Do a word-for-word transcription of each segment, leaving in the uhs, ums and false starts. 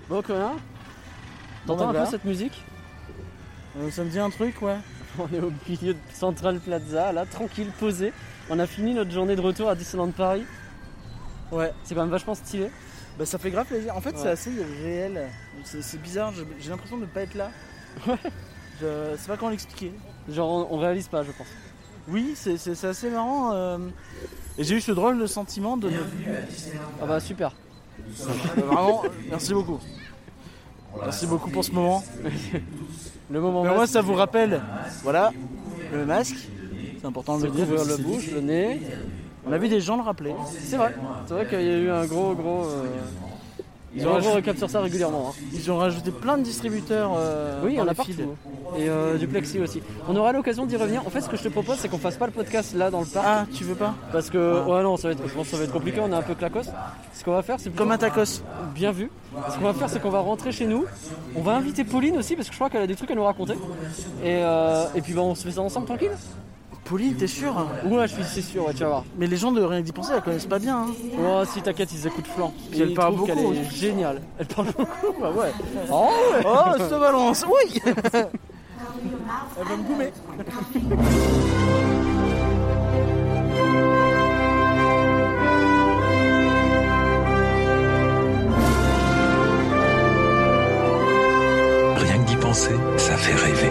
Bon, Corinne, t'entends bah, un peu cette musique? euh, Ça me dit un truc, ouais. On est au milieu de Central Plaza, là, tranquille, posé. On a fini notre journée de retour à Disneyland Paris. Ouais. C'est quand même vachement stylé. Bah ça fait grave plaisir. En fait, Ouais. c'est assez réel. C'est, c'est bizarre, j'ai, j'ai l'impression de ne pas être là. Ouais. Je sais pas comment l'expliquer. Genre, on, on réalise pas, je pense. Oui, c'est, c'est, c'est assez marrant. euh, Et j'ai eu ce drôle de sentiment de... Ah bah, super. Euh, Vraiment, merci beaucoup. Merci beaucoup pour ce moment. Le moment Mais moi, masque, ça vous rappelle, voilà, le masque. C'est important de se le dire. couvrir parce le que c'est bouche, difficile. le nez. On a vu des gens le rappeler. C'est vrai. C'est vrai qu'il y a eu un gros, gros... Euh... Ils Ils ont ont un rajouté- gros récap sur ça régulièrement. hein. Ils ont rajouté plein de distributeurs. euh, Oui, il y dans en a les partout. feeds. Et euh, du plexi aussi. On aura l'occasion d'y revenir. En fait, ce que je te propose, c'est qu'on fasse pas le podcast là dans le parc. Ah, tu veux pas? Parce que, ouais, non, ça va être, je pense que ça va être compliqué. On est un peu clacos. Ce qu'on va faire, c'est plutôt- Comme un tacos. bien vu. Ce qu'on va faire, c'est qu'on va rentrer chez nous. On va inviter Pauline aussi, parce que je crois qu'elle a des trucs à nous raconter. Et, euh, et puis, bah, on se fait ça ensemble tranquille. Pauline, t'es sûr? Ouais, je suis c'est sûr, ouais, tu vas voir. Mais les gens de Rien que d'y penser, la connaissent pas bien. Hein. Oh, si t'inquiète, ils écoutent flanc. Puis elle Ils parle trouvent beaucoup qu'elle est aussi. géniale. Elle parle beaucoup, bah ouais. Oh, ouais. Oh, ça balance, oui. Elle va me goumer. Rien que d'y penser, ça fait rêver.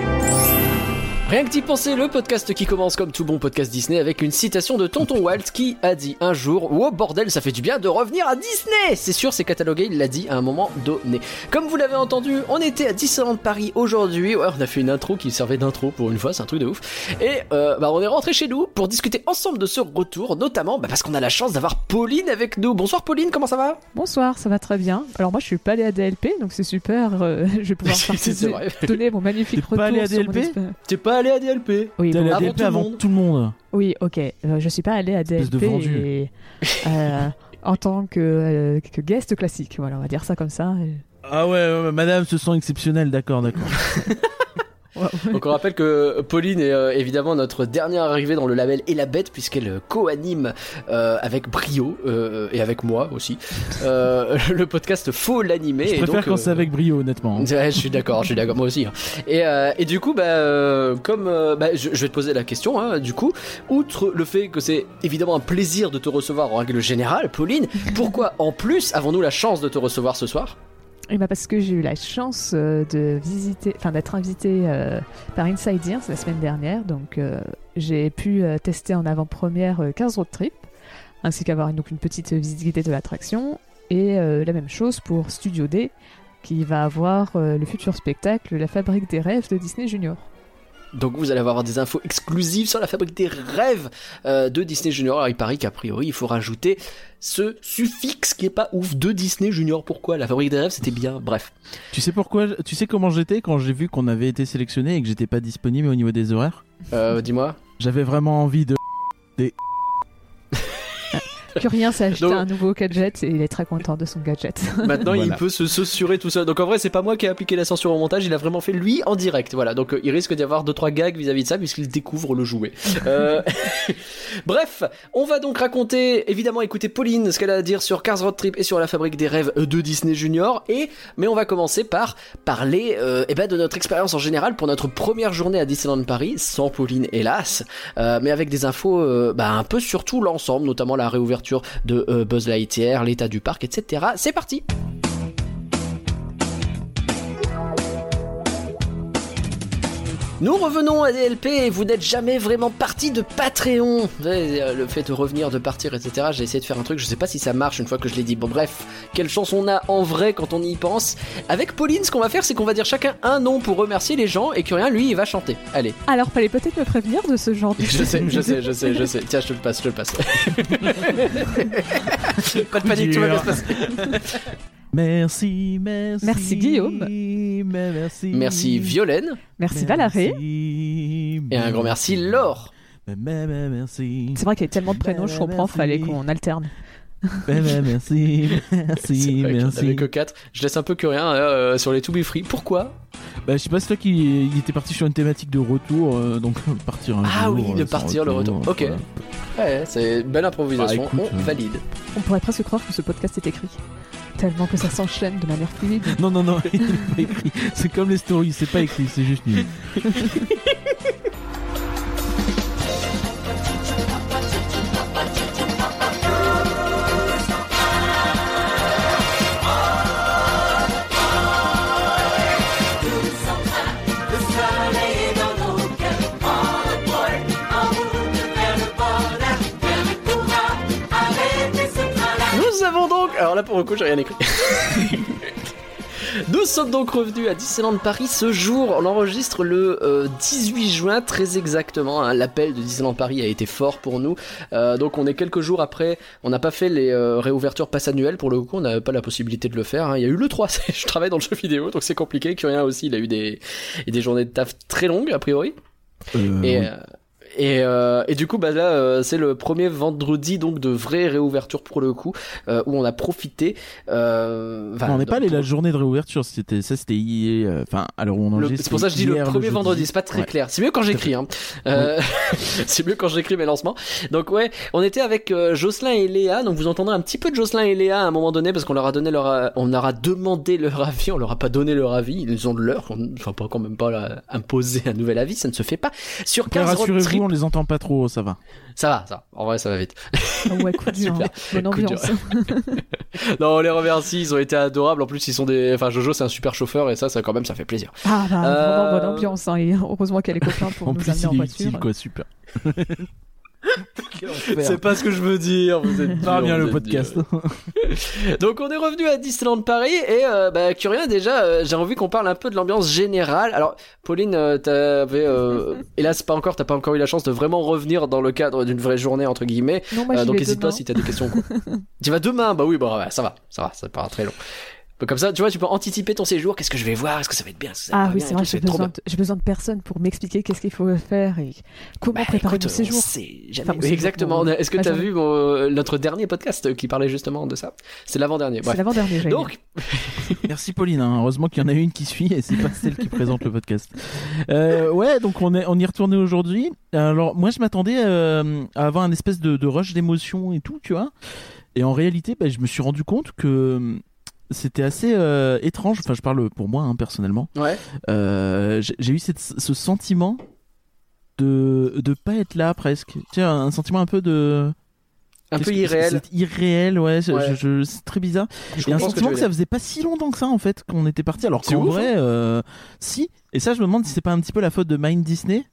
Rien que d'y penser, le podcast qui commence comme tout bon podcast Disney avec une citation de Tonton Walt qui a dit un jour « Oh bordel, ça fait du bien de revenir à Disney !» C'est sûr, c'est catalogué, il l'a dit à un moment donné. Comme vous l'avez entendu, on était à Disneyland Paris aujourd'hui. Ouais, on a fait une intro qui servait d'intro pour une fois, c'est un truc de ouf. Et euh, bah, on est rentré chez nous pour discuter ensemble de ce retour, notamment bah, parce qu'on a la chance d'avoir Pauline avec nous. Bonsoir Pauline, comment ça va? Bonsoir, ça va très bien. Alors moi je suis pas allée à D L P, donc c'est super, euh, je vais pouvoir C'est- c'est partager- vrai. donner mon magnifique T'es retour pas allée à sur mon D L P? expé- T'es pas allé à D L P? Oui, T'es bon, allé à avant D L P tout le avant monde. tout le monde. oui, ok, euh, je suis pas allée à D L Espèce de P vendu. et, euh, en tant que, euh, que guest classique, voilà, on va dire ça comme ça. et- Ah ouais, ouais, ouais, madame se sent exceptionnelle, d'accord, d'accord. Ouais, ouais. Donc on rappelle que Pauline est euh, évidemment notre dernière arrivée dans le label Et la Bête puisqu'elle euh, co-anime euh, avec brio euh, et avec moi aussi euh, le podcast Faut l'animer. Je et préfère donc, quand euh, c'est avec brio, honnêtement. Ouais, je suis d'accord, je suis d'accord, moi aussi. hein. Et, euh, et du coup, bah, euh, comme euh, bah, je, je vais te poser la question, hein, du coup, outre le fait que c'est évidemment un plaisir de te recevoir en règle générale, Pauline, pourquoi en plus avons-nous la chance de te recevoir ce soir? Et bah parce que j'ai eu la chance euh, de visiter, enfin d'être invitée euh, par Inside Ears la semaine dernière, donc euh, j'ai pu euh, tester en avant-première euh, quinze Road Trip, ainsi qu'avoir donc une petite visite guidée de l'attraction, et euh, la même chose pour Studio D, qui va avoir euh, le futur spectacle La Fabrique des Rêves de Disney Junior. Donc vous allez avoir des infos exclusives sur la fabrique des rêves euh, de Disney Junior. Alors il paraît qu'a priori il faut rajouter ce suffixe qui est pas ouf de Disney Junior. Pourquoi? La fabrique des rêves c'était bien, bref. Tu sais pourquoi Tu sais comment j'étais quand j'ai vu qu'on avait été sélectionné et que j'étais pas disponible au niveau des horaires? Euh, dis-moi. J'avais vraiment envie de... Curien s'est acheté Donc- un nouveau gadget et il est très content de son gadget. Maintenant il Voilà. peut se censurer tout seul. Donc en vrai c'est pas moi qui ai appliqué la censure au montage, il a vraiment fait lui en direct. Voilà, donc euh, il risque d'y avoir deux trois gags vis-à-vis de ça puisqu'il découvre le jouet. Euh, Bref, on va donc raconter, évidemment écouter Pauline ce qu'elle a à dire sur Cars Road Trip et sur la fabrique des rêves de Disney Junior. Et mais on va commencer par parler euh, eh ben, de notre expérience en général pour notre première journée à Disneyland Paris, sans Pauline hélas, euh, mais avec des infos euh, bah, un peu sur tout l'ensemble, notamment la réouverture de euh, Buzz Lightyear, l'état du parc, et cetera. C'est parti. Nous revenons à D L P et vous n'êtes jamais vraiment parti de Patreon. Vous savez, euh, le fait de revenir, de partir, et cetera. J'ai essayé de faire un truc, je sais pas si ça marche une fois que je l'ai dit. Bon bref, quelle chance on a en vrai quand on y pense. Avec Pauline, ce qu'on va faire, c'est qu'on va dire chacun un nom pour remercier les gens et Curien, lui, il va chanter. Allez. Alors fallait peut-être me prévenir de ce genre de Je sais, je sais, je sais, je sais. Tiens, je te le passe, je te le passe. Pas de panique, tout va bien se passer. Merci, merci. Merci, Guillaume. Merci. Merci Violaine. Merci Valaré. Merci, Et un grand merci Laure. Merci. C'est vrai qu'il y a tellement de prénoms, je comprends, fallait qu'on alterne. Merci, merci, C'est vrai qu'il y en avait merci. que quatre. Je laisse un peu Curien euh, sur les To Be Free. Pourquoi? Bah, je sais pas, c'est toi qui il était parti sur une thématique de retour, euh, donc partir un Ah jour. oui, de euh, sans partir, le retour. Ok. voilà. Ouais, c'est une belle improvisation, Bah, écoute, on euh, valide. On pourrait presque croire que ce podcast est écrit. tellement que ça s'enchaîne de manière fluide. Non, non, non, il est pas écrit. C'est comme les stories, c'est pas écrit, c'est juste nul. Nous avons donc... Alors là, pour le coup, j'ai rien écrit. Nous sommes donc revenus à Disneyland Paris ce jour. On enregistre le euh, dix-huit juin, très exactement. Hein. L'appel de Disneyland Paris a été fort pour nous. Euh, donc on est quelques jours après. On n'a pas fait les euh, réouvertures pass annuelles. Pour le coup, on n'avait pas la possibilité de le faire. Hein. Il y a eu le trois. Je travaille dans le jeu vidéo, donc c'est compliqué. Curien aussi, il a eu des, des journées de taf très longues, a priori. Euh, Et... oui. Euh, Et, euh, et du coup, bah là, euh, c'est le premier vendredi donc de vraie réouverture pour le coup, euh, où on a profité. Euh, Enfin, on n'est pas allé pour... la journée de réouverture, c'était ça, c'était hier. Enfin, alors on Le, enregistre. c'est pour ça que je dis le hier, premier jeudi. vendredi, c'est pas très Ouais. clair. C'est mieux quand j'écris, hein. Euh, c'est mieux quand j'écris mes lancements. Donc ouais, on était avec euh, Jocelyn et Léa. Donc vous entendrez un petit peu de Jocelyn et Léa à un moment donné parce qu'on leur a donné leur, euh, on leur a demandé leur avis. On leur a pas donné leur avis. Ils ont de leur. Enfin pas quand même pas là, imposer un nouvel avis, ça ne se fait pas. Sur Après, quinze road rassurez-vous, trip, on les entend pas trop, ça va. ça va, ça. En vrai, ça va vite. Ah ouais, coup dur, Super. hein. Bonne Coup dur. ambiance. Non, on les remercie. Ils ont été adorables. En plus, ils sont des. Enfin, Jojo, c'est un super chauffeur et ça, ça quand même, ça fait plaisir. Ah bah, Euh, vraiment bonne ambiance. Hein. Et heureusement qu'elle est copain pour En nous plus, amener en il est voiture. utile, quoi, super. C'est pas ce que je veux dire. Vous êtes Pas dur, bien vous le êtes podcast. dur. Donc on est revenu à Disneyland Paris et euh, bah Curien déjà euh, j'ai envie qu'on parle un peu de l'ambiance générale. Alors Pauline euh, t'avais euh, hélas pas encore t'as pas encore eu la chance de vraiment revenir dans le cadre d'une vraie journée entre guillemets. Non, moi, Euh, j'y donc vais n'hésite pas demain. si t'as des questions quoi. Tu vas demain bah oui bah ouais, ça va ça va ça part très long. Comme ça, tu vois, tu peux anticiper ton séjour. Qu'est-ce que je vais voir? Est-ce que ça va être bien? Est-ce que ça va Ah pas oui, bien c'est et vrai, tout, ça j'ai va être trop besoin, bien. de, j'ai besoin de personnes pour m'expliquer qu'est-ce qu'il faut faire et comment Bah, préparer écoute, mon séjour. on sait jamais. Enfin, mon Oui, séjour, exactement. mon- Est-ce que ma t'as journée. vu mon- notre dernier podcast qui parlait justement de ça? C'est l'avant-dernier. C'est Bref. l'avant-dernier, j'allais dire. Donc, Merci Pauline, hein. Heureusement qu'il y en a une qui suit et c'est pas celle qui présente le podcast. Euh, ouais, donc on est on y est retourné aujourd'hui. Alors moi je m'attendais euh, à avoir un espèce de, de rush d'émotions et tout, tu vois. Et en réalité, bah, je me suis rendu compte que c'était assez euh, étrange. Enfin, je parle pour moi hein, personnellement. ouais. Euh, j'ai j'ai eu cette, ce sentiment de de pas être là presque. Tu sais, un sentiment un peu de Un Qu'est-ce peu que- irréel. C'est irréel, ouais. je- Ouais. je- je- c'est très bizarre. Je Et un comprends ce que tu sentiment veux que ça dire. faisait pas si longtemps que ça en fait qu'on était parti. Alors C'est qu'en ouf, vrai, euh, si. Et ça, je me demande si c'est pas un petit peu la faute de Mind Disney.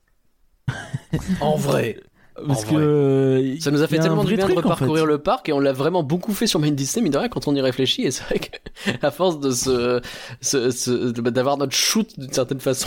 En vrai. Parce En que vrai. euh, Ça nous a fait il y a un tellement du vrai bien de truc, en reparcourir fait. le parc et on l'a vraiment beaucoup fait sur Main Disney, mine de rien, quand on y réfléchit. Et c'est vrai qu'à force de se, se, se- de- d'avoir notre shoot d'une certaine façon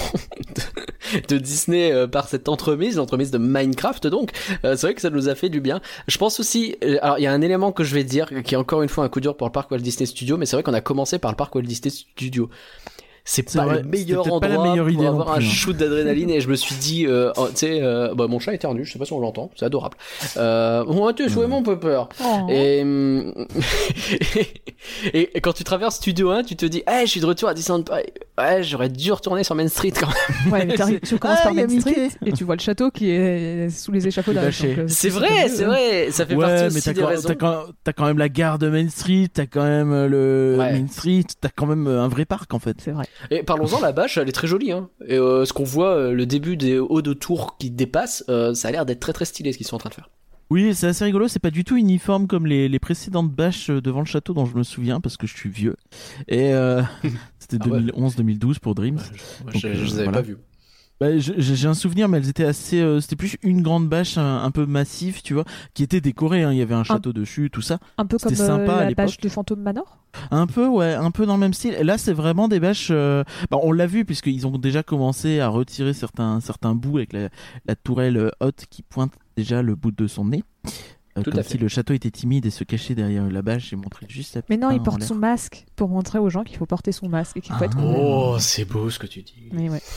de, de Disney euh, par cette entremise, l'entremise de Minecraft donc, euh, c'est vrai que ça nous a fait du bien. Je pense aussi, euh, alors il y a un élément que je vais dire qui est encore une fois un coup dur pour le parc Walt Disney Studio, mais c'est vrai qu'on a commencé par le parc Walt Disney Studio. C'est C'est pas vrai, le meilleur c'était peut-être pas la endroit meilleure pour idée non avoir un plus, hein. shoot d'adrénaline et je me suis dit, euh, oh, tu sais, euh, bah mon chat éternue, je sais pas si on l'entend, c'est adorable. Euh, bon, tu es vraiment un peu peur. Oh. Et, hum, et, et quand tu traverses Studio un, tu te dis, hey, je suis de retour à Disneyland Paris. Ouais, j'aurais dû retourner sur Main Street quand même. Ouais, mais t'arrives- tu commences Ah, par il y a Main Street Mickey. et tu vois le château qui est sous les échafaudages. Bâché. donc, euh, C'est pas vrai, mieux, c'est hein. vrai. Ça fait Ouais, partie mais aussi t'as des quand, raisons. t'as, quand, t'as quand même la gare de Main Street, t'as quand même le Ouais. Main Street, t'as quand même un vrai parc en fait. C'est vrai. Et parlons-en, la bâche, elle est très jolie. Hein. Et euh, ce qu'on voit, euh, le début des hauts de tour qui dépassent, euh, ça a l'air d'être très très stylé ce qu'ils sont en train de faire. Oui, c'est assez rigolo, c'est pas du tout uniforme comme les, les précédentes bâches devant le château dont je me souviens parce que je suis vieux. Et euh, c'était Ah ouais. deux mille onze deux mille douze pour Dreams. Moi, Donc, je, euh, je les avais voilà. pas vus. Bah, je- j'ai j'ai un souvenir, mais elles étaient assez. euh, c'était plus une grande bâche un, un peu massive, tu vois, qui était décorée. Hein, il y avait un château dessus, tout ça. Un peu comme C'était euh, sympa à la l'époque. bâche du Fantôme Manor. Un peu, ouais, un peu dans le même style. Et là, c'est vraiment des bâches. euh, bah, on l'a vu puisqu'ils ont déjà commencé à retirer certains certains bouts avec la, la tourelle euh, haute qui pointe déjà le bout de son nez. Euh, Tout comme à fait. si le château était timide et se cachait derrière la bâche et montrait juste la Mais non, petite il main en porte l'air. son masque pour montrer aux gens qu'il faut porter son masque et qu'il faut Ah. être couvert. Oh, c'est beau ce que tu dis. Mais ouais.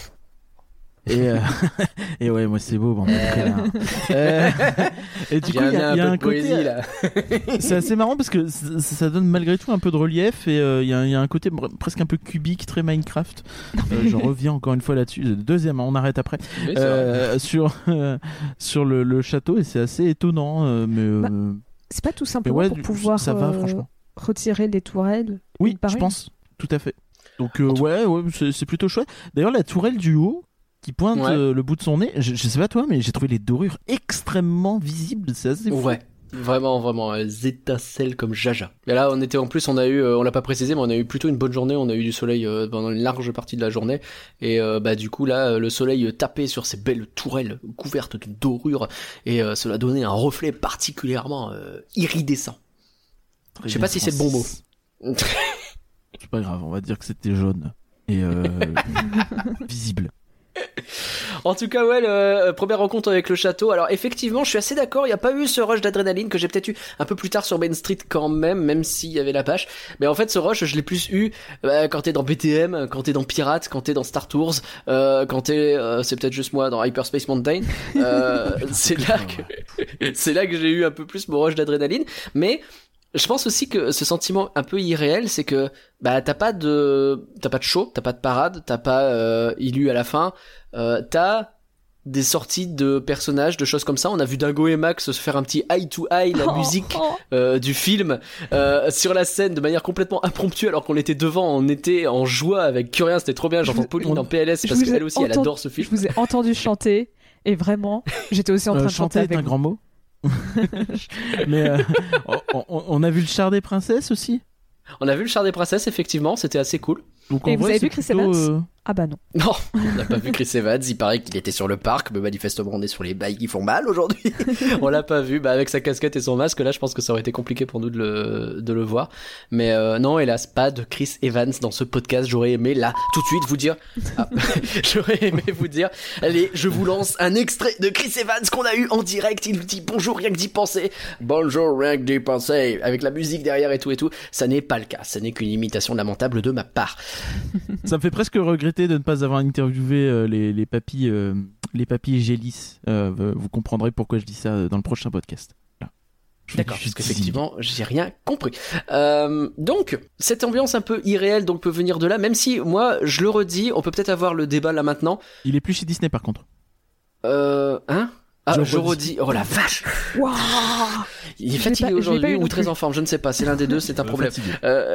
Et, euh, et ouais, moi c'est beau, bon, euh... Et du J'ai coup, il y amené a, un il y a peu un de poésie côté, là. c'est assez marrant parce que ça, ça donne malgré tout un peu de relief et euh, il y, a- il y a un côté br- presque un peu cubique, très Minecraft. Euh, je reviens encore une fois là-dessus. Deuxième, on arrête après. Oui, c'est vrai. Euh, sur euh, sur le, le château et c'est assez étonnant. euh, mais euh, Bah, C'est pas tout mais simplement ouais, pour du- pouvoir ça va euh, franchement. retirer les tourelles. Oui, une par je une. pense, tout à fait. Donc euh, ouais, ouais c'est, c'est plutôt chouette. D'ailleurs, la tourelle du haut qui pointe Ouais. euh, le bout de son nez, je, je sais pas toi, mais j'ai trouvé les dorures extrêmement visibles. C'est assez fou. Ouais. Vraiment, vraiment, elles étincellent comme jaja. Et là, on était en plus, on a eu, euh, on l'a pas précisé, mais on a eu plutôt une bonne journée. On a eu du soleil euh, pendant une large partie de la journée, et euh, bah du coup là, euh, le soleil euh, tapait sur ces belles tourelles couvertes de dorures, et euh, cela donnait un reflet particulièrement euh, iridescent. Très Je sais bien, pas si c'est le bon mot. Francis. C'est pas grave, on va dire que c'était jaune et euh, visible. En tout cas, ouais, le, euh, première rencontre avec le château. Alors effectivement, je suis assez d'accord, il n'y a pas eu ce rush d'adrénaline que j'ai peut-être eu un peu plus tard sur Main Street quand même, même s'il y avait la pâche. Mais en fait, ce rush, je l'ai plus eu euh, quand t'es dans B T M, quand t'es dans Pirates, quand t'es dans Star Tours, euh, quand t'es, euh, c'est peut-être juste moi, dans Hyperspace Mountain. Euh, c'est là que c'est là que j'ai eu un peu plus mon rush d'adrénaline. Mais je pense aussi que ce sentiment un peu irréel, c'est que bah t'as pas de t'as pas de show, t'as pas de parade, t'as pas euh, élu à la fin, euh, t'as des sorties de personnages, de choses comme ça. On a vu Dingo et Max se faire un petit eye to eye, la Oh, musique oh. euh, du film euh, sur la scène de manière complètement impromptue, alors qu'on était devant, on était en joie avec Curien, c'était trop bien. J'entends vous- Pauline en P L S je parce vous ai qu'elle aussi elle entendu- adore ce film. Je vous ai entendu chanter et vraiment, j'étais aussi en train Euh, de chanter chanter est avec un vous. grand mot. Mais euh, on, on- on a vu le char des princesses aussi. On a vu le char des princesses, effectivement, c'était assez cool. Donc Et en vous vrai, avez c'est vu Chris plutôt, Evans euh, Ah bah non. Non, on n'a pas vu Chris Evans, il paraît qu'il était sur le parc, mais manifestement on est sur les bails qui font mal aujourd'hui. On l'a pas vu, bah avec sa casquette et son masque, là je pense que ça aurait été compliqué pour nous de le, de le voir. Mais euh, non, hélas, pas de Chris Evans dans ce podcast, j'aurais aimé là, tout de suite vous dire, ah, j'aurais aimé vous dire, allez, je vous lance un extrait de Chris Evans qu'on a eu en direct, il nous dit bonjour rien que d'y penser, bonjour rien que d'y penser, avec la musique derrière et tout et tout, ça n'est pas le cas, ça n'est qu'une imitation lamentable de ma part. Ça me fait presque regretter de ne pas avoir interviewé euh, les, les papis, euh, les papis Gélis. Euh, vous comprendrez pourquoi je dis ça dans le prochain podcast. Voilà. Je fais D'accord, du parce teasing. qu'effectivement, j'ai rien compris. Euh, donc, cette ambiance un peu irréelle donc peut venir de là, même si, moi, je le redis, on peut peut-être avoir le débat là maintenant. Il est plus chez Disney par contre. Euh, hein Ah, Je je, redis. redis. Oh la vache. Waouh. Il est Je l'ai fatigué pas- je l'ai pas aujourd'hui eu ou non très plus. en forme, je ne sais pas. C'est l'un des deux, c'est un Euh, problème. fatigué. Euh,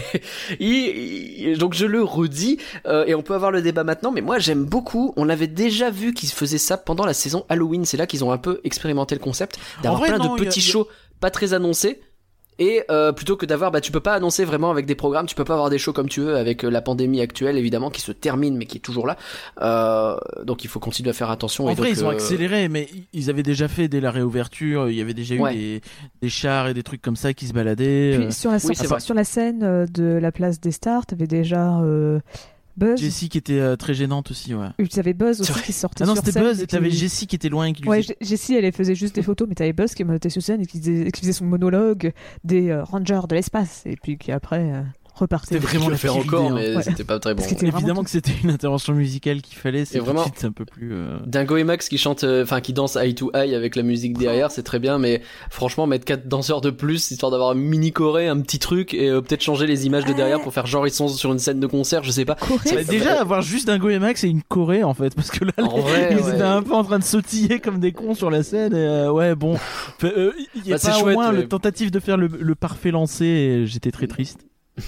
il- il- donc je le redis euh, et on peut avoir le débat maintenant, mais moi j'aime beaucoup. On avait déjà vu qu'ils faisaient ça pendant la saison Halloween. C'est là qu'ils ont un peu expérimenté le concept d'avoir En vrai, plein non, de il y a- petits il y a- shows pas très annoncés. Et euh, plutôt que d'avoir, bah tu peux pas annoncer vraiment avec des programmes, tu peux pas avoir des shows comme tu veux avec euh, la pandémie actuelle évidemment qui se termine mais qui est toujours là. Euh, donc il faut continuer à faire attention. En et vrai, donc, ils ont euh, accéléré, mais ils avaient déjà fait dès la réouverture. Il y avait déjà eu Ouais. des, des chars et des trucs comme ça qui se baladaient. Puis Euh, sur la, oui, c'est vrai. sur la scène euh, de la place des Stars, t'avais déjà euh, Buzz. Jessie qui était euh, très gênante aussi, ouais. Tu avais Buzz aussi vrai. qui sortait Ah non, sur c'était scène Buzz et et t'avais qui- Jessie qui était loin et qui lui Ouais, faisait- J- Jessie, elle faisait juste des photos, mais t'avais Buzz qui montait sur scène et qui faisait, qui faisait son monologue des euh, Rangers de l'espace, et puis qui après euh, repartait. C'était vraiment je la le fais pire encore, idée, hein. mais Ouais. c'était pas très bon. Parce que c'était Évidemment vraiment que c'était une intervention musicale qu'il fallait, c'est Et tout vraiment- de suite un peu plus... euh, Dingo et Max qui chantent, euh, enfin qui dansent eye to eye avec la musique derrière, c'est très bien, mais franchement mettre quatre danseurs de plus histoire d'avoir un mini choré, un petit truc et euh, peut-être changer les images de derrière pour faire genre ils sont sur une scène de concert, je sais pas. Corée. Ça Bah, va- déjà avoir juste Dingo et Max et une Corée en fait, parce que là En vrai, ils ouais. étaient un peu en train de sautiller comme des cons sur la scène et euh, ouais bon Fait, euh, il y a Bah, c'est pas au chouette, moins mais- le tentative de faire le, le parfait lancé et j'étais très triste.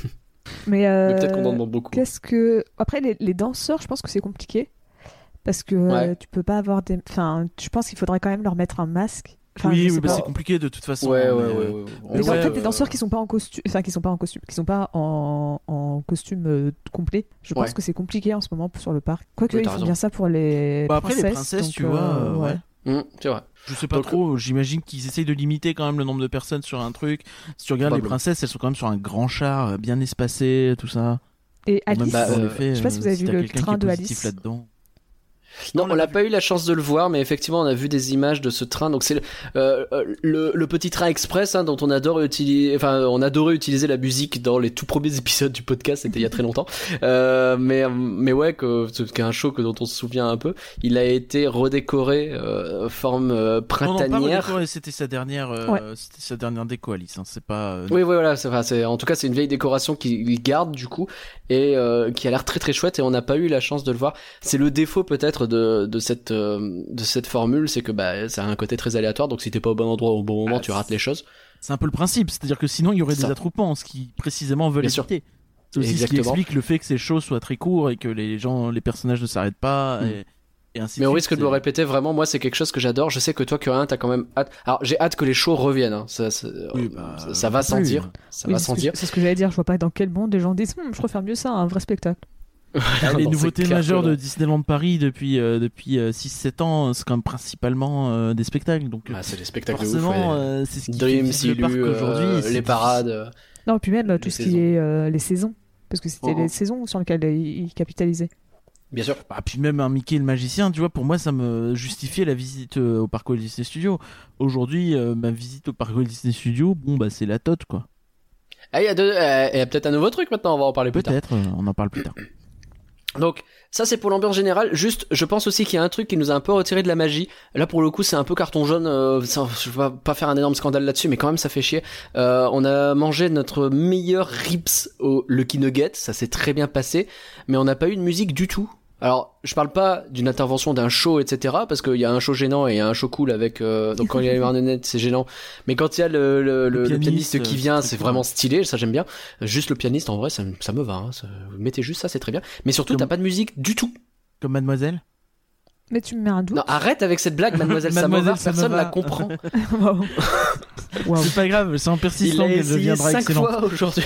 Mais, euh, Mais peut-être qu'on en demande beaucoup. Qu'est-ce que après les, les danseurs, je pense que c'est compliqué parce que euh, Ouais. tu peux pas avoir des. Enfin, je pense qu'il faudrait quand même leur mettre un masque. Enfin, je oui, sais oui bah, pas. c'est compliqué de toute façon. Ouais, hein, ouais, mais, ouais, euh, ouais. Mais Ouais, en fait, euh, des danseurs qui sont pas en costume, enfin qui sont pas en costume, qui sont pas en, en costume euh, complet. Je pense Ouais. que c'est compliqué en ce moment sur le parc. Quoique Oui, ils t'as font raison. bien ça pour les Bah, après, princesses. les princesses, donc, tu vois, euh, euh, ouais. Hum, c'est vrai. Je sais pas Donc, trop, j'imagine qu'ils essayent de limiter quand même le nombre de personnes sur un truc. Si tu regardes les Probablement. princesses, elles sont quand même sur un grand char, euh, bien espacé, tout ça. Et Ou même Alice, Bah, dans euh, les faits, je sais pas si vous euh, avez vu t'as le quelqu'un qui train est de positif Alice. là-dedans. Non, On on l'a n'a vu. pas eu la chance de le voir, mais effectivement, on a vu des images de ce train. Donc c'est le, euh, euh, le, le petit train express hein, dont on adore utiliser. Enfin, on adorait utiliser la musique dans les tout premiers épisodes du podcast. C'était il y a très longtemps. Euh, mais mais ouais, que c'est un show que dont on se souvient un peu. Il a été redécoré euh, forme euh, Non, non, pas printanière. redécoré, c'était sa dernière, euh, Ouais. c'était sa dernière déco, Alice. Hein, c'est pas. euh, Oui, oui, voilà. C'est, enfin, c'est, en tout cas, c'est une vieille décoration qu'il garde du coup et euh, qui a l'air très très chouette. Et on n'a pas eu la chance de le voir. C'est le défaut peut-être contre de, de cette, euh, de cette formule, c'est que, bah, ça a un côté très aléatoire, donc si t'es pas au bon endroit au bon moment, Ah, tu rates les choses. C'est un peu le principe, c'est-à-dire que sinon il y aurait Ça. des attroupements, ce qui précisément veulent Bien sûr. éviter. C'est aussi ce qui Exactement. explique le fait que ces shows soient très courts et que les gens, les personnages ne s'arrêtent pas Mm. et, et ainsi Mais de au suite, risque de c'est- le répéter, vraiment, moi, c'est quelque chose que j'adore. Je sais que toi, Curien, t'as quand même hâte. Alors, j'ai hâte que les shows reviennent. Hein. Ça, ça, Oui, euh, bah, ça, ça va non sans plus. dire. Ça Oui, va c'est sans ce que- dire. C'est ce que j'allais dire. Je vois pas dans quel monde les gens disent Hum, je préfère mieux ça à un vrai spectacle. Ah, les Non, nouveautés c'est clair majeures que non. de Disneyland Paris depuis euh, depuis euh, six sept ans, c'est quand même principalement euh, des spectacles. Donc euh, Ah, c'est des spectacles de ouf. forcément, ouais. euh, c'est ce qui Dream, fait vivre le parc Silu, euh, aujourd'hui. et c'est les difficile. parades. euh, Non, et puis même euh, tout Les ce qui saisons. est euh, les saisons. Parce que c'était Oh. les saisons sur lesquelles ils ils capitalisaient. Bien sûr. Bah, puis même un Mickey le magicien, tu vois, pour moi ça me justifiait la visite euh, au parc Walt Disney Studios. Aujourd'hui, euh, ma visite au parc Walt Disney Studios, bon bah c'est la tote quoi. Ah, il y a, deux- euh, il y a peut-être un nouveau truc maintenant, on va en parler plus tard. Peut-être, euh, on en parle plus tard. Donc, ça c'est pour l'ambiance générale. Juste, je pense aussi qu'il y a un truc qui nous a un peu retiré de la magie. Là, pour le coup, c'est un peu carton jaune. Euh, ça, je vais pas faire un énorme scandale là-dessus, mais quand même, ça fait chier. Euh, on a mangé notre meilleur rips au Lucky Nugget. Ça s'est très bien passé, mais on n'a pas eu de musique du tout. Alors, je parle pas d'une intervention d'un show, et cetera, parce qu'il y a un show gênant et il y a un show cool avec. Euh, donc quand il y a les marionnettes, c'est gênant. Mais quand il y a le, le, le, le pianiste, pianiste qui vient, c'est c'est cool. vraiment stylé. Ça j'aime bien. Juste le pianiste, en vrai, ça, ça me va. Hein, ça, vous mettez juste ça, c'est très bien. Mais surtout, Comme- t'as pas de musique du tout. Comme Mademoiselle. Mais tu me mets un doute. Non, arrête avec cette blague, Mademoiselle Mademoiselle Samova. Personne Samova. la comprend. Waouh. Waouh. C'est pas grave, c'est en Il persistant l'a qu'elle essayé deviendra cinq excellente. fois aujourd'hui.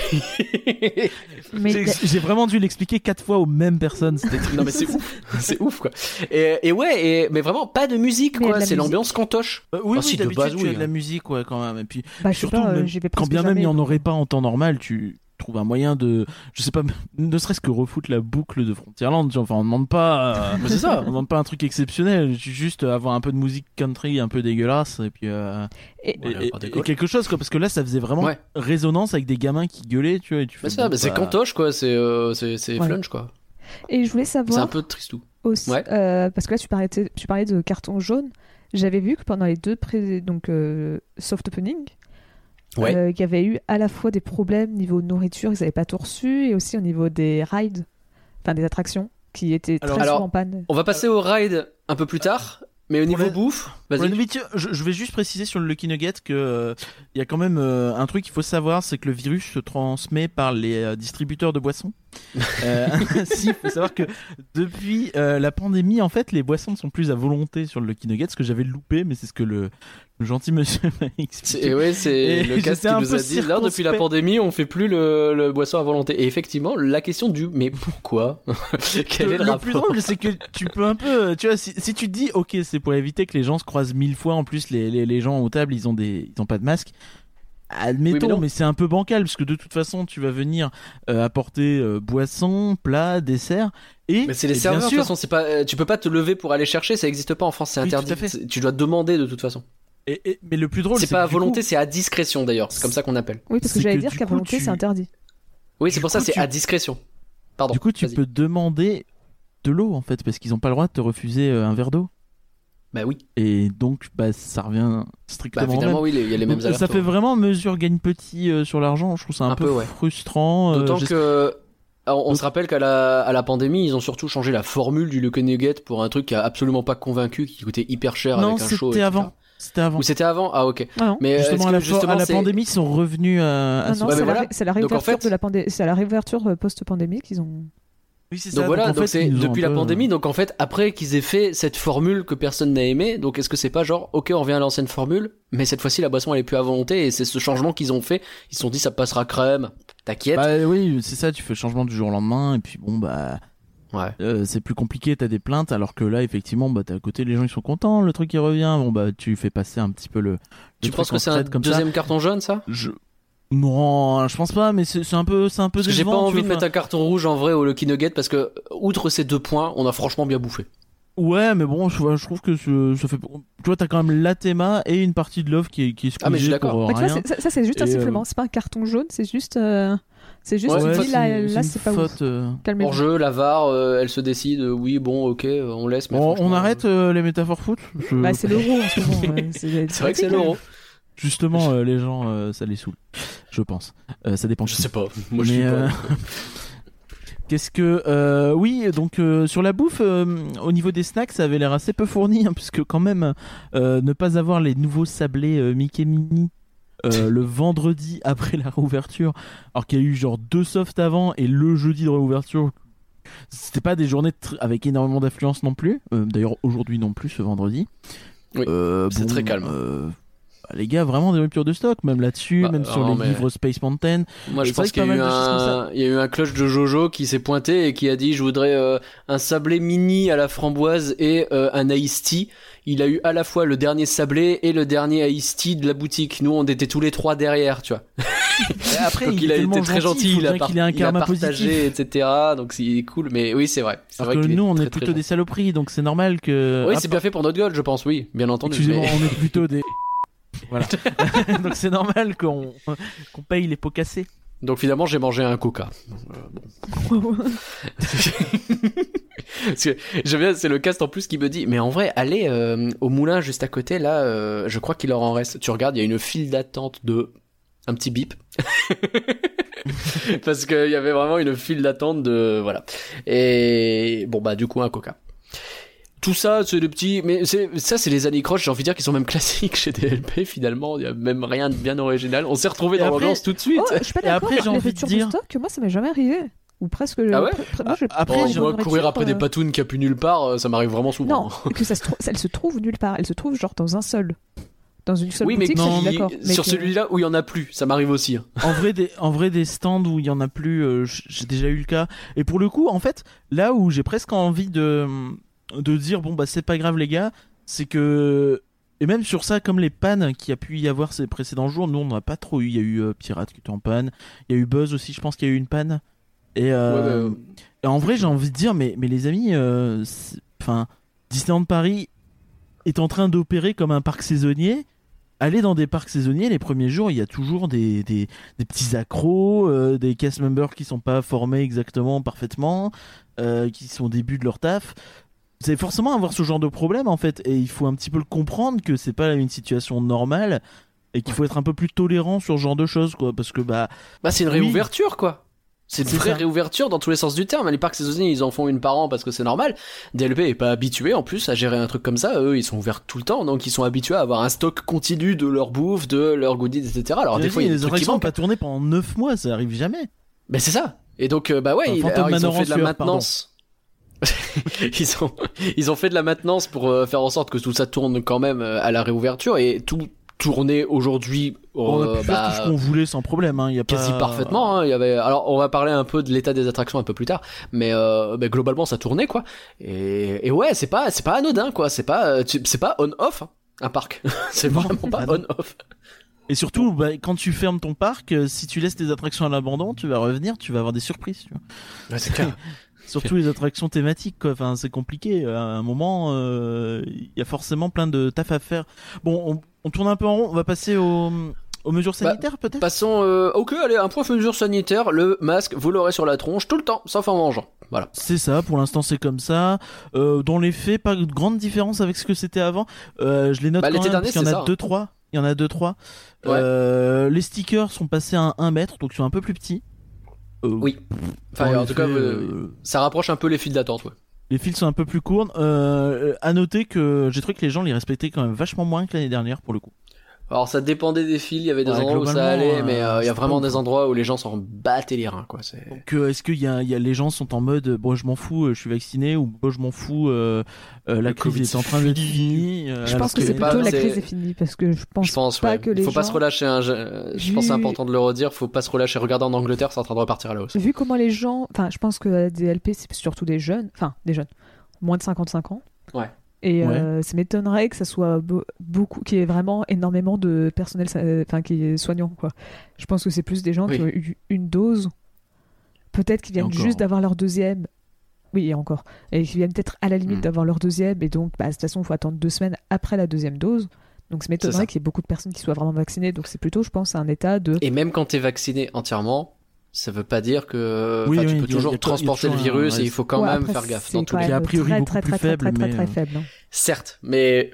Mais J'ai j'ai vraiment dû l'expliquer quatre fois aux mêmes personnes. C'était non mais c'est ouf, c'est ouf quoi. Et, et ouais, et, mais vraiment pas de musique Mais il y a quoi. de la C'est musique. l'ambiance cantoche. Euh, oui, Ah, si, oui, de d'habitude base, tu oui, as de la hein. musique ouais quand même. Et puis bah, je sais surtout pas, euh, même- j'y vais quand presque bien même jamais, il n'y en donc, aurait pas en temps normal, tu trouves un moyen de, je sais pas, ne serait-ce que refoutre la boucle de Frontierland. Tu vois, enfin, on demande pas, euh, Mais c'est ça. on demande pas un truc exceptionnel, juste avoir un peu de musique country un peu dégueulasse et puis euh, Et- et, Ouais, et- pas et dégueulasse. quelque chose quoi, parce que là ça faisait vraiment Ouais. résonance avec des gamins qui gueulaient, tu vois. Et tu fais, Mais ça, bon, mais c'est bah, cantoche quoi. C'est euh, c'est c'est Ouais. flunch quoi. Et je voulais C'est un savoir peu tristou. aussi, Ouais. euh, parce que là tu parlais, de- tu parlais de carton jaune. J'avais vu que pendant les deux pré- donc, euh, soft opening, Ouais. euh, il y avait eu à la fois des problèmes niveau nourriture, ils n'avaient pas tout reçu, et aussi au niveau des rides, enfin des attractions, qui étaient Alors- très Alors, souvent en panne. On va passer au ride un peu plus tard. Mais au Pour niveau la- bouffe, Pour la vas-y. nourriture, je, je vais juste préciser sur le Lucky Nugget que euh, il y a quand même euh, un truc qu'il faut savoir, c'est que le virus se transmet par les euh, distributeurs de boissons. Euh, si, il faut savoir que depuis euh, la pandémie, en fait, les boissons ne sont plus à volonté sur le Lucky Nugget, ce que j'avais loupé, mais c'est ce que le, le gentil monsieur m'a C'est- expliqué. Et ouais, c'est Et le cast j'étais qui un nous peu a dit. Là, depuis la circonspect. pandémie, on fait plus le, le boisson à volonté. Et effectivement, la question du mais pourquoi Quel est le, le rapport plus drôle, c'est que tu peux un peu, tu vois, si, si tu te dis, ok, c'est pour éviter que les gens se croisent mille fois, en plus les, les, les gens aux tables, ils ont des, ils ont pas de masque. Admettons, Oui, mais non. mais, c'est un peu bancal parce que de toute façon, tu vas venir euh, apporter euh, boisson, plat, dessert et. Mais c'est les et bien serveurs, de sûr, toute façon, c'est pas, euh, tu peux pas te lever pour aller chercher, ça existe pas en France, c'est Oui, tout interdit. à fait. C'est- Tu dois demander de toute façon. et- et- mais le plus drôle, C'est c'est pas à que du coup- volonté, c'est à discrétion d'ailleurs, c'est comme ça qu'on appelle. Oui, parce que c'est j'allais que dire du qu'à coup, volonté, tu- c'est interdit. Oui, c'est Du pour ça, coup, c'est tu- à discrétion. Pardon. Du coup, tu vas-y. peux demander de l'eau en fait parce qu'ils ont pas le droit de te refuser euh, un verre d'eau. Bah oui. Et donc, bah, ça revient Bah strictement au même. finalement, oui, il y a les mêmes Donc, alertes. ça fait vraiment mesure gagne petit euh, sur l'argent. Je trouve ça un, Un peu, peu, ouais. frustrant. euh, D'autant j'espère- que. Alors, on Donc- se rappelle qu'à la, à la pandémie, ils ont surtout changé la formule du Lucky Nugget pour un truc qui a absolument pas convaincu, qui coûtait hyper cher Non, avec un show. c'était et cetera. avant. C'était avant. Ou c'était avant? Ah, ok. Ah non. Mais euh, est-ce Justement, à que la, for- justement, à la c'est- pandémie, ils sont revenus à, à Non, ce- non, Ouais, c'est mais la, voilà. c'est la Donc, en réouverture fait- de la pandémie, c'est la réouverture euh, post-pandémie qu'ils ont. Oui, c'est ça. Donc voilà, en donc fait, c'est ils nous ont depuis un la peu- pandémie, donc en fait, après qu'ils aient fait cette formule que personne n'a aimé, donc est-ce que c'est pas genre, ok, on revient à l'ancienne formule, mais cette fois-ci la boisson elle est plus à volonté, et c'est ce changement qu'ils ont fait, ils se sont dit ça passera crème, t'inquiète. Bah oui, c'est ça. Tu fais le changement du jour au lendemain, et puis bon, bah. Ouais. Euh, c'est plus compliqué, t'as des plaintes, alors que là, effectivement, bah, t'es à côté, les gens ils sont contents, le truc il revient, bon bah tu fais passer un petit peu le. le Tu truc penses en que c'est un thread comme ça. deuxième carton jaune, ça? Je... Non, je pense pas, mais c'est c'est un peu, c'est un peu Parce que j'ai pas décevant, tu envie de vois, mettre un carton rouge en vrai au Lucky Nugget, parce que, outre ces deux points, on a franchement bien bouffé. Ouais, mais bon, je, je trouve que ce- ça fait. Tu vois, t'as quand même la théma et une partie de l'offre qui est, qui est Ah, mais je suis squeezée d'accord. pour Mais tu vois, rien. c'est- ça, ça, c'est juste un Et, sifflement, euh, c'est pas un carton jaune, c'est juste. euh, C'est juste, Ouais, tu c'est te une dis, faute, là, une- là une c'est pas faute, ouf. euh. Calmez-vous. Hors jeu, la V A R, euh, elle se décide, euh, oui, bon, ok, euh, on laisse. Mais Bon, on franchement, arrête euh, euh, les métaphores foot. Je- Bah, c'est l'euro en ce moment. ouais, C'est C'est vrai que c'est l'euro. Justement, euh, les gens, euh, ça les saoule, je pense. Euh, ça dépend. de Je qui. sais pas. Moi, je Mais, suis euh, pas. Qu'est-ce que euh, oui donc euh, sur la bouffe euh, au niveau des snacks ça avait l'air assez peu fourni hein, puisque quand même euh, ne pas avoir les nouveaux sablés euh, Mickey Mini euh, le vendredi après la réouverture alors qu'il y a eu genre deux softs avant et le jeudi de réouverture c'était pas des journées tr- avec énormément d'affluence non plus euh, d'ailleurs aujourd'hui non plus ce vendredi oui euh, c'est bon, très calme euh, les gars, vraiment des ruptures de stock, même là-dessus, bah, même sur non, les mais... livres Space Mountain. Moi, je c'est pense qu'il y a, eu un... il y a eu un clutch de Jojo qui s'est pointé et qui a dit je voudrais euh, un sablé mini à la framboise et euh, un iced tea. Il a eu à la fois le dernier sablé et le dernier iced tea de la boutique. Nous, on était tous les trois derrière, tu vois. Et après, donc il, il a été très gentil, gentil, il a, par... il a, un il a partagé, positif. et cetera. Donc c'est cool, mais oui, c'est vrai. C'est Alors vrai que nous, est on très, est plutôt très des saloperies, donc c'est normal que. Oui, ah, c'est bien fait pour notre gueule, je pense, oui, bien entendu. Excusez-moi, mais... on est plutôt des. Voilà. Donc c'est normal qu'on qu'on paye les pots cassés. Donc finalement j'ai mangé un coca. Euh, bon. Parce que j'aime bien, c'est le cast en plus qui me dit mais en vrai allez euh, au moulin juste à côté là, euh, je crois qu'il leur en reste. Tu regardes, il y a une file d'attente de un petit bip. Parce qu'il y avait vraiment une file d'attente de voilà. Et bon bah du coup un coca. Tout ça, c'est des petits, mais c'est, ça, c'est les anicroches, j'ai envie de dire, qui sont même classiques chez D L P, finalement. Il y a même rien de bien original. On s'est retrouvé dans l'ambiance tout de suite. Oh, je suis pas d'accord. après, j'ai les envie de ruptures dire... de stock, moi, ça m'est jamais arrivé. Ou presque. Ah ouais? Pr- pr- moi, je... Après, oh, j'ai moi, nourriture, courir après euh... des patounes qui a pu nulle part, ça m'arrive vraiment souvent. Non, que ça se, tro- elle se trouve nulle part. Elle se trouve genre dans un seul. Dans une seule oui, boutique, mais ça, non, je suis d'accord. sur que... celui-là où il y en a plus, ça m'arrive aussi. En vrai, des, en vrai, des stands où il y en a plus, euh, j'ai déjà eu le cas. Et pour le coup, en fait, là où j'ai presque envie de, de dire, bon, bah, c'est pas grave, les gars, c'est que. Et même sur ça, comme les pannes qu'il y a pu y avoir ces précédents jours, nous, on n'en a pas trop eu. Il y a eu euh, Pirate qui était en panne. Il y a eu Buzz aussi, je pense qu'il y a eu une panne. Et, euh, ouais, bah, et en vrai, j'ai envie de dire, mais, mais les amis, enfin, euh, Disneyland Paris est en train d'opérer comme un parc saisonnier. Aller dans des parcs saisonniers, les premiers jours, il y a toujours des, des, des petits accros, euh, des cast members qui sont pas formés exactement, parfaitement, euh, qui sont au début de leur taf. Vous allez forcément avoir ce genre de problème, en fait, et il faut un petit peu le comprendre que c'est pas une situation normale et qu'il faut être un peu plus tolérant sur ce genre de choses, quoi, parce que bah. Bah, c'est une oui. réouverture, quoi. C'est une c'est vraie ça. réouverture dans tous les sens du terme. Les parcs saisonniers, ils en font une par an parce que c'est normal. D L P est pas habitué en plus à gérer un truc comme ça. Eux, ils sont ouverts tout le temps, donc ils sont habitués à avoir un stock continu de leur bouffe, de leurs goodies, et cetera. Alors des fois, il y a des les trucs qui attractions n'ont manquent. pas tourné pendant neuf mois, ça arrive jamais. Ben c'est ça. Et donc euh, bah ouais, Enfin, ils, Phantom alors, ils ont Manor fait de la en sueur, maintenance. ils ont ils ont fait de la maintenance pour euh, faire en sorte que tout ça tourne quand même euh, à la réouverture et tout tourner aujourd'hui On a euh, pu faire bah, tout ce qu'on voulait sans problème, hein. Il y a quasi pas... parfaitement. Hein. Il y avait alors on va parler un peu de l'état des attractions un peu plus tard, mais euh, bah, globalement ça tournait quoi. Et, et ouais, c'est pas c'est pas anodin quoi. C'est pas c'est pas on off hein, un parc. c'est vraiment pas on off. Et surtout, bah, quand tu fermes ton parc, euh, si tu laisses tes attractions à l'abandon, tu vas revenir, tu vas avoir des surprises. Tu vois. Ouais, c'est clair. Surtout les attractions thématiques, quoi. Enfin, c'est compliqué. À un moment, il euh, y a forcément plein de taf à faire. Bon, on, on tourne un peu en rond. On va passer au, aux mesures sanitaires, bah, peut-être. Passons. Euh... Ok, allez, un point mesure sanitaire. Le masque, vous l'aurez sur la tronche tout le temps, sauf en mangeant. Voilà. C'est ça. Pour l'instant, c'est comme ça. Euh, dans les faits, pas de grande différence avec ce que c'était avant. Euh, je les note bah, quand l'été même dernier, parce qu'il y en a ça, deux, hein. trois. Il y en a deux, trois. Ouais. Euh, les stickers sont passés à un mètre, donc ils sont un peu plus petits. Euh, oui. Enfin, dans en les tout faits, cas, euh, ça rapproche un peu les files d'attente, ouais. Les fils sont un peu plus courts. Euh, à noter que j'ai trouvé que les gens les respectaient quand même vachement moins que l'année dernière pour le coup. Alors ça dépendait des files, il y avait des Ouais, endroits où ça allait, mais il euh, y a c'est vraiment pas des ouf. endroits où les gens s'en battaient les reins, quoi. C'est... Donc euh, est-ce qu'il y a, il y a les gens sont en mode bon je m'en fous, euh, je suis vacciné ou bon je m'en fous, euh, euh, la Le crise Covid, est en train d'être finie. euh, Je alors pense que que c'est c'est pas- plutôt la c'est- crise est finie parce que je pense, Je pense, pas ouais. que Il les faut pas gens- se relâcher. Hein. Je, je pense que c'est Vu- important de le redire. Faut pas se relâcher. Regardez en Angleterre, c'est en train de repartir à la hausse. Vu comment les gens, enfin, je pense que la D L P c'est surtout des jeunes, enfin des jeunes, moins de cinquante-cinq ans. Ouais. Et Ouais. euh, ça m'étonnerait que ça soit be- beaucoup, qu'il y ait vraiment énormément de personnel, euh, enfin, qui est soignant, quoi. Je pense que c'est plus des gens Oui. qui ont eu une dose, peut-être qui viennent encore. juste d'avoir leur deuxième. Oui, et encore. Et qui viennent peut-être à la limite Mm. d'avoir leur deuxième, et donc, bah, de toute façon, il faut attendre deux semaines après la deuxième dose. Donc, ça C'est ça. m'étonnerait qu'il y ait beaucoup de personnes qui soient vraiment vaccinées. Donc, c'est plutôt, je pense, un état de. Et même quand t'es vacciné entièrement, ça veut pas dire que. Oui, Enfin, oui, tu il y peux a- il y toujours a- transporter il y a le toujours un virus et il risque. faut quand Ouais, même après, faire gaffe c'est dans tous quand les Qui est cas. a même priori très, beaucoup très, plus très, faible, très, très, mais, très, euh, faible. hein. Certes, mais.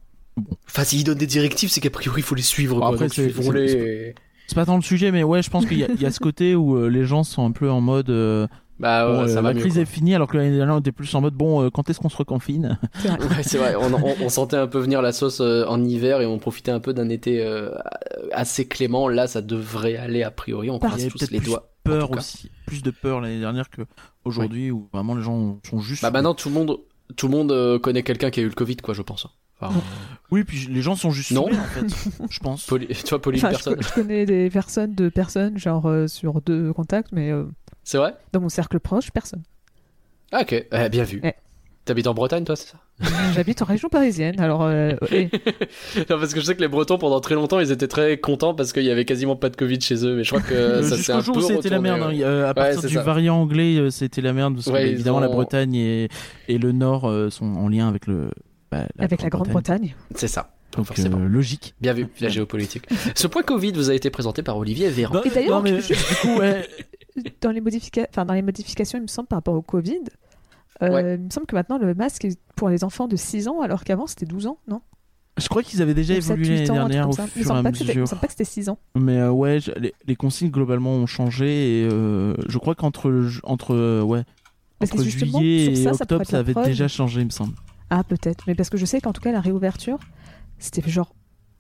Enfin, s'ils donnent des directives, c'est qu'a priori il faut les suivre. Bon, Quoi. après, Donc, c'est- suivons-les c'est- et- C'est pas tant le sujet, mais ouais, je pense qu'il y, a- il y a ce côté où euh, les gens sont un peu en mode euh, Bah ouais, Bon, ça euh, va la mieux, crise quoi. est finie alors que l'année dernière on était plus en mode bon, euh, quand est-ce qu'on se reconfine? C'est vrai. Ouais, c'est vrai, on, on, on sentait un peu venir la sauce euh, en hiver et on profitait un peu d'un été euh, assez clément. Là, ça devrait aller a priori, on Il y croise avait tous peut-être les plus doigts. en peur tout cas. aussi, plus de peur l'année dernière que aujourd'hui où vraiment les gens sont juste. Bah maintenant, tout le monde, tout le monde euh, connaît quelqu'un qui a eu le Covid, quoi, je pense. Enfin, Oui, puis les gens sont juste Non. saoulés en fait, je pense. Poli- tu vois, Pauline, Enfin, je, personne. co- je connais des personnes de personnes, genre euh, sur deux contacts, mais euh, C'est vrai? dans mon cercle proche, personne. Ah, ok, eh, bien vu. Ouais. T'habites en Bretagne, toi, c'est ça? J'habite en région parisienne, alors euh, et- Non, parce que je sais que les Bretons, pendant très longtemps, ils étaient très contents parce qu'il y avait quasiment pas de Covid chez eux, mais je crois que Euh, ça s'est Jusqu'au un jour peu où c'était la retourné, merde, ouais. hein. Euh, à partir c'est du ça. variant anglais, euh, c'était la merde parce que Ouais, bah, ils évidemment la ont- Bretagne et, et le Nord euh, sont en lien avec le. bah, avec la Grande-Bretagne. C'est ça. Donc forcément. euh, logique. Bien vu, la géopolitique. Ce point Covid vous a été présenté par Olivier Véran. Et d'ailleurs, non, mais, je- du coup, ouais, Dans les, modifica- enfin, dans les modifications, il me semble, par rapport au Covid, euh, Ouais. il me semble que maintenant le masque est pour les enfants de six ans, alors qu'avant c'était douze ans, non? je crois qu'ils avaient déjà Ou sept, évolué huit l'année ans, un truc dernière au comme ça. Il me fur et à semble pas que c'était- il me mesure. semble pas que c'était six ans. Mais euh, ouais, je- les, les consignes globalement ont changé et euh, je crois qu'entre entre euh, ouais Parce que entre justement, juillet sur et ça, ça pourrait octobre être ça la avait preuve. déjà changé, il me semble. Ah, peut-être. Mais parce que je sais qu'en tout cas, la réouverture, c'était genre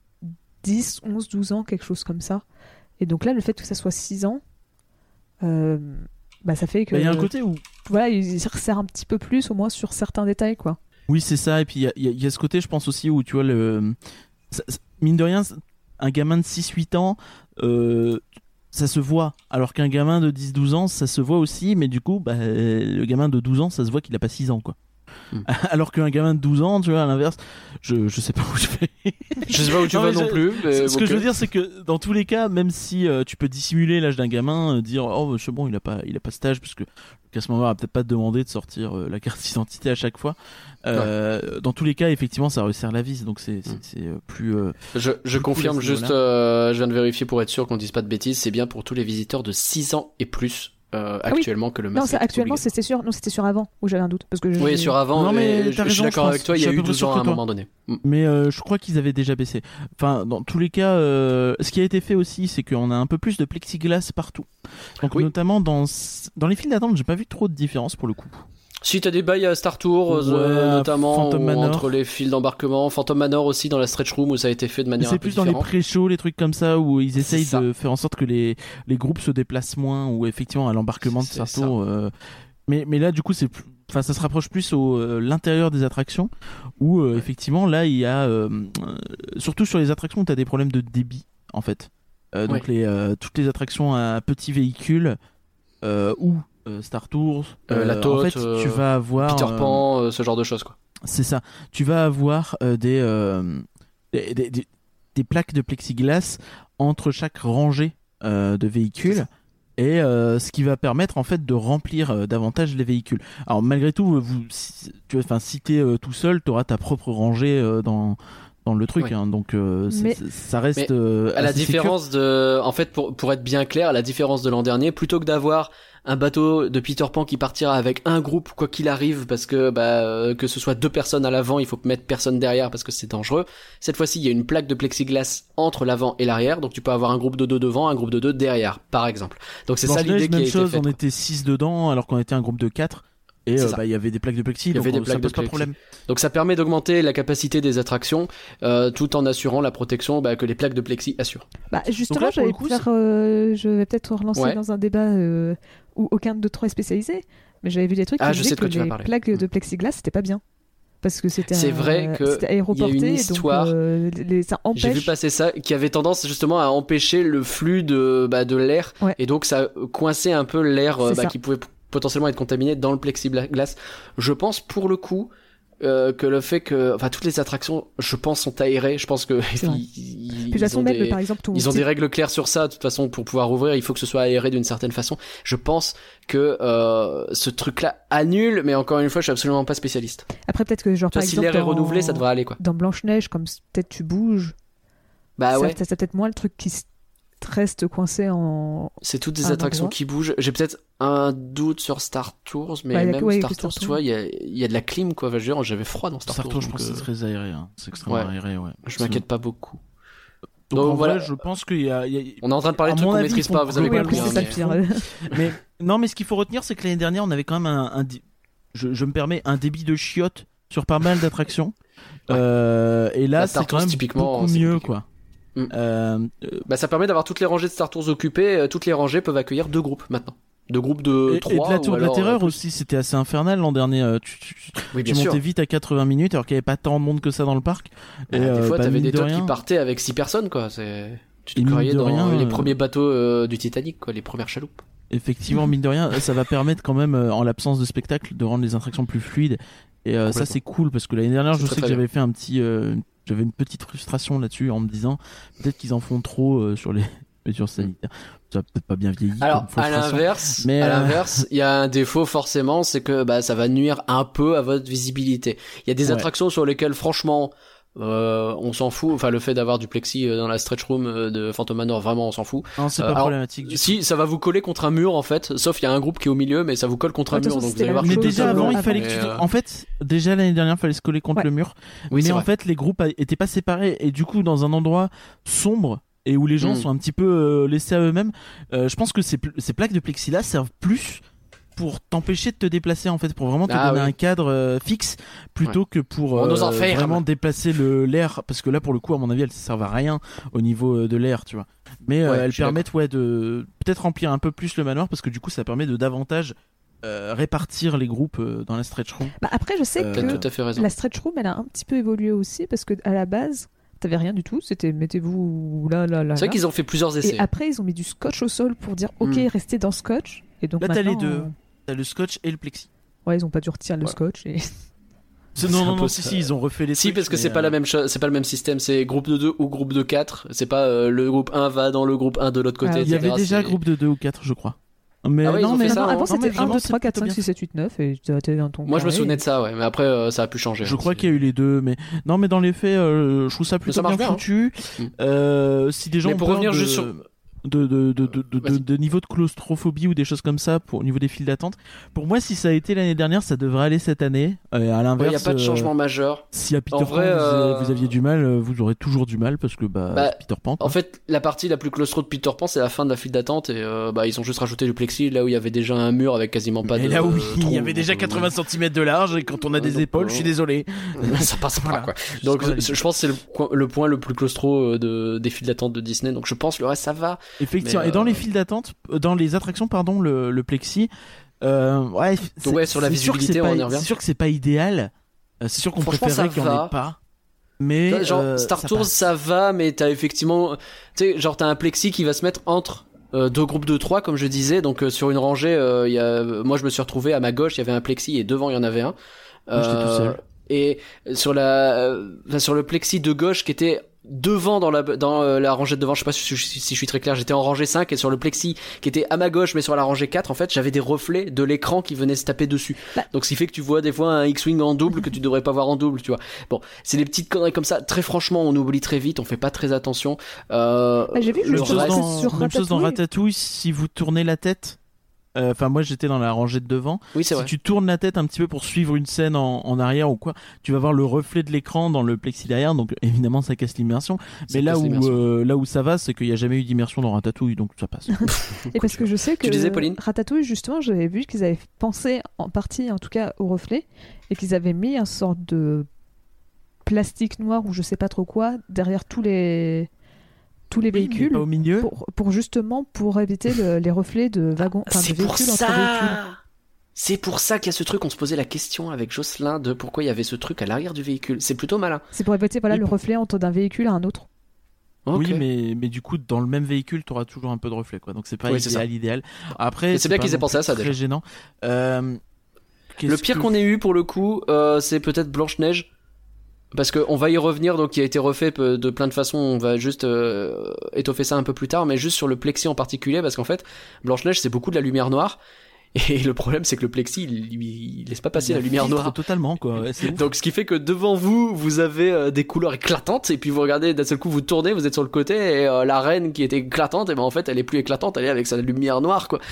dix, onze, douze ans, quelque chose comme ça. Et donc là, le fait que ça soit six ans, euh, bah, ça fait que. Bah, Il y a un côté où Voilà, il se resserre un petit peu plus, au moins sur certains détails, quoi. oui c'est ça et puis il y a, il y a- il y a ce côté je pense aussi où tu vois le ça- ça- mine de rien un gamin de six huit ans euh, ça se voit alors qu'un gamin de dix douze ans ça se voit aussi mais du coup bah, le gamin de douze ans ça se voit qu'il a pas six ans quoi. Hmm. Alors qu'un gamin de douze ans tu vois à l'inverse je, je sais pas où je vais. Je sais pas où tu Non, vas mais non je- plus. Mais Ce que ok. je veux dire, c'est que dans tous les cas, même si euh, tu peux dissimuler l'âge d'un gamin, euh, dire oh c'est bon, il a pas, il a pas cet âge, parce que qu'à ce moment-là, on va peut-être pas te demander de sortir euh, la carte d'identité à chaque fois. Euh, Dans tous les cas, effectivement, ça resserre la vis, donc c'est c'est- Mm. c'est, euh, plus. euh, Je, je Plus confirme cool à ce juste, euh, je viens de vérifier pour être sûr qu'on dise pas de bêtises, c'est bien pour tous les visiteurs de six ans et plus euh, Ah oui. actuellement que le Non, masque ça, est actuellement, obligatoire. c'était sûr. Non, c'était sur avant, où j'avais un doute. Parce que je- Oui, sur avant, Non, mais mais t'as je, je suis raison, d'accord je avec pense. toi, il y Je a suis à eu peu près douze sûr ans que à un toi. moment donné. Mm. Mais euh, je crois qu'ils avaient déjà baissé. Enfin, dans tous les cas, euh, ce qui a été fait aussi, c'est qu'on a un peu plus de plexiglas partout. Donc, Oui. notamment dans dans les files d'attente, j'ai pas vu trop de différence pour le coup. Si t'as des bails à Star Tours, Ouais, euh, notamment Phantom ou Manor. entre les files d'embarquement, Phantom Manor aussi dans la stretch room où ça a été fait de manière un C'est peu plus dans les différente. pré-shows, les trucs comme ça, où ils essayent ça. de faire en sorte que les, les groupes se déplacent moins, ou effectivement à l'embarquement de C'est Star ça. Tours. euh, mais, mais là, du coup, c'est plus- enfin, ça se rapproche plus au euh, l'intérieur des attractions, où euh, effectivement, là, il y a euh, euh, surtout sur les attractions où tu as des problèmes de débit, en fait. Euh, donc, les, euh, toutes les attractions à petits véhicules euh, ou euh, Star Tours, Euh, la en Tote, fait, euh, tu vas avoir. Peter euh, Pan, euh, ce genre de choses quoi. c'est ça. Tu vas avoir euh, des, euh, des, des, des- des plaques de plexiglas entre chaque rangée euh, de C'est véhicules. ça. Et euh, ce qui va permettre en fait de remplir euh, davantage les véhicules. Alors malgré tout, vous, si, tu vois, enfin si t'es euh, tout seul, t'auras ta propre rangée euh, dans dans le truc. Oui. Hein, donc euh, c'est- Mais- c'est- ça reste. Mais euh, À la assez sécure. différence de, en fait, pour, pour être bien clair, à la différence de l'an dernier, plutôt que d'avoir un bateau de Peter Pan qui partira avec un groupe quoi qu'il arrive, parce que bah euh, que ce soit deux personnes à l'avant, il faut mettre personne derrière parce que c'est dangereux. Cette fois-ci, il y a une plaque de plexiglas entre l'avant et l'arrière, donc tu peux avoir un groupe de deux devant, un groupe de deux derrière, par exemple. Donc c'est ça Blanche-Neige, l'idée qui a même été chose, faite. on quoi. était six dedans alors qu'on était un groupe de quatre. Et C'est euh, ça. bah, il y avait des plaques de plexi, Il y donc avait des on- ça plaques de pose pas de plexi. problème. Donc ça permet d'augmenter la capacité des attractions, euh, tout en assurant la protection bah, que les plaques de plexi assurent. Bah, justement, là, pour j'allais le coup, faire, euh, je vais peut-être relancer Ouais. dans un débat euh, où aucun de trois est spécialisé, mais j'avais vu des trucs Ah, qui je disaient sais de quoi que tu vas les parler. plaques de plexiglas, c'était pas bien. Parce que c'était C'est un- vrai que c'était aéroporté, il y a une donc, histoire. euh, les, ça J'ai vu empêche. passer ça, qui avait tendance justement à empêcher le flux de bah, de l'air, Ouais. et donc ça coinçait un peu l'air euh, C'est bah, ça. qui pouvait p- potentiellement être contaminé dans le plexiglas. Je pense pour le coup euh, que le fait que, enfin toutes les attractions, je pense sont aérées. Je pense que C'est vrai. ils, ils- Puis de toute façon, ont même, des- par exemple, ton Ils ont petit- des règles claires sur ça. De toute façon, pour pouvoir ouvrir, il faut que ce soit aéré d'une certaine façon. Je pense que euh, ce truc-là annule, mais encore une fois, je suis absolument pas spécialiste. Après, peut-être que, genre, Tu vois, par si exemple, l'air est dans... renouvelé, ça devrait aller quoi. dans Blanche-Neige, comme s- peut-être tu bouges, Bah ça, ouais, ça, ça peut-être moins le truc qui s- reste coincé en. c'est toutes des un attractions endroit. qui bougent. J'ai peut-être un doute sur Star Tours, mais Ouais, y a- même ouais, Star que Tours, Star tu vois, il y a, il y a de la clim quoi. Enfin, je veux dire, j'avais froid dans Star, Star Tours, je donc, pense que euh, c'est très aéré. Hein. C'est extrêmement ouais. aéré, ouais. je m'inquiète pas beaucoup. Donc, Donc, en voilà. vrai, je pense qu'il y a, il y a... On est en train de parler À de trucs mon qu'on avis, maîtrise ils font pas, vous avez Oui, pas en compris. plus, le c'est hein, ça mais- le pire. Mais non, mais ce qu'il faut retenir, c'est que l'année dernière, on avait quand même un, un di- je, je me permets, un débit de chiottes sur pas mal d'attractions. Ouais. Euh, et là, La c'est Star quand Tours, même typiquement, beaucoup c'est mieux, compliqué. quoi. Mm. Euh, euh, Bah, ça permet d'avoir toutes les rangées de Star Tours occupées. euh, Toutes les rangées peuvent accueillir deux groupes maintenant. Deux groupes de et, trois. et de la ou Tour de la alors, Terreur euh, plus. aussi, c'était assez infernal l'an dernier. euh, Tu, tu, tu- Oui, tu bien sûr. montais vite à quatre-vingts minutes alors qu'il n'y avait pas tant de monde que ça dans le parc. Bah, Et, des euh, fois, bah, t'avais mine des de tocs rien- qui partaient avec six personnes, quoi. C'est... Tu te Et mine croyais de dans rien, les euh, premiers bateaux euh, du Titanic, quoi, les premières chaloupes. Effectivement, mine de rien, ça va permettre quand même, euh, en l'absence de spectacle, de rendre les attractions plus fluides. Et euh, ça, Complètement. c'est cool parce que l'année dernière, C'est je très, sais que très j'avais fait un petit, euh, j'avais une petite frustration là-dessus en me disant peut-être qu'ils en font trop euh, sur les mesures sanitaires. Ça a peut-être pas bien vieilli. Alors, comme à frustration. l'inverse, Mais, à euh, l'inverse, il y a un défaut forcément, c'est que bah ça va nuire un peu à votre visibilité. Il y a des Ouais. attractions sur lesquelles, franchement, euh, on s'en fout. Enfin, le fait d'avoir du plexi euh, dans la stretch room euh, de Phantom Manor, vraiment, on s'en fout. Non, c'est Euh, pas alors, problématique du tout. Si, ça va vous coller contre un mur en fait. Sauf il y a un groupe qui est au milieu, mais ça vous colle contre un De toute mur. façon, Donc vous c'était allez la voir même Mais que chose déjà avant, il avant. fallait que Mais, tu... euh, En fait, déjà l'année dernière, il fallait se coller contre Ouais. le mur. Oui, mais c'est en vrai. fait, les groupes a- étaient pas séparés. Et du coup, dans un endroit sombre et où les gens Mm. sont un petit peu euh, laissés à eux-mêmes, euh, je pense que ces, pl- ces plaques de plexiglas servent plus pour t'empêcher de te déplacer, en fait, pour vraiment te Ah donner oui. un cadre euh, fixe plutôt que pour On euh, nous enferme. vraiment déplacer le l'air. Parce que là, pour le coup, à mon avis, elles servent à rien au niveau euh, de l'air, tu vois. Mais euh, Ouais, je elles suis permettent, ouais, de peut-être remplir un peu plus le manoir parce que du coup, ça permet de davantage euh, répartir les groupes euh, dans la stretch room. Bah, après, je sais Euh, T'as que tout à fait raison. la stretch room, elle a un petit peu évolué aussi parce que à la base, t'avais rien du tout. C'était mettez-vous là, là, là. C'est vrai là. qu'ils ont fait plusieurs essais. Et après, ils ont mis du scotch au sol pour dire ok, Mm. restez dans scotch. Et donc Là, t'as maintenant, les deux. euh, T'as le scotch et le plexi. Ouais, ils ont pas dû retirer le Ouais. scotch. Et... C'est- C'est Non, un non, peu non, ça. si, si, ils ont refait les Si, trucs, parce que mais, c'est pas euh, la même chose, c'est pas le même système, c'est groupe de deux ou groupe de quatre. C'est pas euh, le groupe un va dans le groupe un de l'autre côté. Ah, Il y et cetera. avait déjà C'est- groupe de deux ou quatre, je crois. Mais Ah ouais, ils non, ont mais fait ça, non, hein. avant, non, mais c'était un, vraiment, deux, c'est trois, quatre, plutôt cinq, bien six, sept, huit, neuf. Et t'étais dans ton Moi, je me carré. souvenais de ça, ouais, mais après, euh, ça a pu changer. Je hein, crois c'est- qu'il y a eu les deux, mais non, mais dans les faits, euh, je trouve ça plutôt ça marche bien bien, hein. foutu. Mm. Euh, si des gens Mais ont pour peur revenir de... juste sur- de, de, de, de, de, Vas-y. de niveau de claustrophobie ou des choses comme ça pour, au niveau des files d'attente, pour moi, si ça a été l'année dernière, ça devrait aller cette année. Euh, à Il n'y l'inverse, a pas de euh, changement majeur. si à Peter En Pan vrai, vous, euh, vous aviez du mal, euh, vous aurez toujours du mal parce que bah, Bah, c'est Peter Pan. quoi. En fait, la partie la plus claustro de Peter Pan, c'est la fin de la file d'attente et euh, bah ils ont juste rajouté du plexi là où il y avait déjà un mur avec quasiment pas Et de. là, oui, euh, il y trou, avait déjà donc, euh, quatre-vingts centimètres de large et quand on a des donc, épaules, euh, je suis désolé. ça passe pas Voilà. quoi. Donc Jusqu'en je, je pense que c'est le, coin- le point le plus claustro euh, de, des files d'attente de Disney. Donc je pense le reste ça va. Effectivement. Mais, Et dans euh, les files d'attente, euh, dans les attractions, pardon, le, le plexi, euh, ouais, c'est- ouais, sur la c'est sûr que visibilité, c'est pas- on y revient. C'est sûr que c'est pas idéal. Euh, C'est sûr qu'on Franchement, préférerait ça qu'il n'y en va. ait pas. Mais Genre euh, Star ça Tours passe. ça va, mais t'as effectivement, tu sais, genre t'as un plexi qui va se mettre entre euh, deux groupes de trois comme je disais. Donc euh, sur une rangée, euh, il y a, moi je me suis retrouvé à ma gauche, il y avait un plexi et devant il y en avait un. Moi, j'étais tout seul. Et sur la, euh, enfin, sur le plexi de gauche qui était devant dans la dans euh, la rangée de devant, je sais pas si, si, si je suis très clair, j'étais en rangée cinq et sur le plexi qui était à ma gauche mais sur la rangée quatre en fait j'avais des reflets de l'écran qui venaient se taper dessus. Bah. Donc ce qui fait que tu vois des fois un X-Wing en double que tu devrais pas voir en double, tu vois. Bon, c'est des petites conneries comme ça, très franchement on oublie très vite, on fait pas très attention. Euh, Bah, j'ai vu le Même le chose, reste- reste dans, sur même chose dans Ratatouille. Ratatouille, si vous tournez la tête. euh, Enfin, moi j'étais dans la rangée de devant. Oui c'est Si vrai. tu tournes la tête un petit peu pour suivre une scène en, en arrière ou quoi, tu vas voir le reflet de l'écran dans le plexi derrière. Donc évidemment, ça casse l'immersion. Ça Mais là casse où, l'immersion. euh, là où ça va, c'est qu'il n'y a jamais eu d'immersion dans Ratatouille, donc ça passe. Et parce que je sais que Tu disais, Pauline Ratatouille, justement, j'avais vu qu'ils avaient pensé en partie, en tout cas, au reflet, et qu'ils avaient mis un sorte de plastique noir ou je sais pas trop quoi derrière tous les tous les Oui, mais véhicules pas au milieu. pour, pour justement pour éviter le- les reflets de wagons, enfin de C'est pour véhicules entre véhicules. ça. C'est pour ça qu'il y a ce truc, on se posait la question avec Jocelyn de pourquoi il y avait ce truc à l'arrière du véhicule. C'est plutôt malin. C'est pour éviter voilà Et le pour- reflet entre d'un véhicule à un autre. Ok. Oui, mais, mais du coup, dans le même véhicule, tu auras toujours un peu de reflet, quoi. Donc c'est pas Oui, c'est idéal, idéal. Après, Mais c'est bien pas qu'ils aient non pensé à plus ça, très déjà. gênant. Euh, Le qu'est-ce pire que- qu'on ait eu pour le coup, euh, c'est peut-être Blanche-Neige. Parce qu'on va y revenir, donc qui a été refait pe- de plein de façons, on va juste euh, étoffer ça un peu plus tard, mais juste sur le plexi en particulier, parce qu'en fait, Blanche-Neige c'est beaucoup de la lumière noire, et le problème c'est que le plexi, il, il- il laisse pas passer il la lumière filtre noire. totalement, quoi. Ouais, c'est ouf. Donc ce qui fait que devant vous, vous avez euh, des couleurs éclatantes, et puis vous regardez, d'un seul coup vous tournez, vous êtes sur le côté, et euh, la reine qui était éclatante, et ben en fait elle est plus éclatante, elle est avec sa lumière noire, quoi.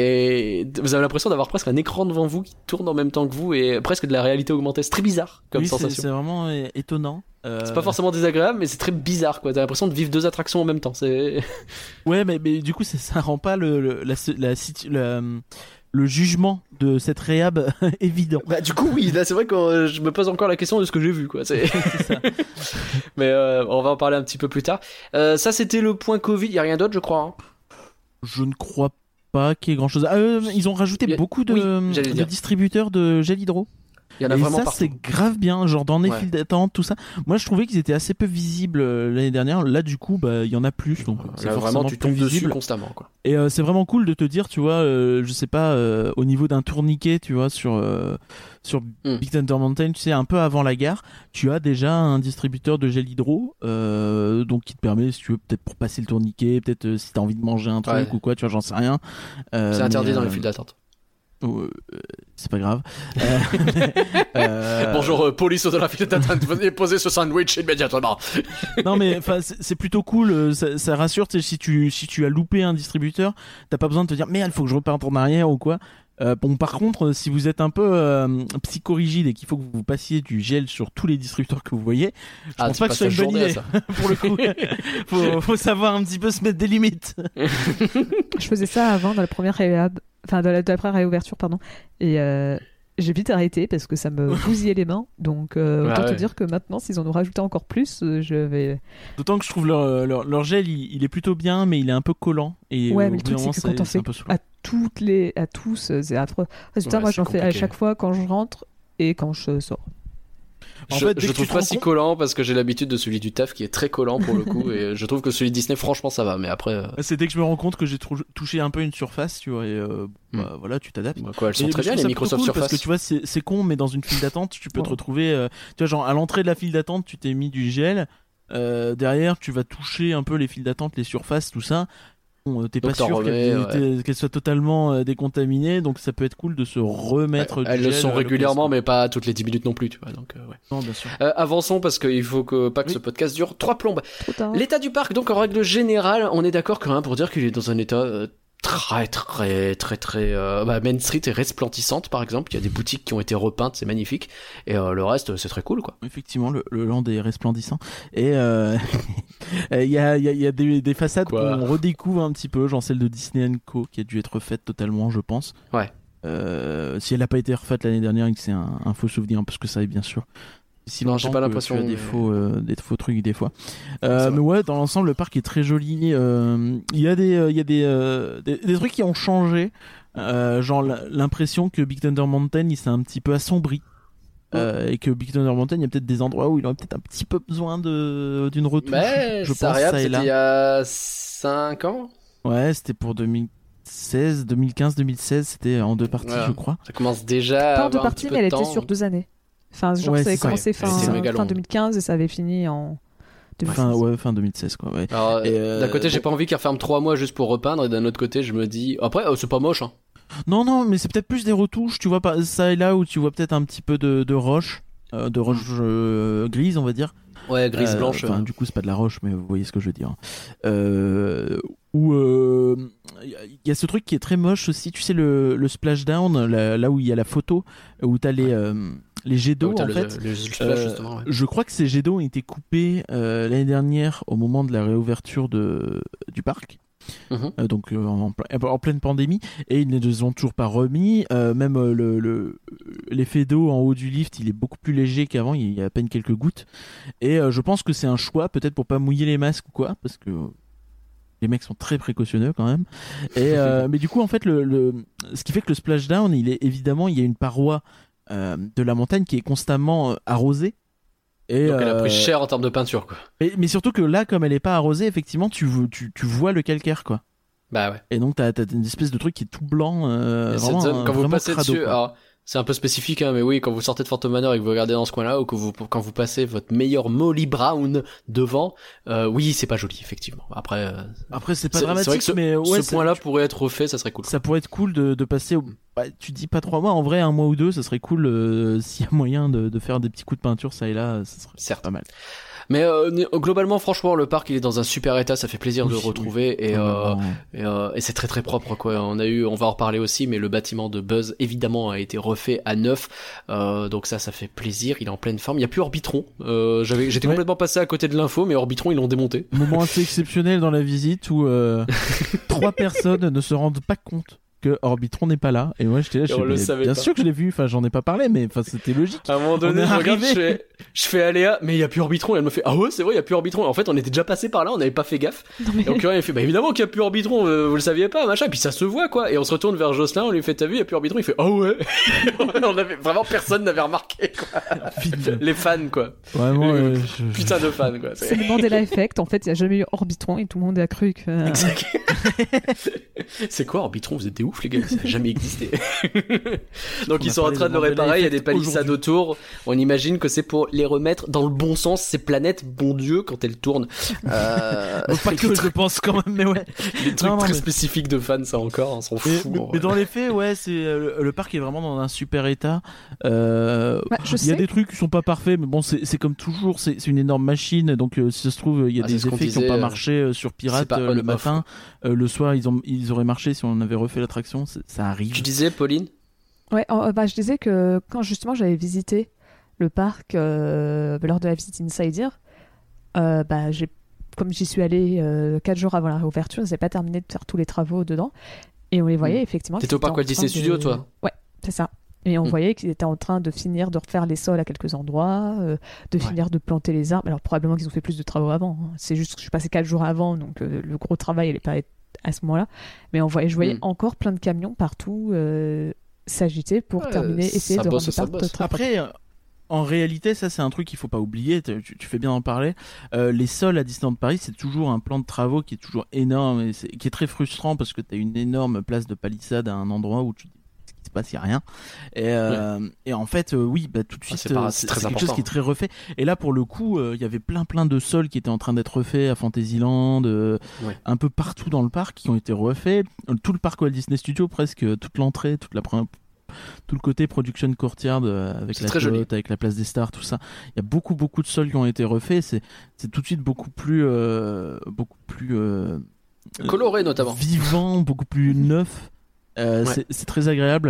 Et vous avez l'impression d'avoir presque un écran devant vous qui tourne en même temps que vous, et presque de la réalité augmentée. C'est très bizarre comme Oui, c'est- sensation. c'est vraiment euh, étonnant. Euh... C'est pas forcément désagréable, mais c'est très bizarre, quoi. T'as l'impression de vivre deux attractions en même temps. C'est... Ouais, mais, mais du coup, ça, ça rend pas le, le, la, la, la, le jugement de cette réhab évident. Bah, du coup, oui, là, c'est vrai que euh, je me pose encore la question de ce que j'ai vu, quoi. C'est, c'est ça. Mais euh, on va en parler un petit peu plus tard. Euh, ça, c'était le point Covid. Y a rien d'autre, je crois. Hein. Je ne crois pas qu'il y ait grand chose. Ah, euh, ils ont rajouté a... beaucoup de, oui, de distributeurs de gel hydro. Il y en a et vraiment ça, partout. c'est grave bien, genre dans les ouais. files d'attente, tout ça. Moi, je trouvais qu'ils étaient assez peu visibles euh, l'année dernière. Là, du coup, bah, il y en a plus, donc c'est Là, forcément vraiment, tu tombes plus dessus visible. constamment, quoi. Et euh, c'est vraiment cool de te dire, tu vois, euh, je sais pas, euh, au niveau d'un tourniquet, tu vois, sur euh, sur mm. Big Thunder Mountain, tu sais, un peu avant la gare, tu as déjà un distributeur de gel hydro, euh, donc qui te permet, si tu veux, peut-être pour passer le tourniquet, peut-être euh, si t'as envie de manger un truc ouais. ou quoi, tu vois, j'en sais rien. Euh, c'est interdit mais, dans euh, les files d'attente. Euh, c'est pas grave. Euh, euh... Bonjour, euh, police de la file d'attente, venez poser ce sandwich immédiatement. Non mais enfin c'est, c'est plutôt cool, ça, ça rassure. Si tu si tu as loupé un distributeur, t'as pas besoin de te dire merde, il faut que je reparte en arrière ou quoi. Euh, bon, par contre, si vous êtes un peu euh, psychorigide et qu'il faut que vous passiez du gel sur tous les distributeurs que vous voyez, je ah, pense pas que ce soit une bonne idée. Pour le coup, faut, faut savoir un petit peu se mettre des limites. Je faisais ça avant dans la première réhab, enfin dans la, dans la première réouverture, pardon, et euh, j'ai vite arrêté parce que ça me bousillait les mains. Donc euh, autant ah ouais. te dire que maintenant, s'ils en ont rajouté encore plus, euh, je vais. D'autant que je trouve leur, leur, leur gel, il, il est plutôt bien, mais il est un peu collant. Et ouais, mais le truc, c'est que quand on fait à toutes les, à tous, c'est affreux. Résultat, ouais, moi, j'en fais à chaque fois quand je rentre et quand je sors. En je, fait, je trouve pas si collant parce que j'ai l'habitude de celui du taf qui est très collant pour le coup et je trouve que celui de Disney franchement ça va mais après euh... c'est dès que je me rends compte que j'ai trou- touché un peu une surface tu vois et euh, mm. bah, voilà tu t'adaptes bah, quoi, elles sont et, très bien les Microsoft cool Surface parce que tu vois c'est, c'est con mais dans une file d'attente tu peux ouais. te retrouver euh, tu vois genre à l'entrée de la file d'attente tu t'es mis du gel euh, derrière tu vas toucher un peu les files d'attente les surfaces tout ça. Bon, t'es donc pas sûr remets, qu'elle, ouais. qu'elle soit totalement euh, décontaminée, donc ça peut être cool de se remettre. Ouais, elles du le gel sont régulièrement, mais pas toutes les dix minutes non plus, tu vois. Donc, euh, ouais. Non, bien sûr. Euh, avançons parce qu'il faut que pas que oui. ce podcast dure trois plombes. L'état du parc, donc en règle générale, on est d'accord quand même pour dire qu'il est dans un état euh, très très très très euh, bah, Main Street est resplendissante par exemple, il y a des boutiques qui ont été repeintes, c'est magnifique et euh, le reste c'est très cool quoi. Effectivement le, le land est resplendissant et il euh, y a, y a, y a des, des façades quoi. Qu'on redécouvre un petit peu, genre celle de Disney and Co qui a dû être refaite totalement je pense. Ouais. Euh, si elle n'a pas été refaite l'année dernière et que c'est un, un faux souvenir parce que ça est bien sûr. Si non, j'ai pas l'impression. Tu as des faux, euh, des faux trucs des fois. Euh, mais ouais, dans l'ensemble, le parc est très joli. Euh, il y a des, euh, il y a des, euh, des, des trucs qui ont changé. Euh, genre l'impression que Big Thunder Mountain, il s'est un petit peu assombri. Euh, et que Big Thunder Mountain, il y a peut-être des endroits où il aurait peut-être un petit peu besoin de d'une retouche. Mais je ça pense réhab, ça c'était là. il y a cinq ans. Ouais, c'était pour deux mille seize, deux mille quinze, deux mille seize, c'était en deux parties, voilà. je crois. Ça commence déjà. Pas en deux parties, mais elle était sur deux années. Enfin, genre, ouais, ça avait commencé ça. fin, fin deux mille quinze et ça avait fini en deux mille seize. Fin, ouais, fin deux mille seize, quoi. Ouais. Alors, et euh, d'un côté, bon... j'ai pas envie qu'ils referment trois mois juste pour repeindre, et d'un autre côté, je me dis. Après, oh, c'est pas moche, hein. Non, non, mais c'est peut-être plus des retouches, tu vois, ça et là où tu vois peut-être un petit peu de, de roche, euh, de roche euh, grise, on va dire. Ouais, grise blanche. Enfin, euh... du coup, c'est pas de la roche, mais vous voyez ce que je veux dire. Euh, où il euh, y a ce truc qui est très moche aussi, tu sais, le, le splashdown, là, là où il y a la photo, où t'as les, euh, les jets d'eau, en le, fait. Le, le splash, euh, justement, ouais. Je crois que ces jets d'eau ont été coupés euh, l'année dernière au moment de la réouverture de, du parc. Mm-hmm. Euh, donc euh, en, en pleine pandémie et ils ne les ont toujours pas remis euh, même euh, le, le, l'effet d'eau en haut du lift il est beaucoup plus léger qu'avant, il y a à peine quelques gouttes et euh, je pense que c'est un choix peut-être pour pas mouiller les masques ou quoi parce que les mecs sont très précautionneux quand même et, euh, mais du coup en fait le, le, ce qui fait que le splashdown il est évidemment il y a une paroi euh, de la montagne qui est constamment euh, arrosée. Et donc elle a pris euh... cher en termes de peinture quoi. Mais, mais surtout que là comme elle est pas arrosée effectivement tu, tu, tu vois le calcaire quoi. Bah ouais. Et donc t'as, t'as une espèce de truc qui est tout blanc euh, vraiment, zone, quand vraiment vous passez crado, dessus quoi. alors c'est un peu spécifique hein, mais oui quand vous sortez de Phantom Manor et que vous regardez dans ce coin là ou que vous quand vous passez votre meilleur Molly Brown devant euh, oui c'est pas joli effectivement après euh, après c'est pas c'est, dramatique c'est mais ouais, ce point là pourrait être refait ça serait cool ça pourrait être cool de, de passer au... bah, tu dis pas trois mois en vrai un mois ou deux ça serait cool euh, s'il y a moyen de, de faire des petits coups de peinture ça et là ça serait certes pas mal. Mais euh, globalement, franchement, le parc il est dans un super état, ça fait plaisir Oui, de le retrouver oui. et, Ouais, euh, ouais. et, euh, et c'est très très propre quoi. On a eu, on va en reparler aussi, mais le bâtiment de Buzz évidemment a été refait à neuf, euh, donc ça ça fait plaisir. Il est en pleine forme. Il y a plus Orbitron. Euh, j'avais, j'étais Ouais. complètement passé à côté de l'info, mais Orbitron ils l'ont démonté. Moment assez exceptionnel dans la visite où euh, trois personnes ne se rendent pas compte que Orbitron n'est pas là. Et moi j'étais là, je Et on fais, le mais savait bien pas. sûr que je l'ai vu, enfin j'en ai pas parlé, mais enfin c'était logique. À un moment donné, On est je regarde, arrivé. je fais, je fais Aléa, mais il y a plus Orbitron. Et elle me fait, ah ouais, c'est vrai, il y a plus Orbitron. En fait, on était déjà passé par là, on n'avait pas fait gaffe. Non, mais... Et donc, elle fait, bah évidemment qu'il y a plus Orbitron, euh, vous le saviez pas, machin. Et puis ça se voit, quoi. Et on se retourne vers Jocelyn, on lui fait, t'as vu, il y a plus Orbitron. Il fait, ah ouais. On avait, vraiment, personne n'avait remarqué, quoi. Vide. Les fans, quoi. Vraiment, Le- euh, je- Putain de fans, quoi. C'est le Mandela Effect. En fait, il n'y a jamais eu Orbitron et tout le monde a cru que. Exact. C'est quoi Orbitron? Vous êtes des ouf, les gars, ça n'a jamais existé. Donc On ils a sont en parlé train de de le Mandela réparer, il y a des Effect palissades aujourd'hui. autour. On imagine que c'est pour les remettre dans le bon sens, ces planètes, bon Dieu, quand elles tournent. Euh... Bon, pas que je pense quand même, mais ouais. Des trucs Non, non, très mais- spécifiques de fans, ça encore, on s'en Mais, fout. mais- en mais vrai. dans les faits, ouais, c'est euh, le, le parc est vraiment dans un super état. Euh, Bah, je il y a sais. des trucs qui sont pas parfaits, mais bon, c'est c'est comme toujours, c'est c'est une énorme machine. Donc, euh, si ça se trouve, il y a Ah, c'est des ce qu'on effets qui disait, n'ont pas euh, marché euh, sur c'est Pirate pas euh, le on-off, matin. Euh, le soir, ils ont ils auraient marché si on avait refait l'attraction. c'est- Ça arrive. Tu disais, Pauline? Ouais, en- bah, je disais que quand justement j'avais visité le parc euh, lors de la visite Inside Ear, euh, bah, j'ai, comme j'y suis allée euh, quatre jours avant la réouverture, ils n'avaient pas terminé de faire tous les travaux dedans. Et on les voyait Mm. effectivement. T'étais qu'ils au parc étaient Walt en Disney train de- Studios, toi? Ouais, c'est ça. Et on Mm. voyait qu'ils étaient en train de finir de refaire les sols à quelques endroits, euh, de Ouais. finir de planter les arbres. Alors probablement qu'ils ont fait plus de travaux avant. hein. C'est juste que je suis passée quatre jours avant, donc euh, le gros travail n'allait pas être à ce moment-là. Mais on voyait, je voyais Mm. encore plein de camions partout euh, s'agiter pour Ouais, terminer, essayer ça de bosse, rendre le ça parc bosse. très propre. Après, euh, en réalité, ça c'est un truc qu'il faut pas oublier. Tu, tu fais bien d'en parler. Euh, les sols à Disneyland Paris, c'est toujours un plan de travaux qui est toujours énorme et c'est- qui est très frustrant parce que tu as une énorme place de palissade à un endroit où tu dis ce qui se passe, il y a rien. Et, euh, et en fait, euh, oui, bah, tout de Ah, suite, c'est pas- euh, c'est c'est très c'est quelque chose important. qui est très refait. Et là, pour le coup, euh, il y avait plein plein de sols qui étaient en train d'être refaits à Fantasyland, euh, Ouais. un peu partout dans le parc, qui ont été refaits. Tout le parc Walt Disney Studios, presque euh, toute l'entrée, toute la pre- tout le côté production courtyard euh, avec C'est la très joli. tote, avec la place des stars, tout ça. Il y a beaucoup beaucoup de sols qui ont été refaits. C'est c'est tout de suite beaucoup plus euh, beaucoup plus euh, Coloré, notamment. vivant, beaucoup plus neuf. Euh, Ouais. c'est- C'est très agréable.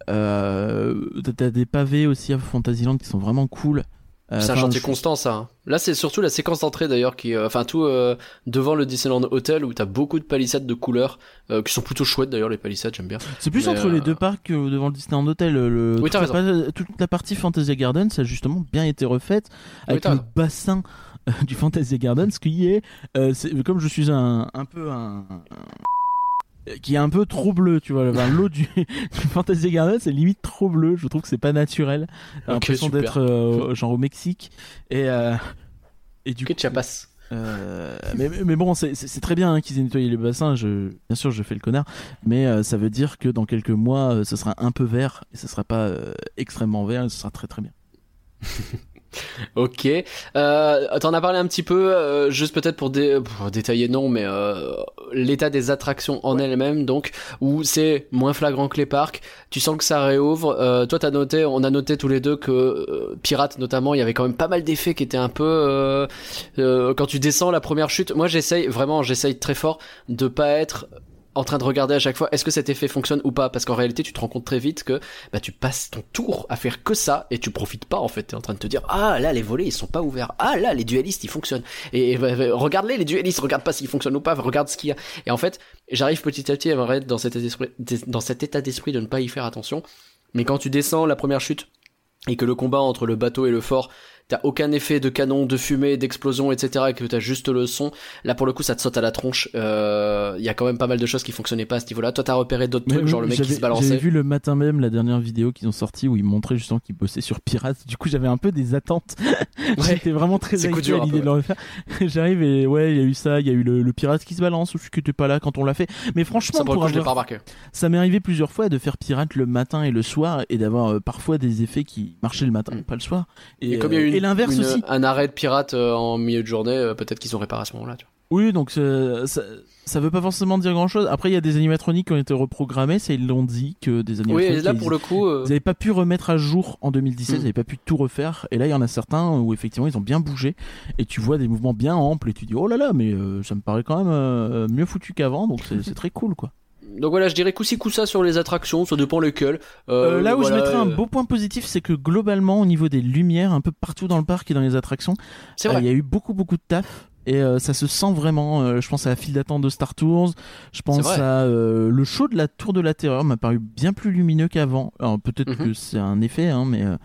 Euh, t'as- T'as des pavés aussi à Fantasyland qui sont vraiment cool. Euh, C'est un enfin, chantier je- constant, ça. hein. Là, c'est surtout la séquence d'entrée d'ailleurs qui, euh, enfin tout euh, devant le Disneyland Hotel où t'as beaucoup de palissades de couleurs euh, qui sont plutôt chouettes d'ailleurs les palissades, j'aime bien. C'est plus Mais, entre euh, les deux parcs que devant le Disneyland Hotel. Le, Oui, toute, t'as la, pa- toute la partie Fantasia Garden, ça a justement bien été refaite avec t'as le raison. bassin euh, du Fantasia Garden, ce qui est, euh, c'est- comme je suis un, un peu un, un- qui est un peu trop bleu, tu vois. Enfin, l'eau du, du Fantasia Garden, c'est limite trop bleu. Je trouve que c'est pas naturel. J'ai Ok, l'impression super. d'être euh, genre au Mexique et euh, et du Ok, Chiapas. euh, mais, mais bon, c'est- c'est c'est très bien hein, qu'ils aient nettoyé les bassins. Je, bien sûr, je fais le connard, mais euh, ça veut dire que dans quelques mois, euh, ce sera un peu vert et ce sera pas euh, extrêmement vert. Et ce sera très très bien. Ok. Euh, T'en as parlé un petit peu, euh, juste peut-être pour, dé- pour détailler, non, mais euh, l'état des attractions en elles-mêmes, donc, où c'est moins flagrant que les parcs. Tu sens que ça réouvre. Euh, toi, t'as noté, on a noté tous les deux que euh, Pirates, notamment, il y avait quand même pas mal d'effets qui étaient un peu. Euh, euh, quand tu descends la première chute, moi, j'essaye vraiment, j'essaye très fort de pas être en train de regarder à chaque fois est-ce que cet effet fonctionne ou pas, parce qu'en réalité tu te rends compte très vite que bah tu passes ton tour à faire que ça et tu profites pas en fait. T'es en train de te dire ah là les volets ils sont pas ouverts, ah là les duellistes ils fonctionnent et, et bah, bah, regarde-les les duellistes, regarde pas s'ils fonctionnent ou pas, regarde ce qu'il y a. Et en fait j'arrive petit à petit à m'arrêter dans cet état d'esprit, dans cet état d'esprit de ne pas y faire attention. Mais quand tu descends la première chute et que le combat entre le bateau et le fort, t'as aucun effet de canon, de fumée, d'explosion, et cetera, et que t'as juste le son, là pour le coup ça te saute à la tronche. Il euh, y a quand même pas mal de choses qui fonctionnaient pas à ce niveau-là. Toi t'as repéré d'autres Mais trucs, oui, genre le mec qui j'avais- se balançait. J'avais vu le matin même la dernière vidéo qu'ils ont sortie où ils montraient justement qu'ils bossaient sur Pirates. Du coup, j'avais un peu des attentes. J'étais vraiment très C'est coup inquiet dur, à un l'idée peu, de le refaire. J'arrive et ouais, il y a eu ça, il y a eu le, le pirate qui se balance, ou celui qui était pas là quand on l'a fait. Mais franchement, Ça pour le pour coup je l'ai pas avoir- remarqué. ça m'est arrivé plusieurs fois de faire pirate le matin et le soir et d'avoir euh, parfois des effets qui marchaient le matin, Mm. pas le soir. Et, Et comme il y a euh, eu et une- l'inverse une- aussi. un arrêt de pirate euh, en milieu de journée, euh, peut-être qu'ils ont réparé à ce moment-là. Tu vois. Oui, donc euh, ça, ça veut pas forcément dire grand-chose. Après, il y a des animatroniques qui ont été reprogrammés, ça ils l'ont dit que des animatroniques. Oui, et là ils, pour le coup, euh... ils avaient pas pu remettre à jour en deux mille dix-sept, Mm. ils avaient pas pu tout refaire. Et là, il y en a certains où effectivement ils ont bien bougé et tu vois des mouvements bien amples et tu dis oh là là, mais euh, ça me paraît quand même euh, mieux foutu qu'avant, donc c'est, c'est très cool quoi. donc voilà, je dirais coup-ci coup-ça sur les attractions, ça dépend lesquelles. Euh, Euh, là où voilà, je mettrais un euh, beau point positif, c'est que globalement, au niveau des lumières, un peu partout dans le parc et dans les attractions, c'est euh, vrai. il y a eu beaucoup beaucoup de taf. Et euh, ça se sent vraiment. Euh, je pense à la file d'attente de Star Tours. Je pense vrai. à euh, le show de la Tour de la Terreur m'a paru bien plus lumineux qu'avant. Alors peut-être Mhm. que c'est un effet, hein, mais euh,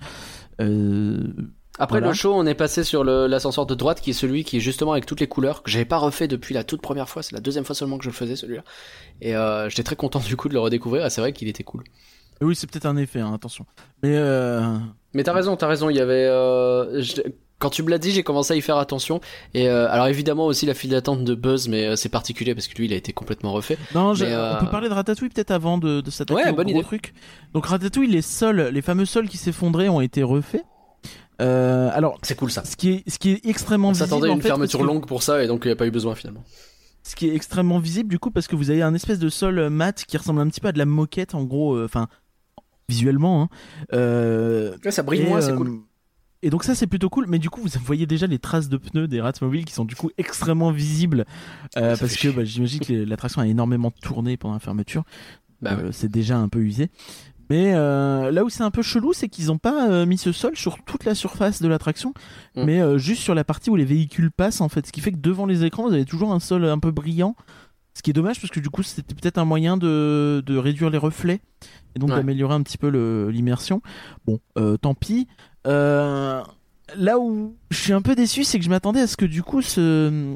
euh, Après voilà. le show, on est passé sur le, l'ascenseur de droite qui est celui qui est justement avec toutes les couleurs que j'avais pas refait depuis la toute première fois. C'est la deuxième fois seulement que je le faisais celui-là. Et euh, j'étais très content du coup de le redécouvrir. Et c'est vrai qu'il était cool. oui, c'est peut-être un effet. Hein, attention. Mais euh, Mais t'as raison, t'as raison. Il y avait euh, je- quand tu me l'as dit, j'ai commencé à y faire attention. Et euh, alors évidemment aussi la file d'attente de Buzz, mais euh, c'est particulier parce que lui, il a été complètement refait. non, je- Mais, euh, on peut parler de Ratatouille peut-être avant de, de s'attaquer Ouais, au bonne gros idée. truc. Donc Ratatouille, les sols, les fameux sols qui s'effondraient ont été refaits. Euh, alors, C'est cool ça. ce qui est, ce qui est extrêmement On visible. s'attendait à en une fait, fermeture parce que- longue pour ça et donc il n'y a pas eu besoin finalement. Ce qui est extrêmement visible du coup parce que vous avez un espèce de sol mat qui ressemble un petit peu à de la moquette en gros, enfin euh, visuellement. Hein. Euh, Ouais, ça brille et, moins, c'est euh, cool. Et donc ça c'est plutôt cool, mais du coup vous voyez déjà les traces de pneus des Ratmobile qui sont du coup extrêmement visibles euh, Ça parce fait que chier. bah, j'imagine que l'attraction a énormément tourné pendant la fermeture. Bah Euh, c'est déjà un peu usé. Mais euh, là où c'est un peu chelou, c'est qu'ils n'ont pas euh, mis ce sol sur toute la surface de l'attraction, Mm. mais euh, juste sur la partie où les véhicules passent en fait. Ce qui fait que devant les écrans, vous avez toujours un sol un peu brillant. Ce qui est dommage parce que du coup, c'était peut-être un moyen de, de réduire les reflets et donc Ouais. d'améliorer un petit peu le, l'immersion. Bon, euh, tant pis. Euh, là où je suis un peu déçu, c'est que je m'attendais à ce que du coup ce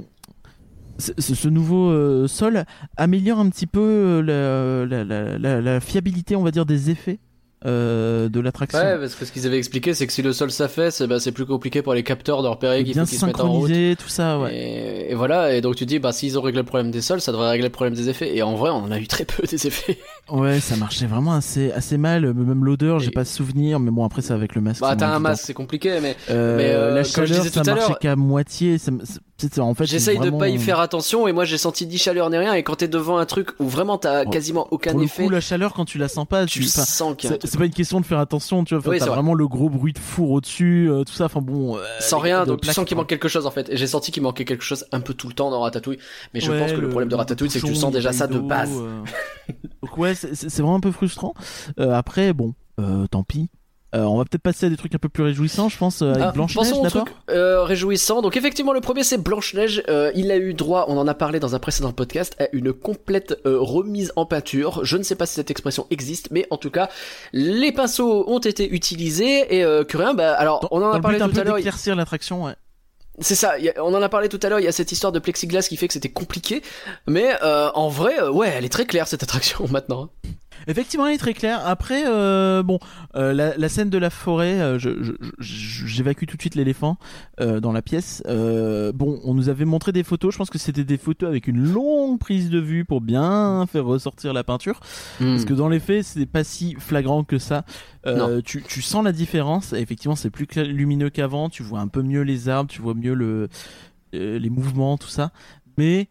ce, ce nouveau euh, sol améliore un petit peu la, la, la, la, la fiabilité, on va dire, des effets euh, de l'attraction. Ouais, parce que ce qu'ils avaient expliqué, c'est que si le sol s'affaisse, eh ben, c'est plus compliqué pour les capteurs de repérer qu'il bien faut qu'ils se mettent en route. synchronisé, tout ça, ouais. Et, et voilà, et donc tu dis, bah s'ils ont réglé le problème des sols, ça devrait régler le problème des effets. Et en vrai, on en a eu très peu des effets. Ouais, ça marchait vraiment assez, assez mal. Même l'odeur, j'ai Et- pas souvenir, mais bon, après, c'est avec le masque. Bah c'est t'as moins un évident. masque, c'est compliqué, mais Euh, mais, euh, la comme je chaleur, disais ça tout à marchait l'heure- qu'à moitié. Ça, me- c'est, en fait, j'essaye vraiment... de pas y faire attention. Et moi, j'ai senti ni chaleur ni rien. Et quand t'es devant un truc où vraiment t'as Oh, quasiment aucun Pour le effet, coup, la chaleur, quand tu la sens pas, tu tu... enfin, sens qu'il y a un c'est, truc. c'est pas une question de faire attention, tu vois. Enfin, Oui, t'as c'est vrai. vraiment le gros bruit de four au-dessus, euh, tout ça. Enfin bon. euh, Sans les- rien, de donc tu plaques, sens qu'il quoi. manque quelque chose en fait. Et j'ai senti qu'il manquait quelque chose un peu tout le temps dans Ratatouille. Mais je Ouais, pense que le, problème de Ratatouille, c'est que tu bouchon, sens les déjà ça de rideaux, base. euh. Donc ouais, c'est, c'est- c'est vraiment un peu frustrant. Euh, après, bon, euh, tant pis. Euh, on va peut-être passer à des trucs un peu plus réjouissants, je pense, euh, avec Ah, Blanche-Neige pensons au d'abord. truc euh, réjouissant. Donc effectivement, le premier c'est Blanche-Neige. Euh, il a eu droit, on en a parlé dans un précédent podcast, à une complète euh, remise en peinture. Je ne sais pas si cette expression existe, mais en tout cas, les pinceaux ont été utilisés et euh, que rien. Bah alors, Dans- on en dans a le parlé but un tout peu à l'heure. d'éclaircir l'attraction, ouais. C'est ça, y a- on en a parlé tout à l'heure, il y a cette histoire de plexiglas qui fait que c'était compliqué, mais euh, en vrai, euh, ouais, elle est très claire cette attraction maintenant. Effectivement, elle est très claire. Après, euh, bon, euh, la, la scène de la forêt, euh, je, je- je- j'évacue tout de suite l'éléphant euh, dans la pièce. Euh, bon, on nous avait montré des photos. Je pense que c'était des photos avec une longue prise de vue pour bien faire ressortir la peinture. Parce que dans les faits, c'est pas si flagrant que ça. Euh, tu, tu sens la différence. Effectivement, c'est plus cla- lumineux qu'avant. Tu vois un peu mieux les arbres, tu vois mieux le, euh, les mouvements, tout ça. Mais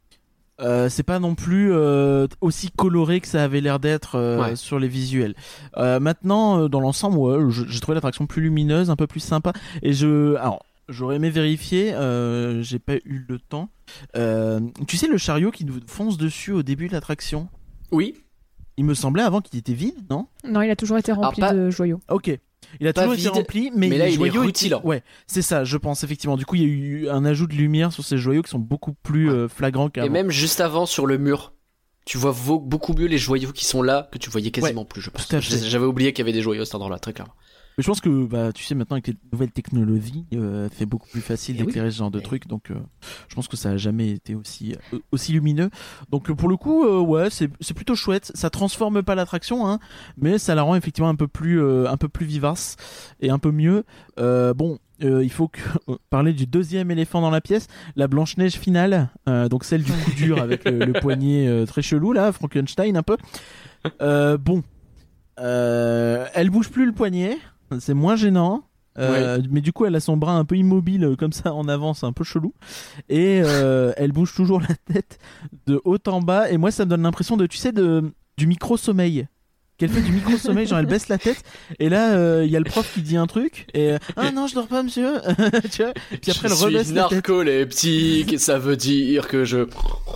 euh, c'est pas non plus euh, aussi coloré que ça avait l'air d'être euh, Ouais. sur les visuels. Euh, maintenant, euh, dans l'ensemble, ouais, je- j'ai trouvé l'attraction plus lumineuse, un peu plus sympa. Et je, alors, j'aurais aimé vérifier, euh, j'ai pas eu le temps. Euh, tu sais le chariot qui nous fonce dessus au début de l'attraction. Oui, Il me semblait avant qu'il était vide, non? Non, il a toujours été rempli pas- de joyaux. Ok. Il a Pas toujours vide, été rempli, mais, mais là, les il est joyaux rutilant. étaient- Ouais, c'est ça, je pense effectivement. Du coup, il y a eu un ajout de lumière sur ces joyaux qui sont beaucoup plus euh, flagrants qu'avant. et même juste avant sur le mur, tu vois vo- beaucoup mieux les joyaux qui sont là que tu voyais quasiment plus, je pense. tout à fait. J'avais oublié qu'il y avait des joyaux à cet endroit-là, très clairement. Mais je pense que, bah, tu sais, maintenant avec les nouvelles technologies, euh, c'est beaucoup plus facile Eh oui. d'éclairer ce genre de Eh trucs. Donc, euh, je pense que ça a jamais été aussi euh, aussi lumineux. Donc, euh, pour le coup, euh, ouais, c'est c'est plutôt chouette. Ça transforme pas l'attraction, hein, mais ça la rend effectivement un peu plus euh, un peu plus vivace et un peu mieux. Euh, bon. Euh, il faut que, parler du deuxième éléphant dans la pièce, la Blanche-Neige finale, euh, donc celle du coup dur avec le, le poignet euh, très chelou là, Frankenstein un peu. Euh, bon, euh, elle bouge plus le poignet, c'est moins gênant. Euh, Oui. Mais du coup, elle a son bras un peu immobile euh, comme ça en avant, c'est un peu chelou. Et euh, elle bouge toujours la tête de haut en bas. Et moi, ça me donne l'impression de, tu sais, de du micro-sommeil. Qu'elle fait du micro-sommeil, genre elle baisse la tête. Et là, il euh, y a le prof qui dit un truc. Et euh, ah non, je dors pas, monsieur. Tu vois. Puis après, elle je rebaisse suis la tête. narcoleptique, ça veut dire que je...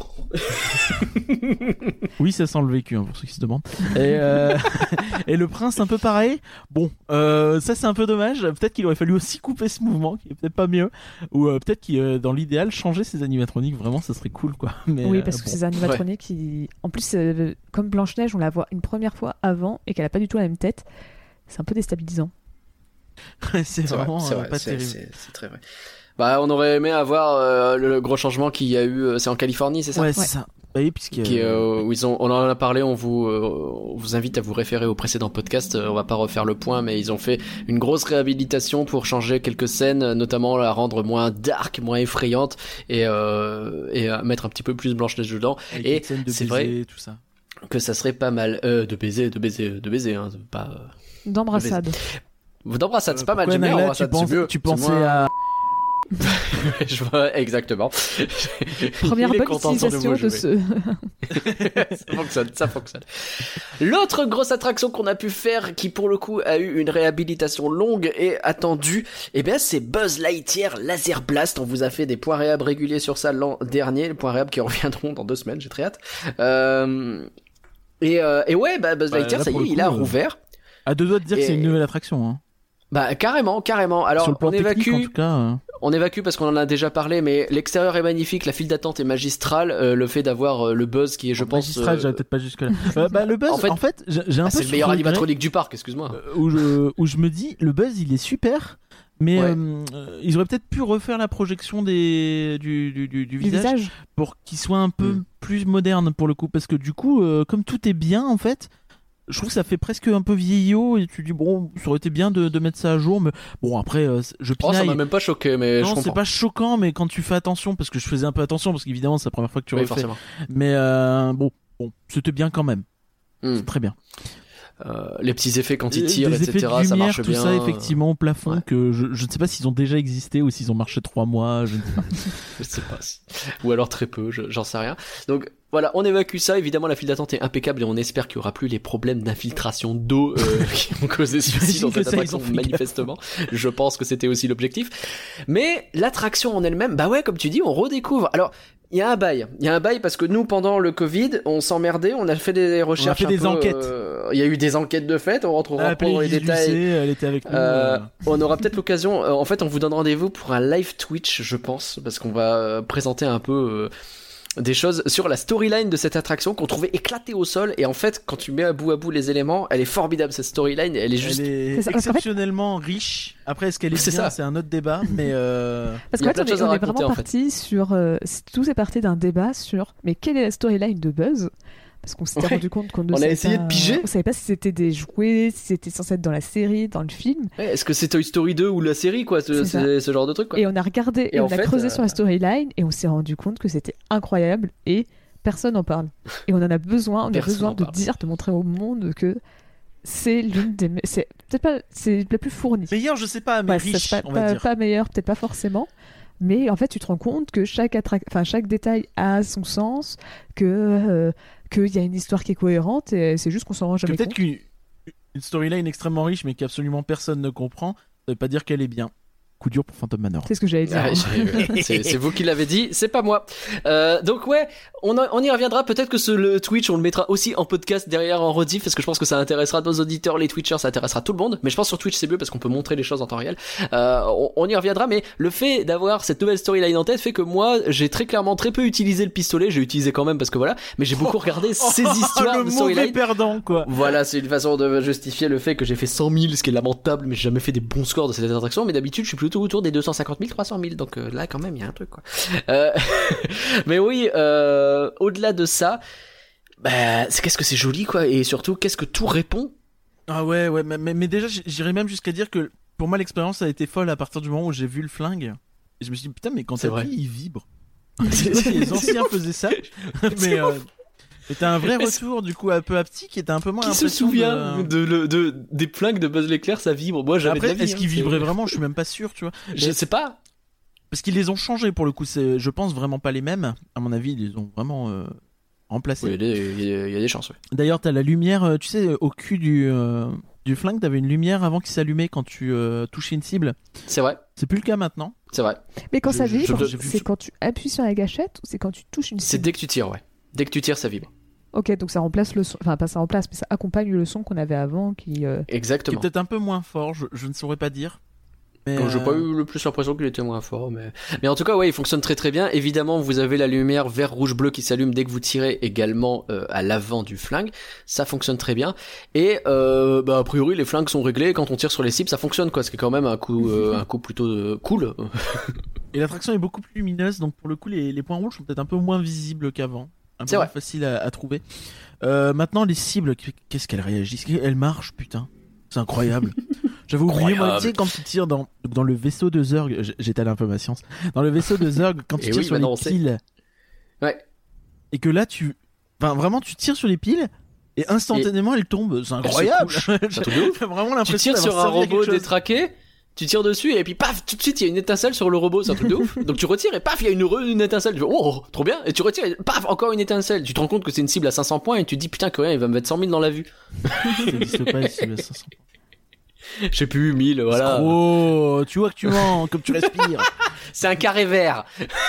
Oui, ça sent le vécu, hein, pour ceux qui se demandent. Et, euh... et le prince, un peu pareil. Bon, euh, ça c'est un peu dommage. Peut-être qu'il aurait fallu aussi couper ce mouvement, qui est peut-être pas mieux. Ou euh, peut-être qu'il, euh, dans l'idéal, changer ses animatroniques. Vraiment, ça serait cool, quoi. Mais, Oui, euh, parce que bon. ces animatroniques, ils- en plus, euh, comme Blanche-Neige, on la voit une première fois avant et qu'elle a pas du tout la même tête, c'est un peu déstabilisant. c'est C'est vrai, vraiment c'est euh, vrai, pas c'est, terrible. c'est- c'est très vrai. Bah, on aurait aimé avoir euh, le, le gros changement qu'il y a eu, euh, c'est en Californie, c'est ça? Ouais, c'est ça. Bah oui, puisque Qui, euh, où ils ont, on en a parlé, on vous, euh, on vous invite à vous référer au précédent podcast. Euh, on va pas refaire le point, mais ils ont fait une grosse réhabilitation pour changer quelques scènes, notamment la rendre moins dark, moins effrayante, et, euh, et euh, mettre un petit peu plus Blanche-Neige dedans. avec Et les scènes de c'est baiser, vrai tout ça. que ça serait pas mal euh, de baiser, de baiser, de baiser, hein, pas. Euh... D'embrassade. D'embrassade, c'est pas mal. Pourquoi, J'aime bien Nagla, embrassade, tu, penses, c'est mieux. tu c'est pensais moins- à... Je vois exactement. Première Il est bonne content de son utilisation nouveau de jouet. ce. Ça fonctionne, ça fonctionne. L'autre grosse attraction qu'on a pu faire, qui pour le coup a eu une réhabilitation longue et attendue, eh bien c'est Buzz Lightyear Laser Blast. On vous a fait des points réhab réguliers sur ça l'an dernier, les points réhab qui reviendront dans deux semaines, j'ai très hâte. Euh... Et, euh... et ouais, bah, Buzz Bah, Lightyear, là, ça y pour est, le il coup, a euh, rouvert. À deux doigts de dire que Et- c'est une nouvelle attraction. Hein. Bah carrément, carrément. Alors Sur le plan on technique, évacue. en tout cas. euh. On évacue parce qu'on en a déjà parlé, mais l'extérieur est magnifique, la file d'attente est magistrale, euh, le fait d'avoir euh, le Buzz qui est, je pense, Magistral, euh, j'avais peut-être pas jusque là. Euh, bah, le Buzz, En en fait- fait, j'ai j'ai un ah, peu c'est le meilleur ce regret, animatronique du parc, excuse-moi. euh, où je où je me dis le Buzz il est super, mais Ouais. euh, euh, ils auraient peut-être pu refaire la projection des du du, du, du Du visage, visage. pour qu'il soit un peu Mm. plus moderne pour le coup, parce que du coup euh, comme tout est bien en fait. Je trouve que ça fait presque un peu vieillot et tu dis bon ça aurait été bien de, de mettre ça à jour, mais bon après euh, je Oh, ça pinaille. m'a même pas choqué, mais je Non, c'est comprends. pas choquant, mais quand tu fais attention, parce que je faisais un peu attention, parce qu'évidemment c'est la première fois que tu Oui, refais. forcément. Mais euh, bon, bon, c'était bien quand même. Hmm. C'est très bien. Euh, les petits effets quand ils Des tirent, et effets cetera, de ça lumière, marche tout bien. ça effectivement au plafond, Ouais. que je, je ne sais pas s'ils ont déjà existé ou s'ils ont marché trois mois, je ne sais pas. Je sais pas si. Ou alors très peu, je- j'en sais rien. Donc voilà, on évacue ça. Évidemment, la file d'attente est impeccable et on espère qu'il y aura plus les problèmes d'infiltration d'eau euh, qui ont causé ceci J'imagine dans que cette ça, ils attraction, ont fait manifestement. Je pense que c'était aussi l'objectif. Mais l'attraction en elle-même, bah ouais, comme tu dis, on redécouvre. Alors, il y a un bail. Il y a un bail parce que nous, pendant le Covid, on s'emmerdait, on a fait des recherches. fait un des peu, enquêtes. euh, Il y a eu des enquêtes de fait, on rentrera On a pas appelé dans les Lise détails. Lucet, elle était avec nous. Euh, euh. on aura peut-être l'occasion, euh, en fait on vous donne rendez-vous pour un live Twitch je pense, parce qu'on va euh, présenter un peu euh, des choses sur la storyline de cette attraction qu'on trouvait éclatée au sol, et en fait quand tu mets à bout à bout les éléments, elle est formidable cette storyline, elle est juste... Elle est C'est ça, parce qu'en fait- exceptionnellement riche. Après, est-ce qu'elle est, C'est bien, ça. c'est un autre débat, mais euh... Parce Il y a qu'en fait, plein de on est, choses à on est raconter, vraiment en fait. parti sur. euh, c'est- tout est parti d'un débat sur. Mais quelle est la storyline de Buzz? Parce qu'on s'était Ouais. rendu compte qu'on ne On a savait essayé pas- de piger. On savait pas si c'était des jouets, si c'était censé être dans la série, dans le film. Ouais, est-ce que c'est Toy Story deux ou la série quoi, ce, C'est ça. c'est- ce genre de truc quoi. Et on a regardé, et, Et en on a fait, creusé euh, sur la storyline, et on s'est rendu compte que c'était incroyable, et personne n'en parle. Et on en a besoin, on a Personne besoin en de parle. dire, de montrer au monde que c'est l'une des. me- C'est peut-être pas. C'est la plus fournie. meilleur, je sais pas, mais Ouais, riche, c'est pas, on va pas, dire. pas meilleur, peut-être pas forcément. Mais en fait, tu te rends compte que chaque, attrac- enfin, chaque détail a son sens, que euh, qu'il y a une histoire qui est cohérente, et c'est juste qu'on s'en rend Que jamais peut-être compte. qu'une une storyline extrêmement riche, mais qu'absolument personne ne comprend, ça veut pas dire qu'elle est bien. Coup dur pour Phantom Manor. C'est ce que j'allais dire. Ouais, hein. j'ai- c'est c'est vous qui l'avez dit, c'est pas moi. Euh, donc ouais, on, en- on y reviendra. Peut-être que ce, le Twitch, on le mettra aussi en podcast derrière en rediff, parce que je pense que ça intéressera nos auditeurs, les Twitchers, ça intéressera tout le monde. Mais je pense sur Twitch c'est mieux parce qu'on peut montrer les choses en temps réel. Euh, on, on y reviendra, mais le fait d'avoir cette nouvelle storyline en tête fait que moi, j'ai très clairement très peu utilisé le pistolet. J'ai utilisé quand même parce que voilà, mais j'ai beaucoup regardé ces histoires le de mauvais storyline. perdant, quoi. Voilà, c'est une façon de justifier le fait que j'ai fait cent mille, ce qui est lamentable, mais j'ai jamais fait des bons scores de cette attraction. Mais d'habitude, je suis plutôt autour des deux cent cinquante mille, trois cent mille. Donc euh, là, quand même, il y a un truc, quoi. Euh... mais oui, euh, au-delà de ça, bah, c'est qu'est-ce que c'est joli, quoi. Et surtout, qu'est-ce que tout répond. Ah ouais, ouais, mais, mais, mais déjà, j'irais même jusqu'à dire que pour moi, l'expérience a été folle à partir du moment où j'ai vu le flingue. Et je me suis dit, putain, mais quand C'est t'appuies, vrai. il vibre. Je sais pas si les anciens faisaient ça, mais euh, Et t'as un vrai retour du coup un peu haptique et t'as un peu moins Qui se l'impression souvient de... de, de, de- des flingues de Buzz l'éclair, ça vibre. Moi, j'avais Après, de la vie, est-ce qu'ils hein, vibraient vraiment? Je suis même pas sûr, tu vois. Je Mais- sais pas. Parce qu'ils les ont changés pour le coup. C'est, je pense, vraiment pas les mêmes. À mon avis, ils les ont vraiment euh, remplacés. Oui, il y a des- il y, a- il y a des chances, ouais. D'ailleurs, t'as la lumière, euh, tu sais, au cul du, euh, du flingue, t'avais une lumière avant qu'il s'allumait quand tu euh, touchais une cible. C'est vrai, C'est plus le cas maintenant. c'est vrai. Mais quand Je- ça je- vibre, j'ai vu c'est ça. quand tu appuies sur la gâchette ou c'est quand tu touches une C'est cible? dès que tu tires, ouais. Dès que tu tires, ça vibre. Ok, donc ça remplace le son. Enfin, pas ça remplace, mais ça accompagne le son qu'on avait avant qui. euh, Qui est Exactement. peut-être un peu moins fort, je, je ne saurais pas dire. Mais, Donc, j'ai euh, pas eu le plus l'impression qu'il était moins fort, mais mais en tout cas, ouais, il fonctionne très très bien. Évidemment, vous avez la lumière vert, rouge, bleu qui s'allume dès que vous tirez, également euh, à l'avant du flingue. Ça fonctionne très bien. Et euh, bah a priori, les flingues sont réglés. Quand on tire sur les cibles, ça fonctionne, quoi. Ce qui est quand même un coup euh, un coup plutôt euh, cool. Et l'attraction est beaucoup plus lumineuse, donc pour le coup, les, les points rouges sont peut-être un peu moins visibles qu'avant. Un peu C'est moins vrai. facile à, à trouver. Euh, maintenant, les cibles, qu'est-ce qu'elles réagissent? Elles marchent, putain. C'est incroyable. J'avais oublié, moi, tu sais, quand tu tires dans, dans le vaisseau de Zurg, j- j'étale un peu ma science, dans le vaisseau de Zurg, quand tu Et tires oui, sur maintenant, les on sait. piles, Ouais. et que là, tu... Enfin, vraiment, tu tires sur les piles, et instantanément, elles tombent. C'est se incroyable. couchent. C'est un truc de ouf. J'ai vraiment Tu l'impression tires sur d'avoir un servi à robot quelque chose. détraqué. Tu tires dessus et puis paf, tout de suite il y a une étincelle sur le robot, c'est un truc de ouf. Donc tu retires et paf, il y a une, re- une étincelle. Tu fais oh, trop bien. Et tu retires et paf, encore une étincelle. Tu te rends compte que c'est une cible à cinq cents points et tu te dis putain que rien, il va me mettre cent mille dans la vue. Ça n'existe pas ici, le cinq cents. Je sais plus, mille, voilà. Oh, tu vois que tu mens, comme tu respires. C'est un carré vert.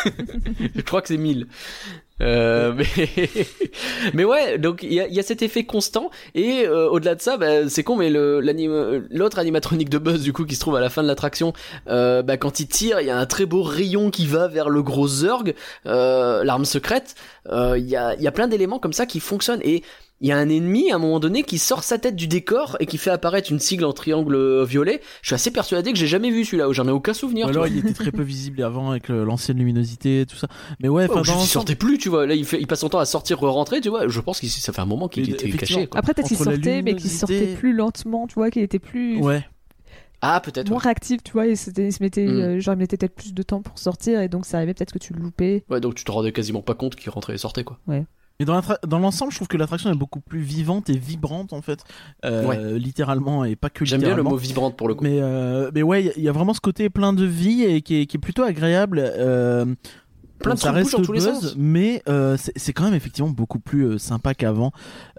Je crois que c'est mille. Euh, mais mais ouais, donc il y a, il y a cet effet constant et euh, au-delà de ça, bah, c'est con, mais le l'anime, l'autre animatronique de Buzz du coup qui se trouve à la fin de l'attraction, euh, bah, quand il tire, il y a un très beau rayon qui va vers le gros Zurg, euh, l'arme secrète. Euh, Il y a il y a plein d'éléments comme ça qui fonctionnent et il y a un ennemi à un moment donné qui sort sa tête du décor et qui fait apparaître une sigle en triangle violet. Je suis assez persuadé que j'ai jamais vu celui-là, où j'en ai aucun souvenir. Ou tu alors vois. il était très peu visible avant avec le- l'ancienne luminosité et tout ça. Mais ouais, Oh, enfin juste, dans il l'ensemble, sortait plus, tu vois. Là, il, fait, il passe son temps à sortir, re-rentrer, tu vois. Je pense que ça fait un moment qu'il Et- était effectivement. caché, quoi. Après, peut-être qu'il Entre la sortait, mais qu'il luminosité- sortait plus lentement, tu vois, qu'il était plus. ouais. Ah, peut-être. Moins Ouais. réactif, tu vois, et c'était, il se mettait, Mm. euh, genre, il mettait peut-être plus de temps pour sortir, et donc ça arrivait peut-être que tu le loupais. Ouais, donc tu te rendais quasiment pas compte qu'il rentrait et sortait, quoi. Mais dans, l'attra- dans l'ensemble, je trouve que l'attraction est beaucoup plus vivante et vibrante en fait, euh, Ouais. littéralement et pas que J'aime bien le littéralement. mot vibrante pour le coup. Mais euh, mais ouais, il y a- il y, a vraiment ce côté plein de vie et qui est, qui est plutôt agréable. Euh, Plein de ça trucs reste bougent dans tous les Buzz, sens. mais euh, c'est, c'est quand même effectivement beaucoup plus euh, sympa qu'avant.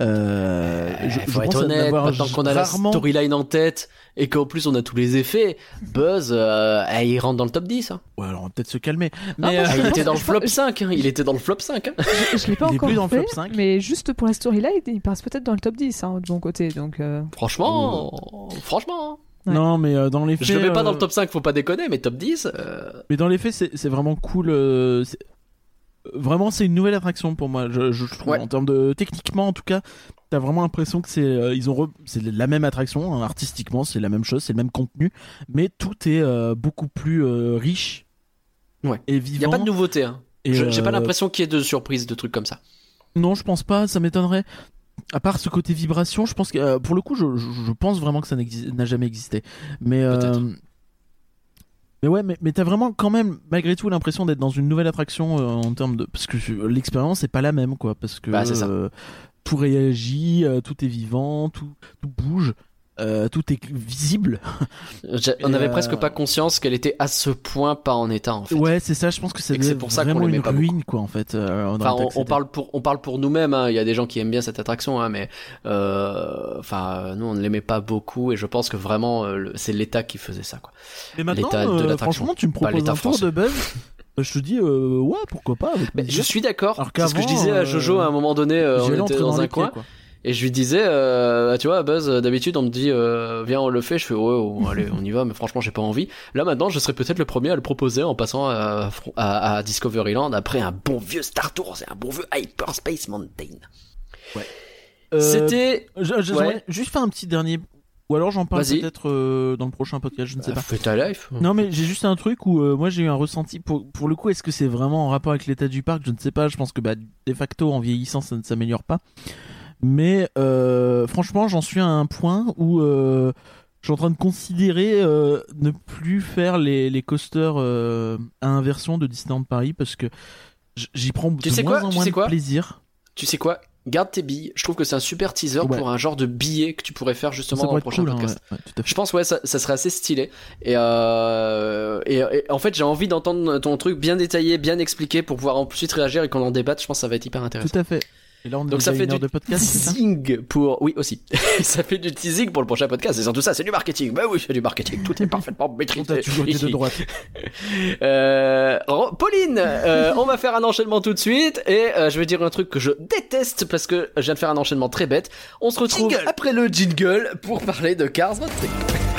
Euh, Eh, je, je faut être pense honnête, d'avoir maintenant qu'on a rarement... la storyline en tête et qu'en plus on a tous les effets, Buzz, euh, eh, il rentre dans le top dix. Hein. Ouais, alors on va peut-être se calmer. Ah, Mais moi, euh, Ah, il pense- était dans le je flop pense- cinq, hein. Il était dans le flop cinq. Hein. Je, je l'ai pas Il est encore plus dans le fait, flop cinq. mais juste pour la storyline, il passe peut-être dans le top dix, hein, de mon côté, donc... euh, Franchement, franchement. hein. Ouais. non, mais euh, dans les faits, Je le mets pas dans euh, le top cinq, faut pas déconner, mais top dix. Euh... Mais dans les faits, c'est, c'est vraiment cool. euh, c'est- Vraiment, c'est une nouvelle attraction pour moi. Je, je trouve Ouais. en termes de techniquement, en tout cas, t'as vraiment l'impression que c'est euh, ils ont re- c'est la même attraction hein, artistiquement, c'est la même chose, c'est le même contenu, mais tout est euh, beaucoup plus euh, riche. Ouais. Et Il vivant. y a pas de nouveauté. Hein. Et, Je- J'ai pas euh, l'impression qu'il y ait de surprises, de trucs comme ça. Non, je pense pas. Ça m'étonnerait. À part ce côté vibration, je pense que euh, pour le coup, je, je, je pense vraiment que ça n'exi- n'a jamais existé. Mais euh, Peut-être. mais ouais, mais, mais t'as vraiment quand même malgré tout l'impression d'être dans une nouvelle attraction euh, en termes de parce que je- l'expérience est pas la même quoi, parce que Bah, c'est ça. euh, tout réagit, euh, tout est vivant, tout tout bouge, euh, tout est visible. J'ai- On Et, avait euh, presque pas conscience qu'elle était à ce point pas en état en fait. Ouais, c'est ça. Je pense que c'est Et que c'est pour ça qu'on vraiment l'aimait une pas ruine quoi en fait. euh, on Enfin, aurait on, accédé. on parle pour on parle pour nous-mêmes. Hein. Il y a des gens qui aiment bien cette attraction, hein, mais euh, enfin, nous on ne l'aimait pas beaucoup et je pense que vraiment euh, le- c'est l'État qui faisait ça. Quoi. Mais maintenant, l'état de euh, l'attraction, franchement, tu me pas proposes l'état un tour français. de Buzz. euh, Je te dis, euh, ouais, pourquoi pas. Avec Mais je plaisir. suis d'accord. Alors C'est ce que je qu'avant, disais à euh, Jojo à un moment donné. euh, J'y allais on était entrer dans les un pieds, coin. quoi. Et je lui disais, euh, tu vois, Buzz, euh, d'habitude, on me dit, euh, viens, on le fait. Je fais, ouais, ouais, allez, on y va, mais franchement, j'ai pas envie. Là, maintenant, je serais peut-être le premier à le proposer en passant à, à, à Discoveryland après un bon vieux Star Tours, c'est un bon vieux Hyperspace Mountain. Euh, C'était. je- je- J'aimerais ouais. juste faire un petit dernier. Ou alors j'en parle Vas-y. peut-être euh, dans le prochain podcast, je ne sais Ah, pas. fais ta life. Non, mais j'ai juste un truc où euh, moi j'ai eu un ressenti. Pour, pour le coup, est-ce que c'est vraiment en rapport avec l'état du parc? Je ne sais pas. Je pense que bah, de facto, en vieillissant, ça ne s'améliore pas. Mais euh, franchement, j'en suis à un point où euh, je suis en train de considérer euh, ne plus faire les, les coasters euh, à inversion de Disneyland Paris parce que j- j'y prends Tu de sais moins quoi en Tu moins sais de quoi plaisir. Tu sais quoi Garde tes billes. Je trouve que c'est un super teaser Ouais. pour un genre de billet que tu pourrais faire justement Ça dans le pourrait être prochain cool, hein, podcast. ouais, ouais, tout à fait. Je pense ouais ça, ça serait assez stylé et, euh, et, et en fait j'ai envie d'entendre ton truc bien détaillé, bien expliqué pour pouvoir ensuite réagir et qu'on en débatte. Je pense que ça va être hyper intéressant. Tout à fait. Et là, on a Donc ça déjà fait une heure du de podcast, c'est ça teasing pour oui aussi. Ça fait du teasing pour le prochain podcast. C'est surtout ça, c'est du marketing. Bah oui, c'est du marketing. Tout est parfaitement On maîtrisé. t'a toujours été de ici. droite. Euh, Ro- Pauline, euh, on va faire un enchaînement tout de suite et euh, je vais dire un truc que je déteste parce que je viens de faire un enchaînement très bête. On se retrouve Jingle. après le jingle pour parler de Cars Road Trip.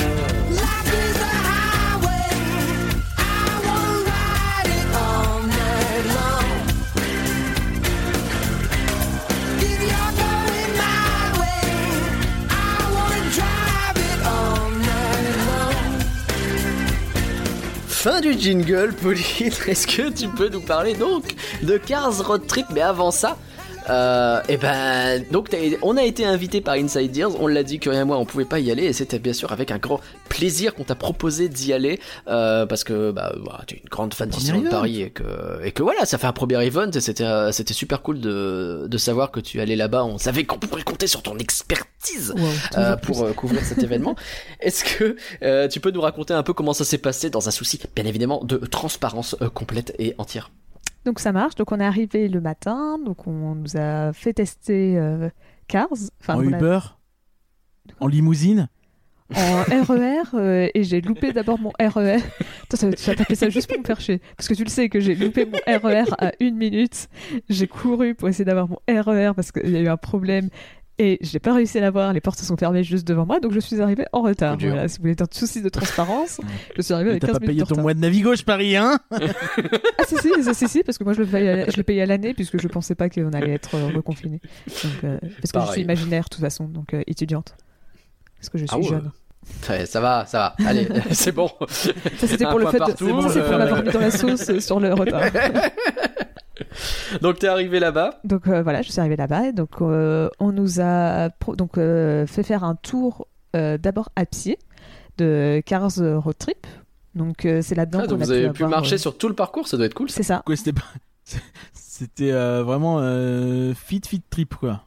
Fin du jingle, Pauline. Est-ce que tu peux nous parler donc de Cars Road Trip? Mais avant ça, euh, et ben donc t'as- on a été invité par Inside Ears. On l'a dit, Curien et moi, on pouvait pas y aller et c'était bien sûr avec un grand plaisir qu'on t'a proposé d'y aller euh, parce que bah, bah t'es une grande fan Premier d'Histoire de event. Paris et que et que voilà, ça fait un premier event et c'était euh, c'était super cool de de savoir que tu allais là-bas. On savait qu'on pourrait compter sur ton expertise. Wow, Euh, toujours pour plus. euh, couvrir cet événement. Est-ce que euh, tu peux nous raconter un peu comment ça s'est passé dans un souci, bien évidemment, de transparence euh, complète et entière? Donc ça marche. Donc on est arrivé le matin. Donc on nous a fait tester euh, Cars. Enfin, En on a- Uber, en limousine. en R E R euh, et j'ai loupé d'abord mon R E R. Toi, ça- tu as tapé ça juste pour me faire chier. Parce que tu le sais que j'ai loupé mon R E R à une minute. J'ai couru pour essayer d'avoir mon R E R parce qu'il y a eu un problème et j'ai pas réussi à l'avoir. Les portes se sont fermées juste devant moi, donc je suis arrivé en retard. Coup dur. Voilà, si vous voulez un souci de transparence, je suis arrivé Mais avec t'as quinze pas minutes payé de ton retard. mois de Navigo, je parie, hein? Ah si si, ça, si si, parce que moi je le payais à, je le payais à l'année puisque je pensais pas qu'on allait être euh, reconfiné. Donc euh, parce que je Pareil. suis imaginaire de toute façon, donc euh, étudiante. Parce que je suis Ah ouais. jeune. Ouais, ça va, ça va. Allez, c'est bon. Ça c'était Un pour le point fait de, partout, ça, c'est pour euh, m'avoir mis dans la sauce euh, sur le retard. Donc t'es arrivé là-bas. Donc euh, voilà, je suis arrivée là-bas et donc euh, on nous a pro- donc euh, fait faire un tour euh, d'abord à pied de Cars Road Trip. Donc euh, c'est là-dedans Ah, qu'on donc a vous avez pu avoir, marcher euh, sur tout le parcours, ça doit être cool. Ça. C'est ça. Quoi, c'était pas. C'était euh, vraiment euh, fit fit trip quoi.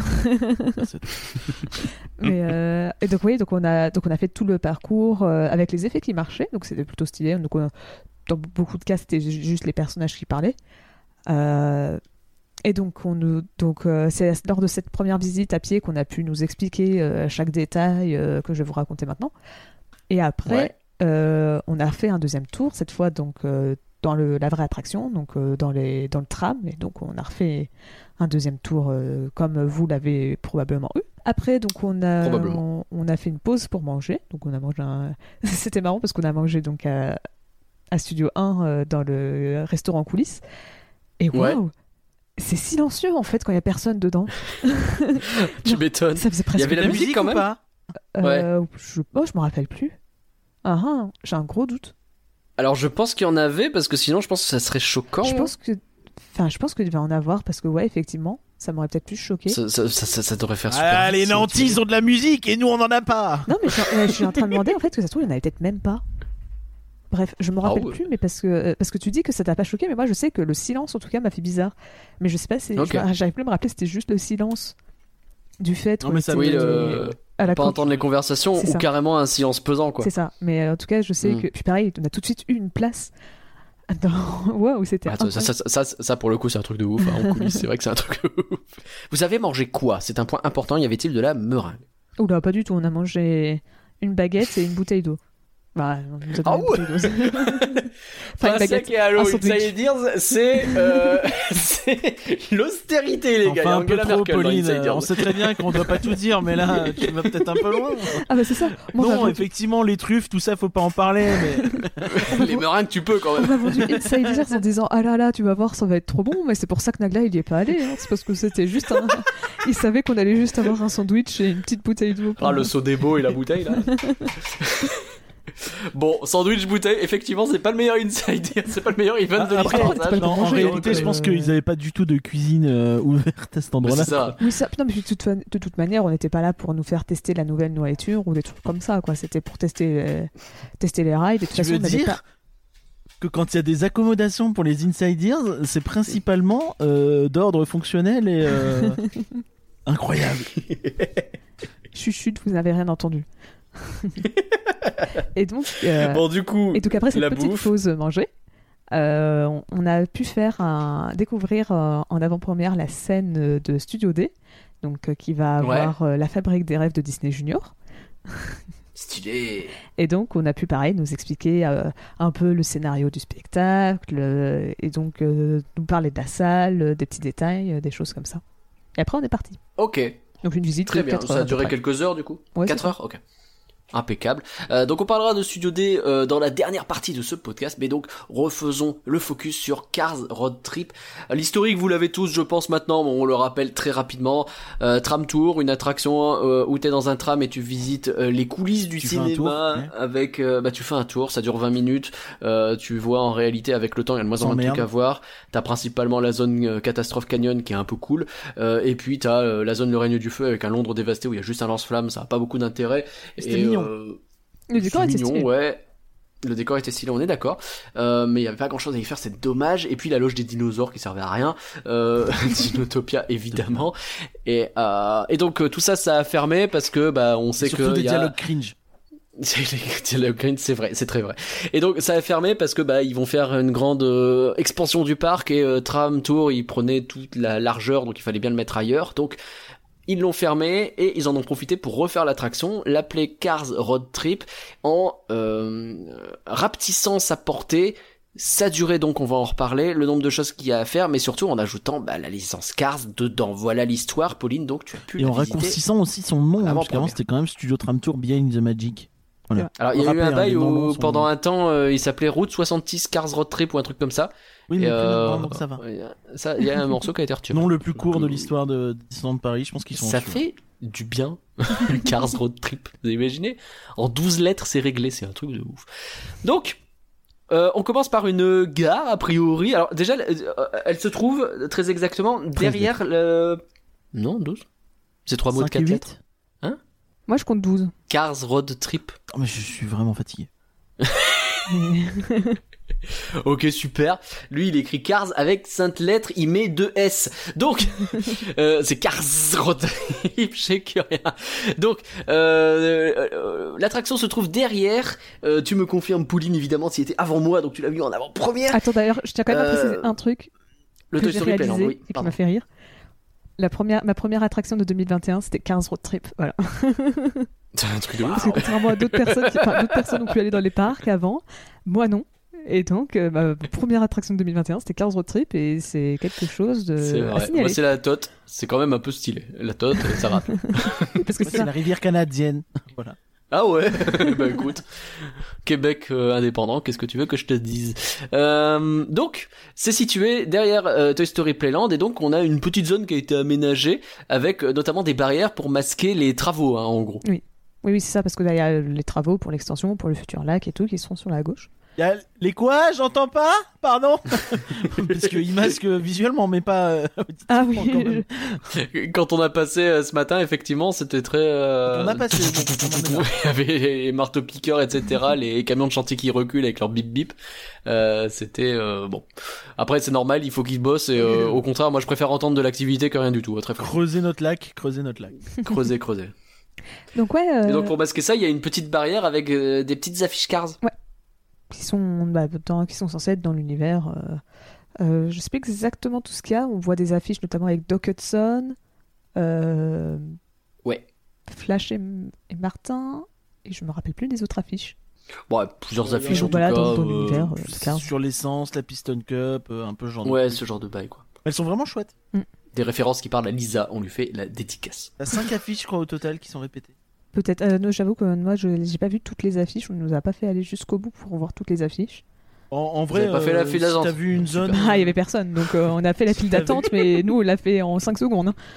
Mais euh, et donc oui, donc on a donc on a fait tout le parcours euh, avec les effets qui marchaient, donc c'était plutôt stylé. Donc on- dans beaucoup de cas, c'était ju- juste les personnages qui parlaient. Euh, et donc on nous donc euh, c'est lors de cette première visite à pied qu'on a pu nous expliquer euh, chaque détail euh, que je vais vous raconter maintenant. Et après, Ouais. euh, on a fait un deuxième tour cette fois donc euh, dans le, la vraie attraction, donc euh, dans les dans le tram. Et donc on a refait un deuxième tour euh, comme vous l'avez probablement eu. Après, donc on a, Probablement. on, on a fait une pause pour manger. Donc on a mangé un... C'était marrant parce qu'on a mangé donc à, à Studio un euh, dans le restaurant coulisses. Et Ouais. waouh, c'est silencieux en fait quand il y a personne dedans. Tu m'étonnes. Ça faisait Il y presque avait la musique quand ou même. pas? euh, je, oh, je me rappelle plus. Ah, ah, j'ai un gros doute. Alors je pense qu'il y en avait parce que sinon je pense que ça serait choquant. Je pense que, enfin, je pense qu'il devait en avoir parce que ouais, effectivement, ça m'aurait peut-être plus choqué. Ça, ça, ça, ça- ça devrait faire super. Ah, vite, les si nantis, tu- ils ont de la musique et nous on en a pas. Non, mais je, suis- euh, je suis en train de demander en fait que ça se trouve, il y en avait peut-être même pas. Bref, je me Ah rappelle ouais. plus, mais parce que, euh, parce que tu dis que ça t'a pas choqué, mais moi je sais que le silence en tout cas m'a fait bizarre. Mais je sais pas, si Ok. j'arrive plus à me rappeler, c'était juste le silence du fait Non, qu'on mais ça était Oui, peut- le... à la pas coque. entendre les conversations C'est ou ça. carrément un silence pesant quoi. C'est ça. Mais euh, en tout cas, je sais Mm. que. Puis pareil, on a tout de suite eu une place. Dans... Waouh, c'était. Ah, ça, ça, incroyable. ça, ça, ça, pour le coup c'est un truc de ouf hein, en coulisses, c'est vrai que c'est un truc de ouf. Vous avez mangé quoi? C'est un point important, y avait-il de la meringue? Oula, pas du tout. On a mangé une baguette et une bouteille d'eau. Bah, on nous a donné Ah une ouais. bouteille d'eau. Enfin, une baguette. et Halo un sandwich. Inside Ears, c'est euh, c'est l'austérité les gars. Enfin, un peu Angela trop, Merkel dans Pauline. Inside Ears. On sait très bien qu'on doit pas tout dire, mais là, tu vas peut-être un peu loin. Ah, bah c'est ça. Moi, on m'a Non, vendu- effectivement, les truffes, tout ça, faut pas en parler. Mais Les meringues tu peux quand on même. m'a vendu Inside Ears en disant ah là là, tu vas voir, ça va être trop bon. Mais c'est pour ça que Nagla il y est pas allé. Hein. C'est parce que c'était juste un. Il savait qu'on allait juste avoir un sandwich et une petite bouteille d'eau. Ah le Sodebo et la bouteille là. Bon, sandwich bouteille, effectivement, c'est pas le meilleur inside, c'est pas le meilleur event de après, l'histoire. ça, pas je le non, en manger, réalité, donc, je pense euh, qu'ils avaient pas du tout de cuisine euh, ouverte à cet Mais endroit-là. c'est ça. Oui, ça, non, mais de toute, fa- de toute manière, on n'était pas là pour nous faire tester la nouvelle nourriture ou des trucs comme ça, quoi. C'était pour tester, euh, tester les rides. Et de toute Tu façon, veux on n'avait dire pas. que quand il y a des accommodations pour les Inside Ears, c'est principalement euh, d'ordre fonctionnel et euh, incroyable. Chut, chut, vous n'avez rien entendu. et donc, euh, Bon, du coup, et donc après cette la petite bouffe. pause manger, euh, on, on a pu faire un, découvrir euh, en avant-première la scène de Studio D, donc euh, qui va avoir euh, la fabrique des rêves de Disney Junior. Stylé. Et donc, on a pu, pareil, nous expliquer euh, un peu le scénario du spectacle, euh, et donc euh, nous parler de la salle, euh, des petits détails, euh, des choses comme ça. Et après, on est parti. Ok, Donc, une visite très de bien. quatre Ça heures a à peu duré près. quelques heures du coup. Ouais, quatre c'est ça. heures, ok. Impeccable. Euh, donc on parlera de Studio D euh, dans la dernière partie de ce podcast, mais donc refaisons le focus sur Cars Road Trip. Euh, L'historique, vous l'avez tous, je pense maintenant, mais on le rappelle très rapidement. Euh, Tram Tour, une attraction euh, où t'es dans un tram et tu visites euh, les coulisses du Tu fais un cinéma tour, ouais. avec. Euh, bah tu fais un tour, ça dure vingt minutes. Euh, tu vois en réalité avec le temps, il y a de moins en Sans moins de trucs merde. à voir. T'as principalement la zone euh, Catastrophe Canyon qui est un peu cool, euh, et puis t'as euh, la zone Le Règne du Feu avec un Londres dévasté où il y a juste un lance-flamme, ça a pas beaucoup d'intérêt. C'était Et, mignon. euh, Le décor c'est était mignon, stylé. ouais. Le décor était stylé, on est d'accord. Euh, mais il y avait pas grand chose à y faire, c'est dommage. Et puis la loge des dinosaures qui servait à rien. Euh, Dinotopia, évidemment. Et, euh, et donc, euh, tout ça, ça a fermé parce que, bah, on sait Et surtout que. des y a... dialogues cringe. C'est les dialogues cringe, c'est vrai, c'est très vrai. Et donc ça a fermé parce que bah ils vont faire une grande euh, expansion du parc et euh, Tram Tour, ils prenaient toute la largeur, donc il fallait bien le mettre ailleurs. Donc ils l'ont fermé et ils en ont profité pour refaire l'attraction, l'appeler Cars Road Trip en euh, rapetissant sa portée. Sa durée, donc on va en reparler, le nombre de choses qu'il y a à faire, mais surtout en ajoutant bah, la licence Cars dedans. Voilà l'histoire, Pauline, donc tu as pu Et la en visiter. raccourcissant aussi son nom, hein, Avant parce qu'avant première. c'était quand même Studio Tram Tour Behind the Magic. Voilà. Alors il y a eu Rappelez, un hein, bail les noms où longs sont- pendant un temps euh, il s'appelait Route soixante-six Cars Road Trip ou un truc comme ça. Oui, mais Et, plus euh, maintenant, donc ça va. ouais, ça, il y a un morceau qui a été retiré. Nom le plus court de l'histoire de Disneyland Paris, je pense qu'ils sont Ça dessus. fait du bien, Cars Road Trip. Vous imaginez? En douze lettres, c'est réglé, c'est un truc de ouf. Donc, euh, on commence par une gare, a priori. Alors, déjà, elle, euh, elle se trouve très exactement derrière le... Non, douze. C'est trois mots de cinq et quatre huit. lettres. Moi, je compte douze. Cars Road Trip. Oh, mais je suis vraiment fatigué. Ok, super. Lui, il écrit Cars avec sainte lettre, il met deux S. Donc, euh, c'est Cars Road Trip, je sais que rien. Donc, euh, euh, l'attraction se trouve derrière. Euh, tu me confirmes, Pauline, évidemment, tu y étais avant moi, donc tu l'as vu en avant-première. Attends, d'ailleurs, je tiens quand même à Euh, préciser un truc Le que Toy j'ai Story réalisé Playland, oui. et qui Pardon. m'a fait rire. La première, ma première attraction de deux mille vingt et un, c'était Cars Road Trip. Voilà. C'est un truc de Parce que ouf. contrairement à d'autres personnes, qui, enfin, d'autres personnes ont pu aller dans les parcs avant, moi non. Et donc, euh, ma première attraction de deux mille vingt et un, c'était Cars Road Trip et c'est quelque chose de C'est à vrai. signaler. Moi, c'est la Tote. C'est quand même un peu stylé. La Tote, ça rappelle. Parce que Moi, c'est c'est la rivière canadienne. Voilà. Ah ouais. Bah écoute, Québec euh, indépendant, qu'est-ce que tu veux que je te dise. euh, Donc, c'est situé derrière euh, Toy Story Playland et donc on a une petite zone qui a été aménagée avec euh, notamment des barrières pour masquer les travaux, hein, en gros. Oui, oui, c'est ça, parce que là, il y a les travaux pour l'extension, pour le futur lac et tout, qui seront sur la gauche. Y a les quoi? J'entends pas? Pardon? Parce qu'ils masquent visuellement, mais pas. euh, Ah auditivement, quand même. oui, Quand on a passé euh, ce matin, effectivement, c'était très... euh, On a passé. Bon, on en est là. Ouais, il y avait les marteaux-piqueurs, et cetera, les camions de chantier qui reculent avec leur bip-bip. Euh, c'était... euh, bon. Après, c'est normal, il faut qu'ils bossent. Et euh, au contraire, moi, je préfère entendre de l'activité que rien du tout. Très franchement. Creuser notre lac, creuser notre lac. Creuser, creuser. donc ouais, euh, Et donc, pour masquer ça, il y a une petite barrière avec euh, des petites affiches Cars. qui sont, bah, dans- qui sont censés être dans l'univers. Euh, euh, je sais pas exactement tout ce qu'il y a. On voit des affiches, notamment avec Doc Hudson, euh, Ouais. Flash et, et Martin, et je me rappelle plus des autres affiches. Bon, ouais, plusieurs Euh, affiches, en donc tout voilà, cas. dans- dans euh, l'univers. Euh, de Cars. Sur l'essence, la Piston Cup, euh, un peu ce genre de Ouais, trucs. ce genre de bail, quoi. Elles sont vraiment chouettes. Des références qui parlent à Lisa, on lui fait la dédicace. T'as cinq affiches, je crois, au total, qui sont répétées. Peut-être. Euh, non, j'avoue que moi, je j'ai pas vu toutes les affiches. On nous a pas fait aller jusqu'au bout pour voir toutes les affiches. En, en Vous vrai, avez pas fait la file si d'attente. t'as vu une zone. Ah, il y avait personne, donc euh, on a fait la file t'avais- d'attente, mais nous, on l'a fait en cinq secondes. hein.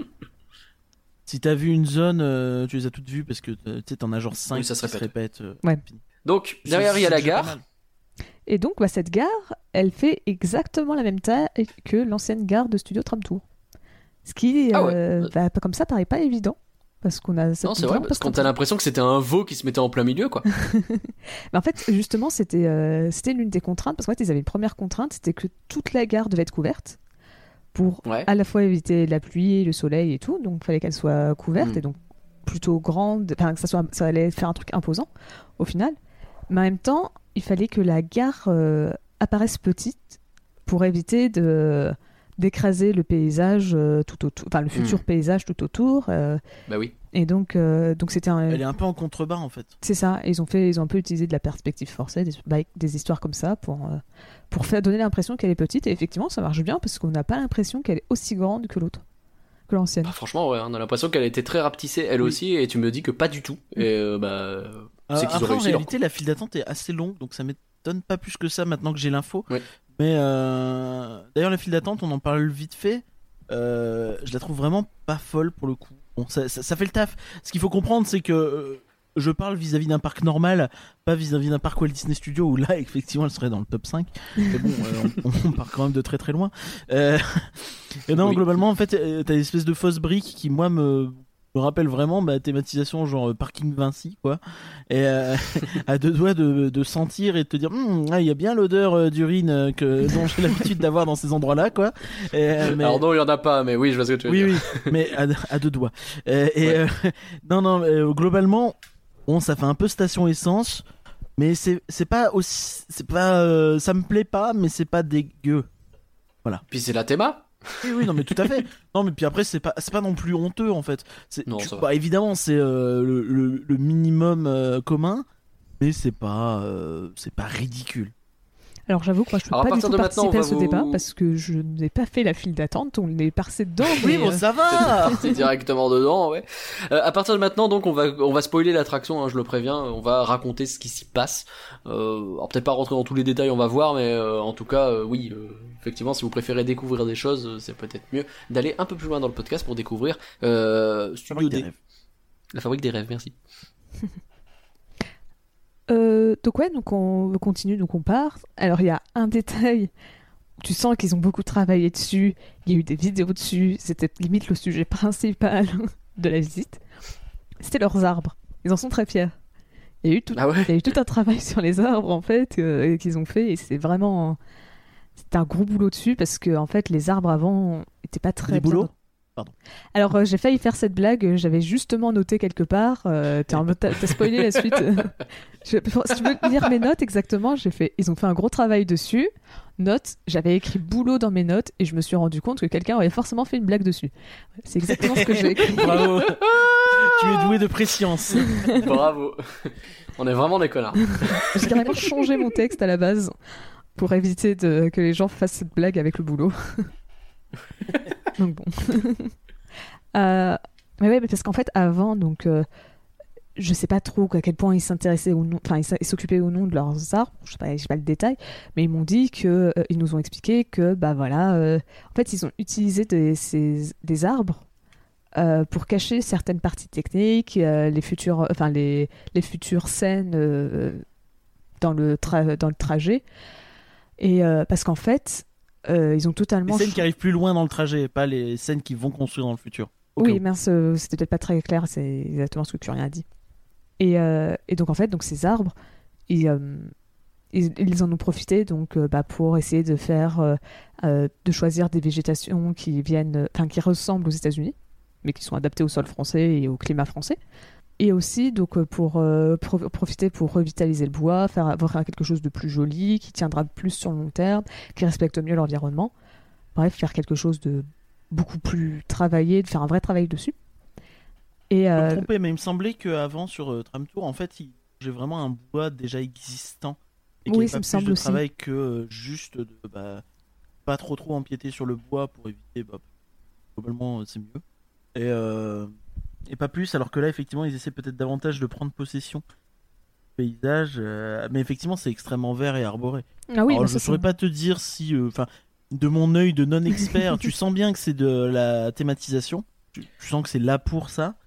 Si t'as vu une zone, euh, tu les as toutes vues parce que euh, tu sais, t'en as genre cinq Oui, ça se qui répète. se répètent. euh, Ouais. Donc, c'est- derrière, il y a c'est la déjà pas gare. mal. Et donc, bah, cette gare, elle fait exactement la même taille que l'ancienne gare de Studio Tram Tour. Ce qui, Ah ouais. euh, bah, comme ça, paraît pas évident. parce qu'on a. Non, c'est vrai, parce qu'on a l'impression que c'était un veau qui se mettait en plein milieu, quoi. Mais en fait, justement, c'était euh, c'était l'une des contraintes, parce qu'en fait, ils avaient une première contrainte, c'était que toute la gare devait être couverte pour Ouais. à la fois éviter la pluie, le soleil et tout, donc il fallait qu'elle soit couverte Mm. et donc plutôt grande, enfin que ça soit, ça allait faire un truc imposant au final. Mais en même temps, il fallait que la gare euh, apparaisse petite pour éviter de d'écraser le paysage euh, tout autour, enfin le futur Mm. paysage tout autour. euh, Bah oui. et donc, euh, donc c'était un, Elle est un peu en contrebas en fait. c'est ça. Ils ont fait, ils ont un peu utilisé de la perspective forcée, des, bah, des histoires comme ça pour euh, pour faire donner l'impression qu'elle est petite. Et effectivement, ça marche bien parce qu'on n'a pas l'impression qu'elle est aussi grande que l'autre, que l'ancienne. Bah, franchement, ouais, on a l'impression qu'elle était très rapetissée, elle Oui. aussi, et tu me dis que pas du tout. Et euh, bah, Euh, c'est qu'ils ont après, en réussi leur réalité, la file d'attente est assez longue, donc ça m'étonne pas plus que ça maintenant que j'ai l'info. Ouais. Mais euh, d'ailleurs, la file d'attente, on en parle vite fait. Euh, je la trouve vraiment pas folle pour le coup. Bon, ça, ça, ça fait le taf. Ce qu'il faut comprendre, c'est que euh, je parle vis-à-vis d'un parc normal, pas vis-à-vis d'un parc Walt Disney Studios où là, effectivement, elle serait dans le top cinq. Mais bon, euh, on, on part quand même de très très loin. Euh, et non, Oui. globalement, en fait, euh, t'as une espèce de fausse brique qui, moi, me me rappelle vraiment ma thématisation genre euh, parking Vinci quoi, et euh, à deux doigts de, de sentir et de te dire Hum, ah, il y a bien l'odeur euh, d'urine euh, que dont j'ai l'habitude d'avoir dans ces endroits là quoi. Et, euh, mais... Alors non, il y en a pas, mais oui, je vois ce que tu veux oui dire. oui mais à, à deux doigts. Euh, et Ouais. euh, non non euh, globalement bon ça fait un peu station essence, mais c'est c'est pas aussi c'est pas euh, ça me plaît pas, mais c'est pas dégueu. Puis c'est la théma. Oui, oui, non, mais tout à fait. Non, mais puis après, c'est pas, c'est pas non plus honteux en fait. C'est, Non, tu- ça va. bah, évidemment, c'est euh, le, le- le minimum euh, commun, mais c'est pas, euh, c'est pas ridicule. Alors j'avoue que moi je peux Alors, à pas du partir tout de maintenant, participer on à va ce vous- débat parce que je n'ai pas fait la file d'attente, on est passé dedans. Oui, mais, bon, euh, ça va. C'est directement dedans, ouais. Euh, à partir de maintenant, donc, on va, on va spoiler l'attraction, hein, je le préviens. On va raconter ce qui s'y passe. Euh, alors peut-être pas rentrer dans tous les détails, on va voir, mais euh, en tout cas, euh, oui, euh, effectivement, si vous préférez découvrir des choses, euh, c'est peut-être mieux d'aller un peu plus loin dans le podcast pour découvrir euh, Studio Fabrique des D, rêves. la fabrique des rêves. Merci. Euh, donc ouais, donc on continue, donc on part. Alors il y a un détail, tu sens qu'ils ont beaucoup travaillé dessus, il y a eu des vidéos dessus, c'était limite le sujet principal de la visite. C'était leurs arbres, ils en sont très fiers. Il y a eu tout, Ah ouais. il y a eu tout un travail sur les arbres en fait euh, qu'ils ont fait et c'est vraiment c'était un gros boulot dessus parce que en fait les arbres avant étaient pas très Des bien. boulots Pardon. Alors euh, j'ai failli faire cette blague, euh, j'avais justement noté quelque part. Euh, t'es en mode- t'as, t'as spoilé la suite. Je- si tu veux lire mes notes exactement, j'ai fait. Ils ont fait un gros travail dessus. Note, j'avais écrit boulot dans mes notes et je me suis rendu compte que quelqu'un avait forcément fait une blague dessus. C'est exactement ce que j'ai écrit. Bravo. Tu es doué de préscience. Bravo. On est vraiment des connards. J'ai carrément changé mon texte à la base pour éviter de, que les gens fassent cette blague avec le boulot. Donc bon. Euh, mais ouais, mais parce qu'en fait, avant, donc, euh, je sais pas trop à quel point ils s'intéressaient ou non, enfin, ils s- ils s'occupaient ou non de leurs arbres, je sais pas, j'ai pas le détail, mais ils m'ont dit que, euh, ils nous ont expliqué que, bah voilà, euh, en fait, ils ont utilisé des, ces- des arbres euh, pour cacher certaines parties techniques, euh, les futures, enfin, les, les futures scènes euh, dans le, tra- dans le trajet. Et euh, parce qu'en fait, euh, ils ont Les totalement. scènes qui arrivent plus loin dans le trajet, pas les scènes qui vont construire dans le futur. Au cas Oui, où. mince, euh, c'était peut-être pas très clair, c'est exactement ce que Curien a dit. Et, euh, et donc en fait, donc ces arbres, ils, euh, ils, ils en ont profité donc euh, bah, pour essayer de faire, euh, euh, de choisir des végétations qui viennent, enfin qui ressemblent aux États-Unis, mais qui sont adaptées au sol français et au climat français. Et aussi donc euh, pour euh, pro- profiter pour revitaliser le bois, faire avoir quelque chose de plus joli, qui tiendra plus sur le long terme, qui respecte mieux l'environnement. Bref, faire quelque chose de beaucoup plus travaillé, de faire un vrai travail dessus. Et Je peux me euh, tromper, mais il me semblait qu'avant sur euh, Tram Tour, en fait, il j'ai vraiment un bois déjà existant. Et qu'il Oui, n'y ça a me pas plus semble de aussi. travail que euh, juste de bah, pas trop trop empiéter sur le bois pour éviter. Bah, globalement, euh, c'est mieux. Et, euh, et pas plus, alors que là, effectivement, ils essaient peut-être davantage de prendre possession du paysage. euh, mais effectivement, c'est extrêmement vert et arboré. ah oui, alors, bah je ça, ne saurais c'est- pas te dire si. Enfin, de mon œil de non-expert, tu sens bien que c'est de la thématisation. Tu, tu sens que c'est là pour ça.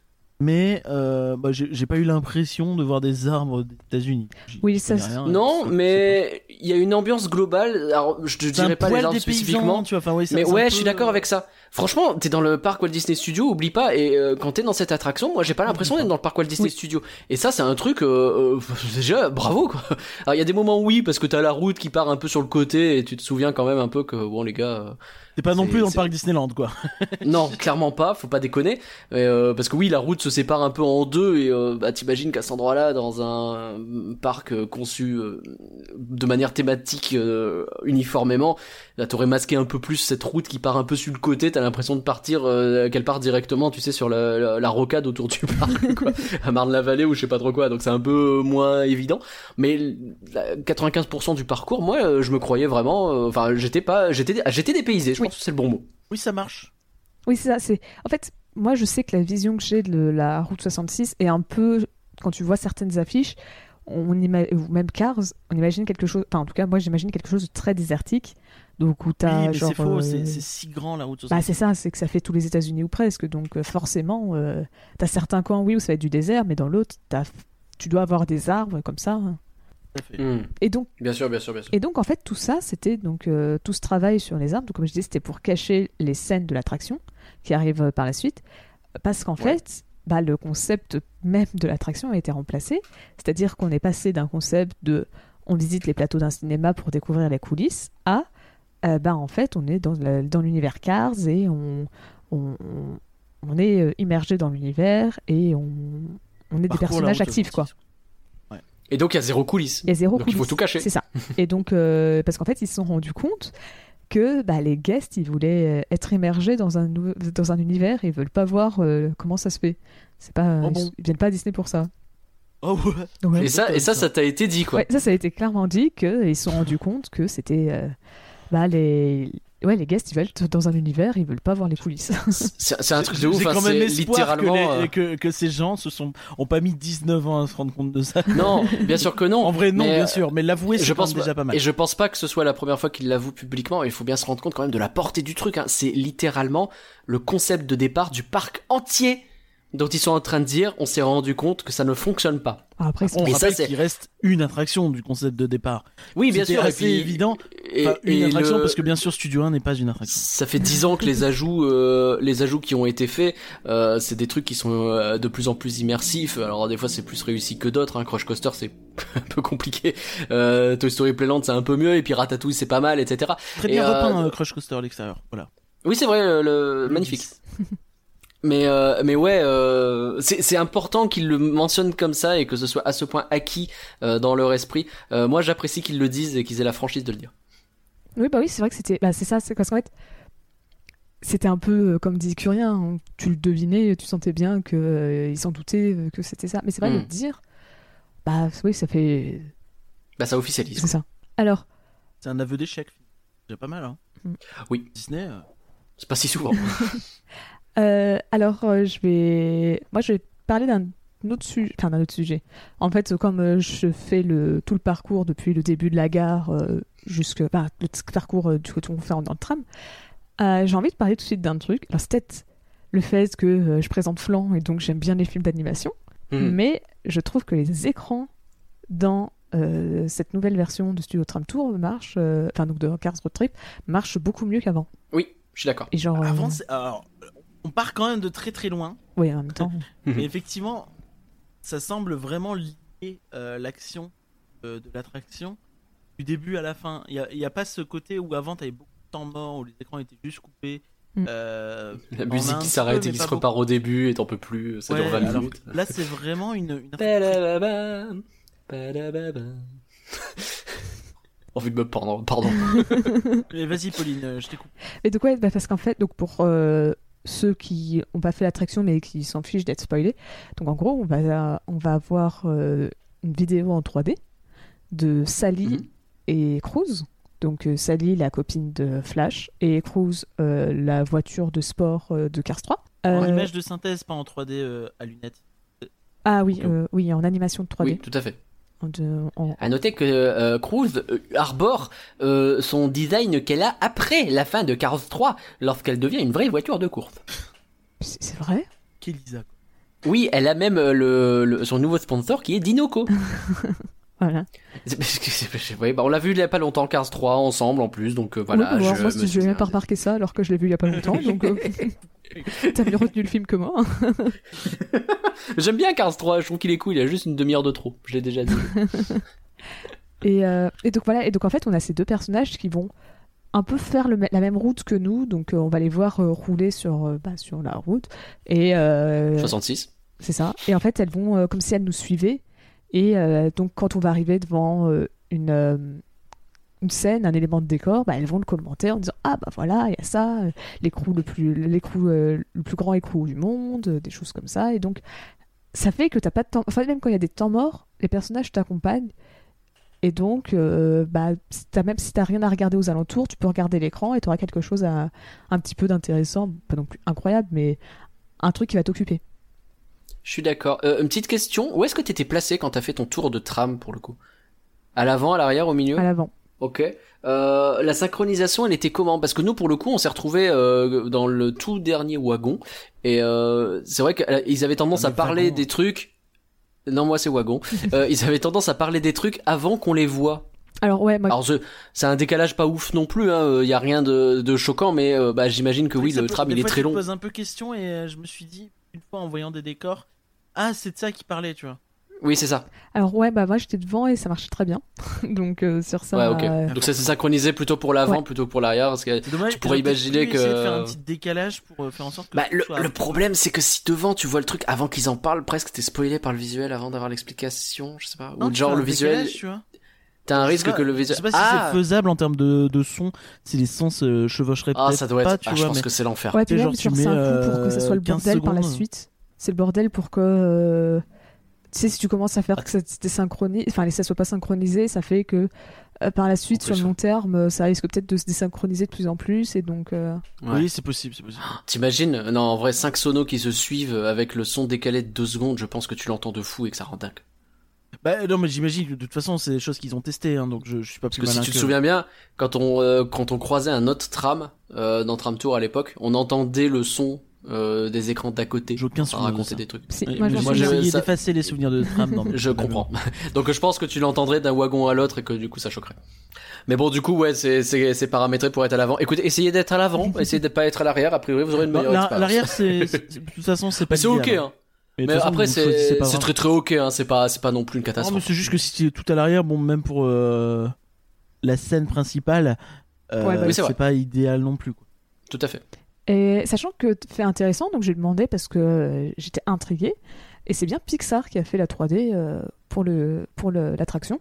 mais euh, bah, j'ai, j'ai pas eu l'impression de voir des arbres des États-Unis. J'y- Oui, j'y ça, connais rien, Non, je sais- mais il y a une ambiance globale. Alors, je te c'est un dirais pas les poil arbres des paysans, spécifiquement. tu vois. Enfin, ouais, c'est- Mais c'est un ouais, peu- je suis d'accord avec ça. Franchement, t'es dans le parc Walt Disney Studios, oublie pas. Et euh, quand t'es dans cette attraction, moi j'ai pas l'impression d'être dans le parc Walt Disney Oui. Studios. Et ça, c'est un truc euh, euh, déjà bravo quoi. Alors il y a des moments où oui, parce que t'as la route qui part un peu sur le côté et tu te souviens quand même un peu que bon les gars. euh, C'est pas non c'est- plus dans le c'est- parc Disneyland, quoi. Non, clairement pas, faut pas déconner. Mais, euh, parce que oui, la route se sépare un peu en deux et euh, bah, t'imagines qu'à cet endroit-là, dans un parc euh, conçu euh, de manière thématique euh, uniformément, là t'aurais masqué un peu plus cette route qui part un peu sur le côté, t'as l'impression de partir, euh, qu'elle part directement, tu sais, sur la, la, la rocade autour du parc, quoi, à Marne-la-Vallée ou je sais pas trop quoi, donc c'est un peu moins évident. Mais la- quatre-vingt-quinze pour cent du parcours, moi, euh, je me croyais vraiment, euh, enfin, j'étais pas, j'étais, j'étais dépaysé, je Oui. pense que c'est le bon mot. Oui, ça marche. Oui, c'est ça. C'est... En fait, moi, je sais que la vision que j'ai de la route soixante-six est un peu, quand tu vois certaines affiches, on ima... ou même Cars, on imagine quelque chose. Enfin, en tout cas, moi, j'imagine quelque chose de très désertique. Donc, où t'as Oui, mais genre. c'est faux, euh, c'est, c'est si grand la route Bah, soixante. c'est ça, c'est que ça fait tous les États-Unis ou presque. Donc, euh, forcément, euh, t'as certains coins, oui, où ça va être du désert, mais dans l'autre, t'as... tu dois avoir des arbres comme ça. hein. Tout à fait. Hmm. Et donc, Bien sûr, bien sûr, bien sûr. Et donc, en fait, tout ça, c'était donc euh, tout ce travail sur les arbres. Donc, comme je disais, c'était pour cacher les scènes de l'attraction qui arrivent euh, par la suite. Parce qu'en Ouais. fait, bah, le concept même de l'attraction a été remplacé. C'est-à-dire qu'on est passé d'un concept de on visite les plateaux d'un cinéma pour découvrir les coulisses à euh, bah, en fait, on est dans, la- dans l'univers Cars et on, on, on- on est euh, immergé dans l'univers et on, on est des Parcours la personnages route actifs, quoi. soixante-six. Et donc il y a zéro coulisse. Il y a zéro Donc il faut coulisses. tout cacher. C'est ça. Et donc, euh, parce qu'en fait, ils se sont rendus compte que bah, les guests, ils voulaient euh, être immergés dans un, nou- dans un univers et ils veulent pas voir euh, comment ça se fait. C'est pas, Oh ils, bon. ils viennent pas à Disney pour ça. Oh ouais. Ouais. Et ça, et ça, ça t'a été dit quoi. Ouais, ça, ça a été clairement dit qu'ils se sont rendus compte que c'était euh, bah, les, ouais, les guests, ils veulent être dans un univers, ils veulent pas voir les coulisses. C'est c'est un truc de J'ai ouf. quand hein, même c'est espoir littéralement. que, les- euh, que, que ces gens se sont ont pas mis dix-neuf ans à se rendre compte de ça. Non, bien sûr que non. En vrai, non, mais, bien euh, sûr, mais l'avouer, c'est je quand pense même déjà pas mal. Et je pense pas que ce soit la première fois qu'il l'avoue publiquement. Il faut bien se rendre compte quand même de la portée du truc. Hein. C'est littéralement le concept de départ du parc entier dont ils sont en train de dire. On s'est rendu compte que ça ne fonctionne pas. Alors après, c'est- On Et ça, rappelle c'est- qu'il reste une attraction du concept de départ. Oui, bien C'était sûr. assez et puis, évident. Et, Enfin, une et attraction le- parce que bien sûr Studio un n'est pas une attraction. Ça fait dix ans que les ajouts, euh, les ajouts qui ont été faits, euh, c'est des trucs qui sont euh, de plus en plus immersifs. Alors des fois c'est plus réussi que d'autres. Hein. Crush Coaster c'est un peu compliqué. Euh, Toy Story Playland c'est un peu mieux et puis Ratatouille c'est pas mal, et cetera. Très Et, bien euh, repeint euh, Crush Coaster à l'extérieur. Voilà. Oui c'est vrai, euh, le magnifique. Mais euh, mais ouais, euh, c'est c'est important qu'ils le mentionnent comme ça et que ce soit à ce point acquis euh, dans leur esprit. Euh, moi j'apprécie qu'ils le disent et qu'ils aient la franchise de le dire. Oui, bah oui, c'est vrai que c'était. Bah, c'est ça, c'est parce qu'en fait, c'était un peu euh, comme dit Curien, hein. Tu le devinais, tu sentais bien qu'ils s'en doutaient euh, que c'était ça. Mais c'est vrai, Mm. de le dire, bah oui, ça fait. Bah ça officialise. C'est ça. Alors, C'est un aveu d'échec. C'est déjà pas mal, hein. Mm. Oui. Disney. euh, C'est pas si souvent. euh, alors euh, je vais. Moi, je vais parler d'un autre sujet. Enfin, d'un autre sujet. En fait, comme euh, je fais le... tout le parcours depuis le début de la gare euh, jusque. Enfin, le t- parcours euh, du qu'on fait dans le tram, euh, j'ai envie de parler tout de suite d'un truc. Alors, c'est peut-être le fait que euh, je présente Flan et donc j'aime bien les films d'animation. Mhm. Mais je trouve que les écrans dans euh, cette nouvelle version de Studio Tram Tour marchent, euh, enfin donc de Cars Road Trip, marchent beaucoup mieux qu'avant. Oui, je suis d'accord. Et genre, Avant, euh, c'est- alors, on part quand même de très très loin. ouais, en même temps, Mhm. Mais effectivement, ça semble vraiment lier euh, l'action euh, de l'attraction du début à la fin. Il n'y a, a pas ce côté où avant, tu avais beaucoup de temps mort, où les écrans étaient juste coupés. Mm. Euh, La en musique un qui petit s'arrête peu, et mais qui pas se repart au début et t'en peux plus, ça beaucoup. dure Ouais, vingt alors minutes. que Là, c'est vraiment une, une Padababam, padababam. Envie de me pendre, pardon. Mais vas-y, Pauline, euh, je t'écoute. Et donc ouais, bah, parce qu'en fait, donc pour euh, ceux qui n'ont pas fait l'attraction mais qui s'en fichent d'être spoilés, donc en gros, on va, on va avoir euh, une vidéo en trois D de Sally Mhm. et Cruz. Donc euh, Sally, la copine de Flash, et Cruz, euh, la voiture de sport euh, de Cars trois. En Euh, image de synthèse, pas en trois D euh, à lunettes. Ah oui, Ok. euh, oui, en animation de trois D. Oui, tout à fait. En de- en- À noter que euh, Cruz euh, arbore euh, son design qu'elle a après la fin de Cars trois, lorsqu'elle devient une vraie voiture de course. C'est c'est vrai? Qu'Elisa, quoi. Oui, elle a même euh, le, le- son nouveau sponsor qui est Dinoco. Voilà. C'est parce que c'est- oui, bah, on l'a vu il y a pas longtemps, Cars trois ensemble en plus, donc euh, voilà. Ouais, bon, alors, je moi, me je suis n'ai même dit, pas remarqué ça alors que je l'ai vu il y a pas longtemps. Donc, euh, t'as mieux retenu le film que moi. J'aime bien Cars trois, je trouve qu'il est cool, il a juste une demi-heure de trop, je l'ai déjà dit. Et, euh, et donc voilà. Et donc en fait, on a ces deux personnages qui vont un peu faire le, la même route que nous. Donc euh, on va les voir euh, rouler sur euh, bah, sur la route. Et euh, soixante-six. c'est ça. Et en fait, elles vont euh, comme si elles nous suivaient. Et euh, donc quand on va arriver devant euh, une euh, une scène, un élément de décor, bah, elles vont le commenter en disant ah bah voilà, il y a ça, euh, l'écrou le plus l'écrou euh, le plus grand écrou du monde, euh, des choses comme ça. Et donc ça fait que t'as pas de temps, enfin même quand il y a des temps morts, les personnages t'accompagnent. Et donc, euh, bah, si t'as- même si t'as rien à regarder aux alentours, tu peux regarder l'écran et t'auras quelque chose à, un petit peu d'intéressant, pas non plus incroyable, mais un truc qui va t'occuper. Je suis d'accord. Euh, une petite question, où est-ce que t'étais placé quand t'as fait ton tour de tram pour le coup? À l'avant, à l'arrière, au milieu? À l'avant. Ok. Euh, la synchronisation, elle était comment? Parce que nous, pour le coup, on s'est retrouvés euh, dans le tout dernier wagon, et euh, c'est vrai qu'ils avaient tendance Ah, à mais parler wagon. des trucs. Non, moi c'est wagon. euh, ils avaient tendance à parler des trucs avant qu'on les voit. Alors ouais, moi, Alors, je- c'est un décalage pas ouf non plus. Hein. Il y a rien de, de choquant, mais euh, bah, j'imagine que oui, Ça le peut- tram des il est fois, très tu te long. poses un peu question et euh, je me suis dit, une fois en voyant des décors, ah, c'est de ça qu'il parlait, tu vois. Oui, c'est ça. alors ouais, bah moi j'étais devant et ça marchait très bien. Donc euh, sur ça. Ouais, ok. euh, Donc ça s'est synchronisé plutôt pour l'avant Ouais. plutôt que pour l'arrière, parce que C'est dommage. Tu pourrais ils auraient peut-être imaginer pu essayer que- de faire un petit décalage pour euh, faire en sorte que. bah, tout le, soit- le problème, c'est que si devant tu vois le truc avant qu'ils en parlent, presque t'es spoilé par le visuel avant d'avoir l'explication, je sais pas. Non, Ou tu genre fais un le visuel, décalage, tu vois. t'as un Je sais risque pas- que le Je visuel. sais pas si ah, c'est faisable en termes de, de son, si les sens euh, chevaucheraient ah, peut-être ça doit pas, être. tu Ah, je vois, pense mais que c'est l'enfer. Ouais, puis genre, même tu sur c'est un mets, coup pour que ça soit le euh, quinze bordel par la secondes. suite. C'est le bordel pour que. euh, Tu sais, si tu commences à faire que ça se désynchronise, enfin, ça soit pas synchronisé, ça fait que euh, par la suite, En sur plus. le long terme, euh, ça risque peut-être de se désynchroniser de plus en plus. Et donc. euh, Ouais. Oui, c'est possible, c'est possible. T'imagines? Non, en vrai, cinq sonos qui se suivent avec le son décalé de deux secondes, je pense que tu l'entends de fou et que ça rend dingue. Bah non, mais j'imagine que de toute façon, c'est des choses qu'ils ont testées, hein, donc je, je suis pas Parce plus que si malin tu te que- souviens bien, quand on euh, quand on croisait un autre tram euh, dans Tram Tour à l'époque, on entendait le son euh, des écrans d'à côté. J'ai aucun Ça souvenir de racontait ça. des trucs. si, Ouais, moi, mais je m'en moi, j'ai- j'ai souviens. essayé ça- d'effacer les souvenirs de tram. dans- Je dans la comprends. Donc je pense que tu l'entendrais d'un wagon à l'autre et que du coup ça choquerait. Mais bon, du coup, ouais, c'est c'est c'est paramétré pour être à l'avant. Écoutez, essayez d'être à l'avant, essayez de pas être à l'arrière. A priori, vous aurez une Bon, meilleure la- expérience. L'arrière, c'est, c'est- de toute façon, c'est pas Mais c'est ok, l'idéal, hein. Mais, de Mais toute façon, après, vous choisissez c'est pas c'est vraiment. très très ok, hein. C'est pas c'est pas non plus une Non, mais catastrophe. c'est juste que si tu es tout à l'arrière, bon, même pour euh, la scène principale, euh, Ouais, bah oui, c'est c'est vrai. pas idéal non plus, quoi. Tout à fait. Et sachant que fait intéressant, donc j'ai demandé parce que euh, j'étais intriguée. Et c'est bien Pixar qui a fait la trois D euh, pour le pour le- l'attraction.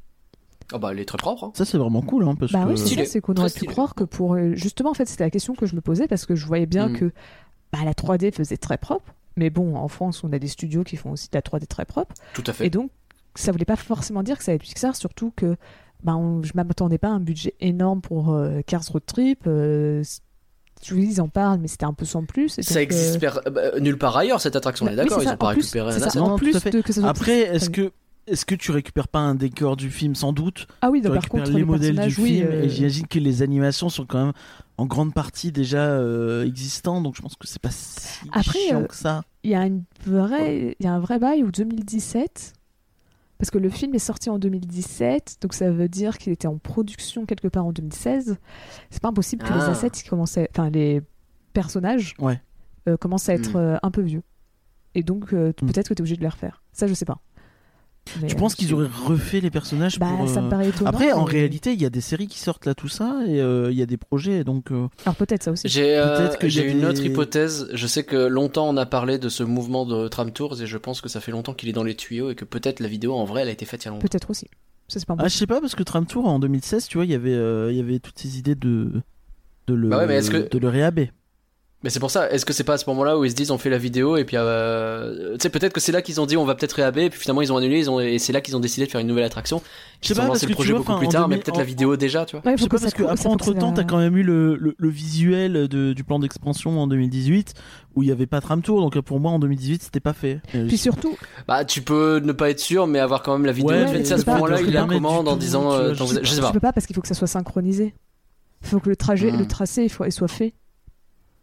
Ah bah, elle est très propre. Hein. Ça, c'est vraiment cool, hein, parce Bah que. oui, c'est Stylé. ça, c'est qu'on Très aurait pu stylé. croire que pour euh, justement en fait c'était la question que je me posais parce que je voyais bien Mm. que bah, la trois D faisait très propre. Mais bon, en France, on a des studios qui font aussi de la trois D très propre. Tout à fait. Et donc, ça voulait pas forcément dire que ça allait être Pixar, surtout que bah, on- je m'attendais pas à un budget énorme pour euh, Cars Road Trip. Euh, c- je vous dis, ils en parlent, mais c'était un peu sans plus. Et Ça donc, existe euh, per- euh, bah, nulle part ailleurs cette attraction. On est oui, d'accord, c'est ils ça. ont pas En plus, récupéré c'est un ça. asset. Non, En non, plus tout à fait. de que ça soit Après, plus- est-ce que, est-ce que tu récupères pas un décor du film? Sans doute. Ah oui, Tu donc, par récupères contre, les les modèles du personnages, oui, film, euh, et j'imagine que les animations sont quand même en grande partie déjà euh, existantes, donc je pense que c'est pas si Après, chiant euh, que ça. il y a une vraie, il y a un vrai bail où deux mille dix-sept, parce que le film est sorti en deux mille dix-sept, donc ça veut dire qu'il était en production quelque part en deux mille seize. C'est pas impossible que les Ah. assets qui commençaient, enfin les personnages, Ouais. euh, commencent à être Mm. euh, un peu vieux. Et donc euh, Mm. peut-être que tu es obligé de les refaire. Ça, je sais pas. Mais, Tu euh, penses qu'ils auraient refait les personnages Bah, pour, ça me euh, paraît étonnant. Après, en mais- réalité, il y a des séries qui sortent là, tout ça, et euh, il y a des projets, donc. euh, Alors peut-être ça aussi. J'ai euh, Peut-être qu'il y j'ai a une des- autre hypothèse. Je sais que longtemps on a parlé de ce mouvement de Tram Tours et je pense que ça fait longtemps qu'il est dans les tuyaux et que peut-être la vidéo en vrai elle a été faite il y a longtemps. Peut-être aussi. Ça, c'est pas Ah, je sais pas, parce que Tram Tour en deux mille seize, tu vois, il y avait, euh, il y avait toutes ces idées de, de le, Bah ouais, mais est-ce que- de le réhaber. Mais c'est pour ça, est-ce que c'est pas à ce moment-là où ils se disent on fait la vidéo et puis euh, tu sais peut-être que c'est là qu'ils ont dit on va peut-être réhaber et puis finalement ils ont annulé ils ont et c'est là qu'ils ont décidé de faire une nouvelle attraction. Je sais Ils pas, ont parce lancé que le tu projet vois, beaucoup enfin, plus en tard deux mais mille peut-être en- la vidéo déjà tu vois. Ouais, il Je faut sais pas, que ça parce coûte- qu'après, ça faut que entre temps, ça- t'as quand même eu le, le, le visuel de, du plan d'expansion en deux mille dix-huit, où il y avait pas Tram Tour, donc pour moi, en deux mille dix-huit, c'était pas fait. Euh, Puis surtout, Bah tu peux ne pas être sûr mais avoir quand même la vidéo. Ouais, tu mais sais, à tu ce peux pas- moment-là tu il peux la pas mettre commande du en tout, disant tu euh, vois, t'en- je sais je sais tu pas. peux pas parce qu'il faut que ça soit synchronisé. Il faut que le trajet, Hmm. le tracé, il faut, il soit fait.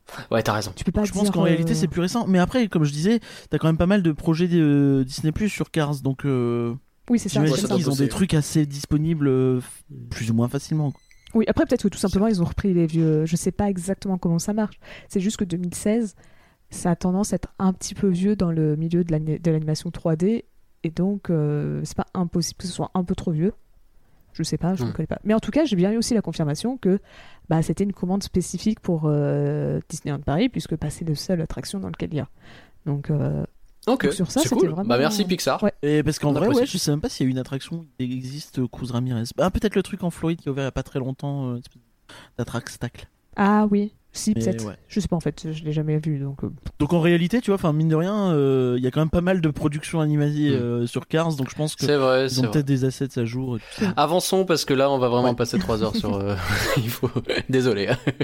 Ouais, t'as raison. Tu peux pas Je dire. pense qu'en euh, réalité c'est plus récent. Mais après, comme je disais, t'as quand même pas mal de projets de Disney Plus sur Cars, donc euh, Oui, c'est ça. j'imagine c'est ça ça. doit qu'ils ont bosser. des trucs assez disponibles euh, plus ou moins facilement. quoi. Oui, après peut-être que tout simplement ils ont repris les vieux. Je sais pas exactement comment ça marche. C'est juste que deux mille seize, ça a tendance à être un petit peu vieux dans le milieu de l'ani- de l'animation trois D, et donc euh, c'est pas impossible que ce soit un peu trop vieux. Je sais pas, je ne Hmm. connais pas. Mais en tout cas, j'ai bien eu aussi la confirmation que bah, c'était une commande spécifique pour euh, Disneyland Paris, puisque bah, c'est la seule attraction dans laquelle il y a. Donc, euh, Ok, Donc sur ça, c'est c'était cool. vraiment- Bah merci Pixar. Ouais. Et parce qu'en On vrai, apprécie. ouais, je sais même pas s'il y a une attraction qui existe, euh, Cruz Ramirez. Ah, peut-être le truc en Floride qui a ouvert il y a pas très longtemps, euh, une espèce d'attract-stacle. ah oui, si Mais peut-être. ouais. Je sais pas en fait, je l'ai jamais vu. Donc euh, Donc en réalité, tu vois, enfin mine de rien, euh, il y a quand même pas mal de productions animées euh, sur Cars, donc je pense que C'est vrai, ils c'est ont vrai. peut-être des assets à jour. Et tout ça. Avançons parce que là on va vraiment Ouais. passer trois heures sur. euh, Il faut. Désolé.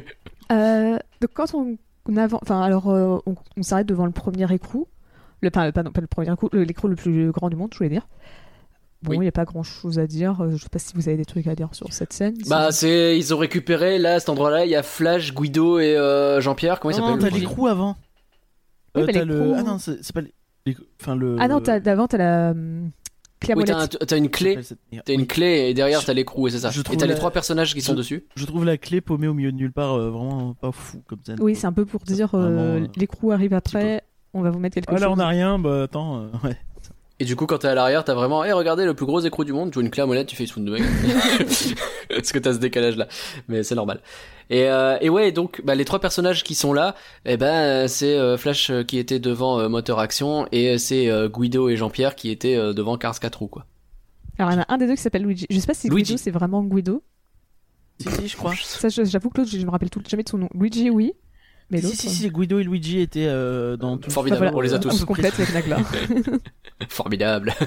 Euh, donc quand on, on avance, enfin alors euh, on, on s'arrête devant le premier écrou, le pas, pas, non, pas le premier écrou, le- l'écrou le plus grand du monde, je voulais dire. Bon, il Oui. n'y a pas grand chose à dire. euh, Je sais pas si vous avez des trucs à dire sur cette scène. Bah si- c'est ils ont récupéré là à cet endroit-là il y a Flash, Guido et euh, Jean-Pierre comment il Non, non, s'appelle t'as le premier l'écrou avant. Oui, Euh, mais t'as l'écrou- le... Ah non, c'est c'est pas les... les- Enfin le... Ah non, t'as- d'avant t'as la hum, clé à Oui t'as, molette. un- t'as une clé, t'as une clé et derrière Je- t'as l'écrou et c'est ça. je Et trouve t'as les la- trois personnages qui sont je- dessus. Je trouve la clé paumée au milieu de nulle part euh, vraiment pas fou comme scène. Oui, c'est un peu pour dire euh, Vraiment, euh, l'écrou arrive après. On va vous mettre quelque Ah là chose. on a rien, bah attends, euh, ouais. Et du coup quand t'es à l'arrière t'as vraiment eh regardez le plus gros écrou du monde, tu vois une clé à molette, tu fais une de mec. Parce que t'as ce décalage là. Mais c'est normal. Et, euh, et ouais donc bah, les trois personnages qui sont là, eh ben euh, c'est euh, Flash euh, qui était devant euh, Moteur Action et c'est euh, Guido et Jean-Pierre qui étaient euh, devant Cars quatre roues quoi. Alors il y en a un des deux qui s'appelle Luigi. Je sais pas si Luigi. Guido c'est vraiment Guido. Si si, je crois. Ça, je- j'avoue que l'autre, je me rappelle tout, jamais de son nom. Luigi, oui. Mais Si l'autre. si si, Guido et Luigi étaient euh, dans tout. Formidable, Enfin, voilà, on les a on tous. se complète avec Nagla. Formidable.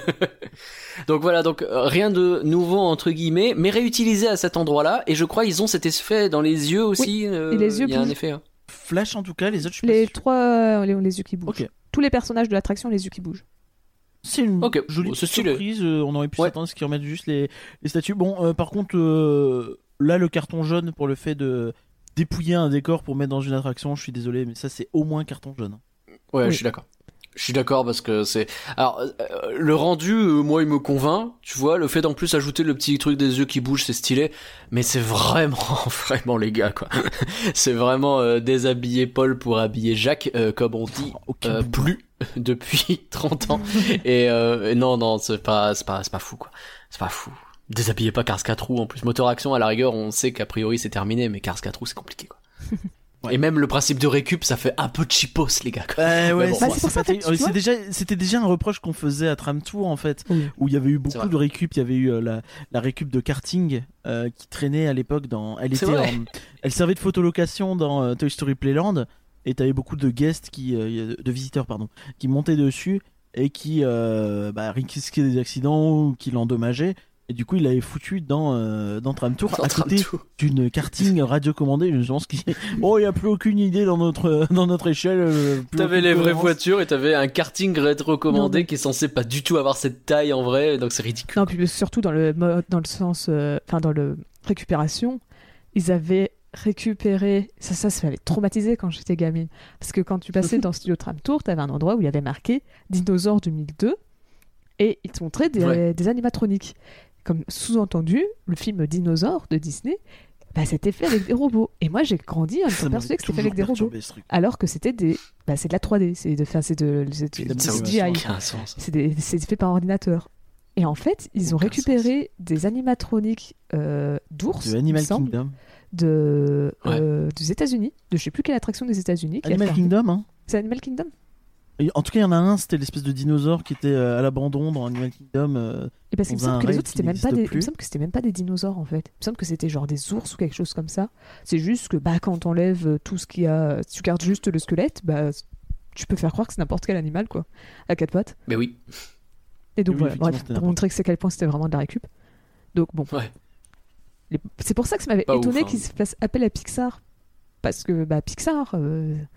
Donc voilà, donc euh, rien de nouveau entre guillemets, mais réutilisé à cet endroit-là. Et je crois ils ont cet effet dans les yeux aussi. euh, et les yeux il y a un bougent. effet. Hein. Flash en tout cas, les autres je suis pas Les sûr. trois euh, les, les yeux qui bougent. Ok. Tous les personnages de l'attraction, les yeux qui bougent. C'est une Ok, jolie bon, c'est petite stylé. surprise. euh, on aurait pu Ouais. s'attendre à ce qu'ils remettent juste les, les statues. Bon, euh, par contre, euh, là, le carton jaune pour le fait de dépouiller un décor pour mettre dans une attraction, je suis désolé, mais ça, c'est au moins carton jaune. Ouais, Oui. je suis d'accord. Je suis d'accord parce que c'est. Alors, euh, le rendu, euh, moi, il me convainc. Tu vois, le fait d'en plus ajouter le petit truc des yeux qui bougent, c'est stylé. Mais c'est vraiment, vraiment les gars, quoi. C'est vraiment euh, déshabiller Paul pour habiller Jacques, euh, comme on dit, Aucun euh, boomer. plus depuis trente ans. et, euh, et non, non, c'est pas, c'est pas, c'est pas fou, quoi. C'est pas fou. Déshabillez pas Cars quatre roues. En plus, Moteur Action, à la rigueur, on sait qu'a priori c'est terminé, mais Cars quatre roues, c'est compliqué, quoi. Ouais. Et même le principe de récup, ça fait un peu cheapos, les gars, quoi. Euh, ouais, Mais bon, bah, c'est pour ça, pas en fait, terrible. tu vois. C'est déjà, c'était déjà un reproche qu'on faisait à Tram Tour en fait, Oui. où il y avait eu C'est beaucoup vrai. de récup. Il y avait eu euh, la, la récup de karting euh, qui traînait à l'époque dans. Elle C'est était, vrai. en- elle servait de photolocation dans euh, Toy Story Playland, et t'avais beaucoup de guests qui, euh, de visiteurs pardon, qui montaient dessus et qui euh, bah, risquaient des accidents ou qui l'endommageaient. Et du coup, il l'avait foutu dans euh, dans Tram Tour En à train de côté tout. d'une karting radiocommandée. Je pense qu'il oh, il y a plus aucune idée dans notre dans notre échelle. euh, plus T'avais aucune les vraies cohérence. voitures et t'avais un karting rétrocommandé Non, mais- qui est censé pas du tout avoir cette taille en vrai, donc c'est ridicule. Non, puis surtout dans le mo- dans le sens, euh, enfin dans le récupération, ils avaient récupéré. Ça, ça, ça m'avait traumatisé quand j'étais gamine, parce que quand tu passais dans Studio Tram Tour, t'avais un endroit où il y avait marqué Dinosaures deux mille deux et ils te montraient des, Ouais. des animatroniques. Comme sous-entendu, le film Dinosaures de Disney, bah, c'était fait avec des robots. Et moi, j'ai grandi en Ça étant m'a persuadée que c'était fait avec des toujours robots. perturbé, ce truc. Alors que c'était des, bah, c'est de la trois D, c'est de, enfin, c'est de, c'est C'est de- de la c'est animation. C G I. Aucun sens. C'est des- c'est fait par ordinateur. Et en fait, ils ont Aucun récupéré des animatroniques euh, d'ours, De il me Animal semble, Kingdom. de, euh, des États-Unis, de je sais plus quelle attraction des États-Unis. qui a Animal fermé. Kingdom, hein. C'est Animal Kingdom. Et en tout cas, il y en a un, c'était l'espèce de dinosaure qui était euh, à l'abandon dans Animal Kingdom. euh, Et parce qu'il me Dans semble un que les raid autres, qui c'était même pas n'existe des, il me plus. semble que c'était même pas des dinosaures en fait. Il me semble que c'était genre des ours ou quelque chose comme ça. C'est juste que bah quand t'enlèves tout ce qu'il y a, si tu gardes juste le squelette, bah tu peux faire croire que c'est n'importe quel animal quoi, à quatre pattes. Mais oui. Et donc Oui, voilà, effectivement, bref, c'était pour n'importe montrer que c'est à quel point c'était vraiment de la récup. Donc bon. Ouais. Les- C'est pour ça que ça m'avait Pas étonné ouf, hein. qu'ils se fassent appel à Pixar. Parce que bah, Pixar, euh,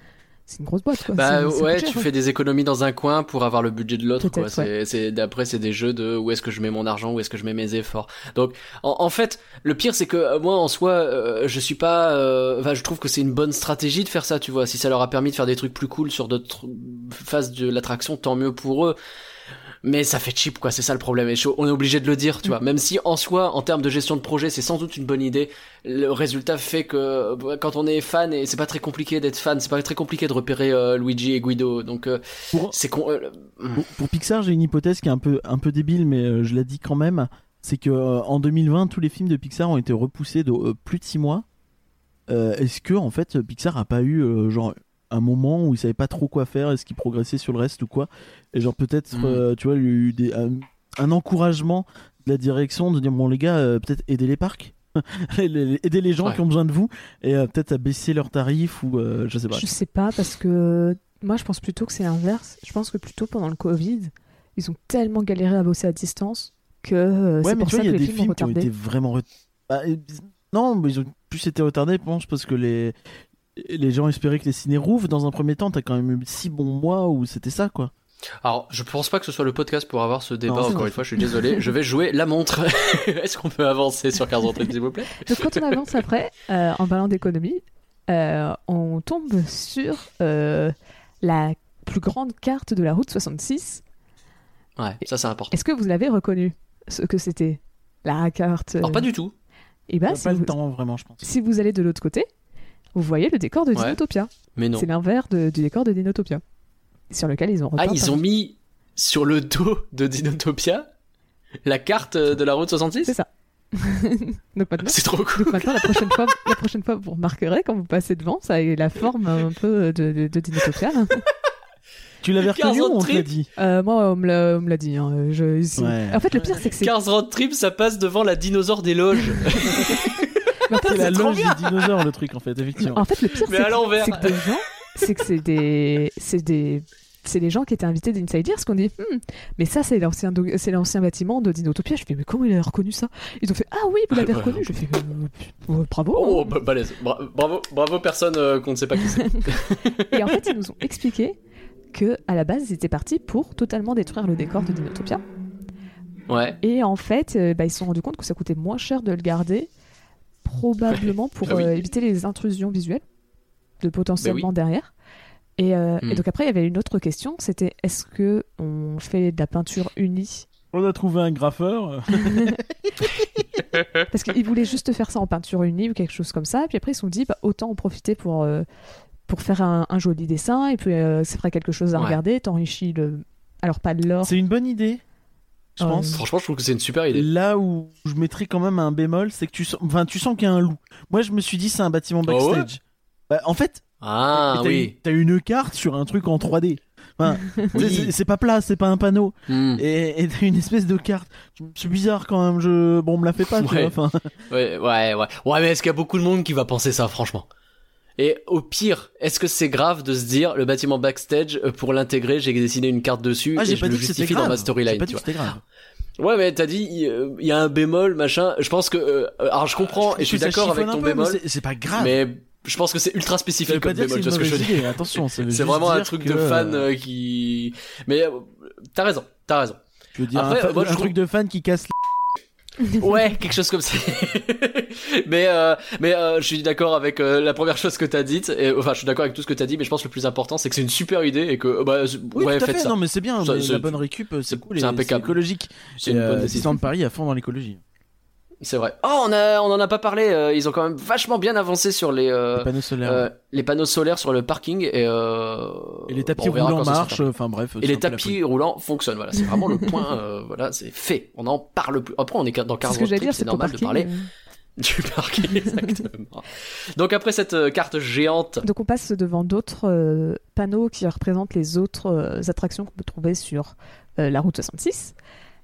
c'est une grosse boîte, quoi. Bah c'est, c'est ouais, cher, tu ouais. fais des économies dans un coin pour avoir le budget de l'autre, quoi. Peut-être, C'est, ouais. c'est, d'après, c'est des jeux de où est-ce que je mets mon argent, où est-ce que je mets mes efforts. Donc, en, en fait, le pire, c'est que euh, moi, en soi, euh, je suis pas, euh, enfin, je trouve que c'est une bonne stratégie de faire ça, tu vois. Si ça leur a permis de faire des trucs plus cool sur d'autres phases de l'attraction, tant mieux pour eux. Mais ça fait cheap, quoi, c'est ça le problème. Et on est obligé de le dire, tu vois. Même si, en soi, en termes de gestion de projet, c'est sans doute une bonne idée, le résultat fait que, quand on est fan, et c'est pas très compliqué d'être fan, c'est pas très compliqué de repérer euh, Luigi et Guido, donc euh, Pour, c'est con... Euh, pour, pour Pixar, j'ai une hypothèse qui est un peu, un peu débile, mais euh, je la dis quand même. C'est que euh, en deux mille vingt, tous les films de Pixar ont été repoussés de euh, plus de six mois. Euh, est-ce que, en fait, Pixar a pas eu, euh, genre, un moment où il savait pas trop quoi faire, est-ce qu'il progressait sur le reste ou quoi, et genre peut-être Mm. euh, tu vois, il y a eu des, un, un encouragement de la direction de dire bon les gars, euh, peut-être aider les parcs aider les gens Ouais. qui ont besoin de vous, et euh, peut-être à baisser leurs tarifs ou euh, je sais pas. Je sais pas, parce que moi, je pense plutôt que c'est l'inverse. Je pense que plutôt pendant le Covid, ils ont tellement galéré à bosser à distance que euh, Ouais, c'est mais pour tu vois, ça il y que a les des films ont films qui ont retardé. été vraiment ret- bah, euh, non, mais ils ont plus été retardés, je pense, parce que les les gens espéraient que les ciné rouvrent. Dans un premier temps, t'as quand même eu six bons mois où c'était ça, quoi. Alors, je pense pas que ce soit le podcast pour avoir ce débat, Non, c'est encore vrai. une fois, je suis désolé, je vais jouer la montre. Est-ce qu'on peut avancer sur Cars on Trip, s'il vous plaît? Donc quand on avance après, euh, en parlant d'économie, euh, on tombe sur euh, la plus grande carte de la route soixante-six. Ouais, ça c'est important. Est-ce que vous l'avez reconnu, ce que c'était, la carte euh... Alors, pas du tout. Eh ben, T'as si pas vous... le temps, vraiment, je pense. si vous allez de l'autre côté, vous voyez le décor de Ouais. Dinotopia. Mais non. C'est l'inverse de- du décor de Dinotopia, sur lequel ils ont Ah, repeint ils ont mis sur le dos de Dinotopia la carte euh, de la route soixante-six? C'est ça. Donc maintenant, C'est trop cool. donc maintenant la prochaine fois, la prochaine fois, vous remarquerez quand vous passez devant, ça a la forme un peu de, de, de Dinotopia. Tu l'avais Cars reconnu ou on on te l'a Trip dit? Euh, moi, on me l'a, on me l'a dit. Hein. Je, ici- Ouais. En fait, le pire, c'est que c'est. Cars Road Trip, ça passe devant la dinosaure des loges. Mais en fait, C'est la c'est trop loge bien. des dinosaures, le truc, en fait, effectivement. En fait, le pire, Mais c'est à que, l'envers. c'est que des gens, c'est que c'est des, c'est des, c'est les gens qui étaient invités d'Inside Ears qu'on dit, Hmm, mais ça, c'est l'ancien, do- c'est l'ancien bâtiment de Dinotopia. Je fais, mais comment il a reconnu ça? Ils ont fait, ah oui, vous l'avez Ouais. reconnu. Je fais, euh, euh, bravo. Oh, hein. bah, balèze. Bra- bravo, bravo personne euh, qu'on ne sait pas qui c'est. Et en fait, ils nous ont expliqué que à la base, ils étaient partis pour totalement détruire le décor de Dinotopia. Ouais. Et en fait, euh, bah, ils se sont rendus compte que ça coûtait moins cher de le garder, probablement pour Ah oui. euh, éviter les intrusions visuelles de potentiellement Ben derrière. Et, euh, Hmm. et donc après, il y avait une autre question, c'était est-ce que on fait de la peinture unie? On a trouvé un graffeur. Parce qu'ils voulaient juste faire ça en peinture unie ou quelque chose comme ça. Puis après, ils se sont dit bah, autant en profiter pour euh, pour faire un, un joli dessin. Et puis euh, ça ferait quelque chose à Ouais. regarder. T'enrichis le. Alors pas de l'or. C'est une bonne idée, je Euh, pense. Franchement, je trouve que c'est une super idée. Là où je mettrais quand même un bémol, c'est que tu sens, enfin, tu sens qu'il y a un loup. Moi, je me suis dit, c'est un bâtiment Ah ouais backstage. Bah, en fait, Ah t'as, oui. une, t'as une carte sur un truc en trois D. Enfin, tu sais, Oui. c'est, c'est pas plat, c'est pas un panneau. Hmm. Et, et t'as une espèce de carte. C'est bizarre quand même. Je, bon, on me la fait pas. Tu Ouais. vois, enfin, Ouais, ouais, ouais. Ouais, mais est-ce qu'il y a beaucoup de monde qui va penser ça, franchement? Et au pire, est-ce que c'est grave de se dire, le bâtiment backstage, euh, pour l'intégrer, j'ai dessiné une carte dessus ah, et j'ai je pas le dit que c'était justifie grave. dans ma J'ai storyline, pas tu dit vois. que c'était grave. Ouais, mais t'as dit, il euh, il y a un bémol, machin. Je pense que, euh, alors je comprends et je suis trouve que ça d'accord avec chiffonne ton un peu, mais bémol, c'est, c'est pas grave. mais je pense que c'est ultra Ça veut spécifique pas comme dire que bémol, c'est tu vois une ce que je mauvaise veux dire. idée. Attention, ça veut C'est juste vraiment un dire truc que, de fan euh, euh, qui, mais euh, t'as raison, t'as raison. Je veux dire, Après, un, fa- moi, je un trouve- truc de fan qui casse. Ouais, quelque chose comme ça. mais euh, mais euh, je suis d'accord avec euh, la première chose que t'as dite. Et, enfin, je suis d'accord avec tout ce que t'as dit, mais je pense que le plus important, c'est que c'est une super idée et que euh, bah c'est- Oui, ouais, tout à faites fait. ça. Non, mais c'est bien. Ça, mais c'est- la bonne récup, c'est c'est- cool. c'est et impeccable. écologique. C'est Et, une euh, bonne décision. Disneyland Paris à fond dans l'écologie. C'est vrai. Oh, on a on en a pas parlé. euh, ils ont quand même vachement bien avancé sur les euh, Les panneaux solaires. euh, les panneaux solaires sur le parking et euh, Et les tapis bon, on verra roulants quand ça sera marchent. terminé. Enfin bref. Et c'est les un peu la tapis roulants fonctionnent. Voilà, c'est vraiment le point. euh, voilà, c'est fait. On en parle plus. Après, on est dans C'est Cars ce que Road j'allais Trip, dire, c'est c'est pour normal de parking, parler euh. du parking. Exactement. Donc après cette euh, carte géante. Donc on passe devant d'autres euh, panneaux qui représentent les autres euh, attractions qu'on peut trouver sur euh, la route soixante-six.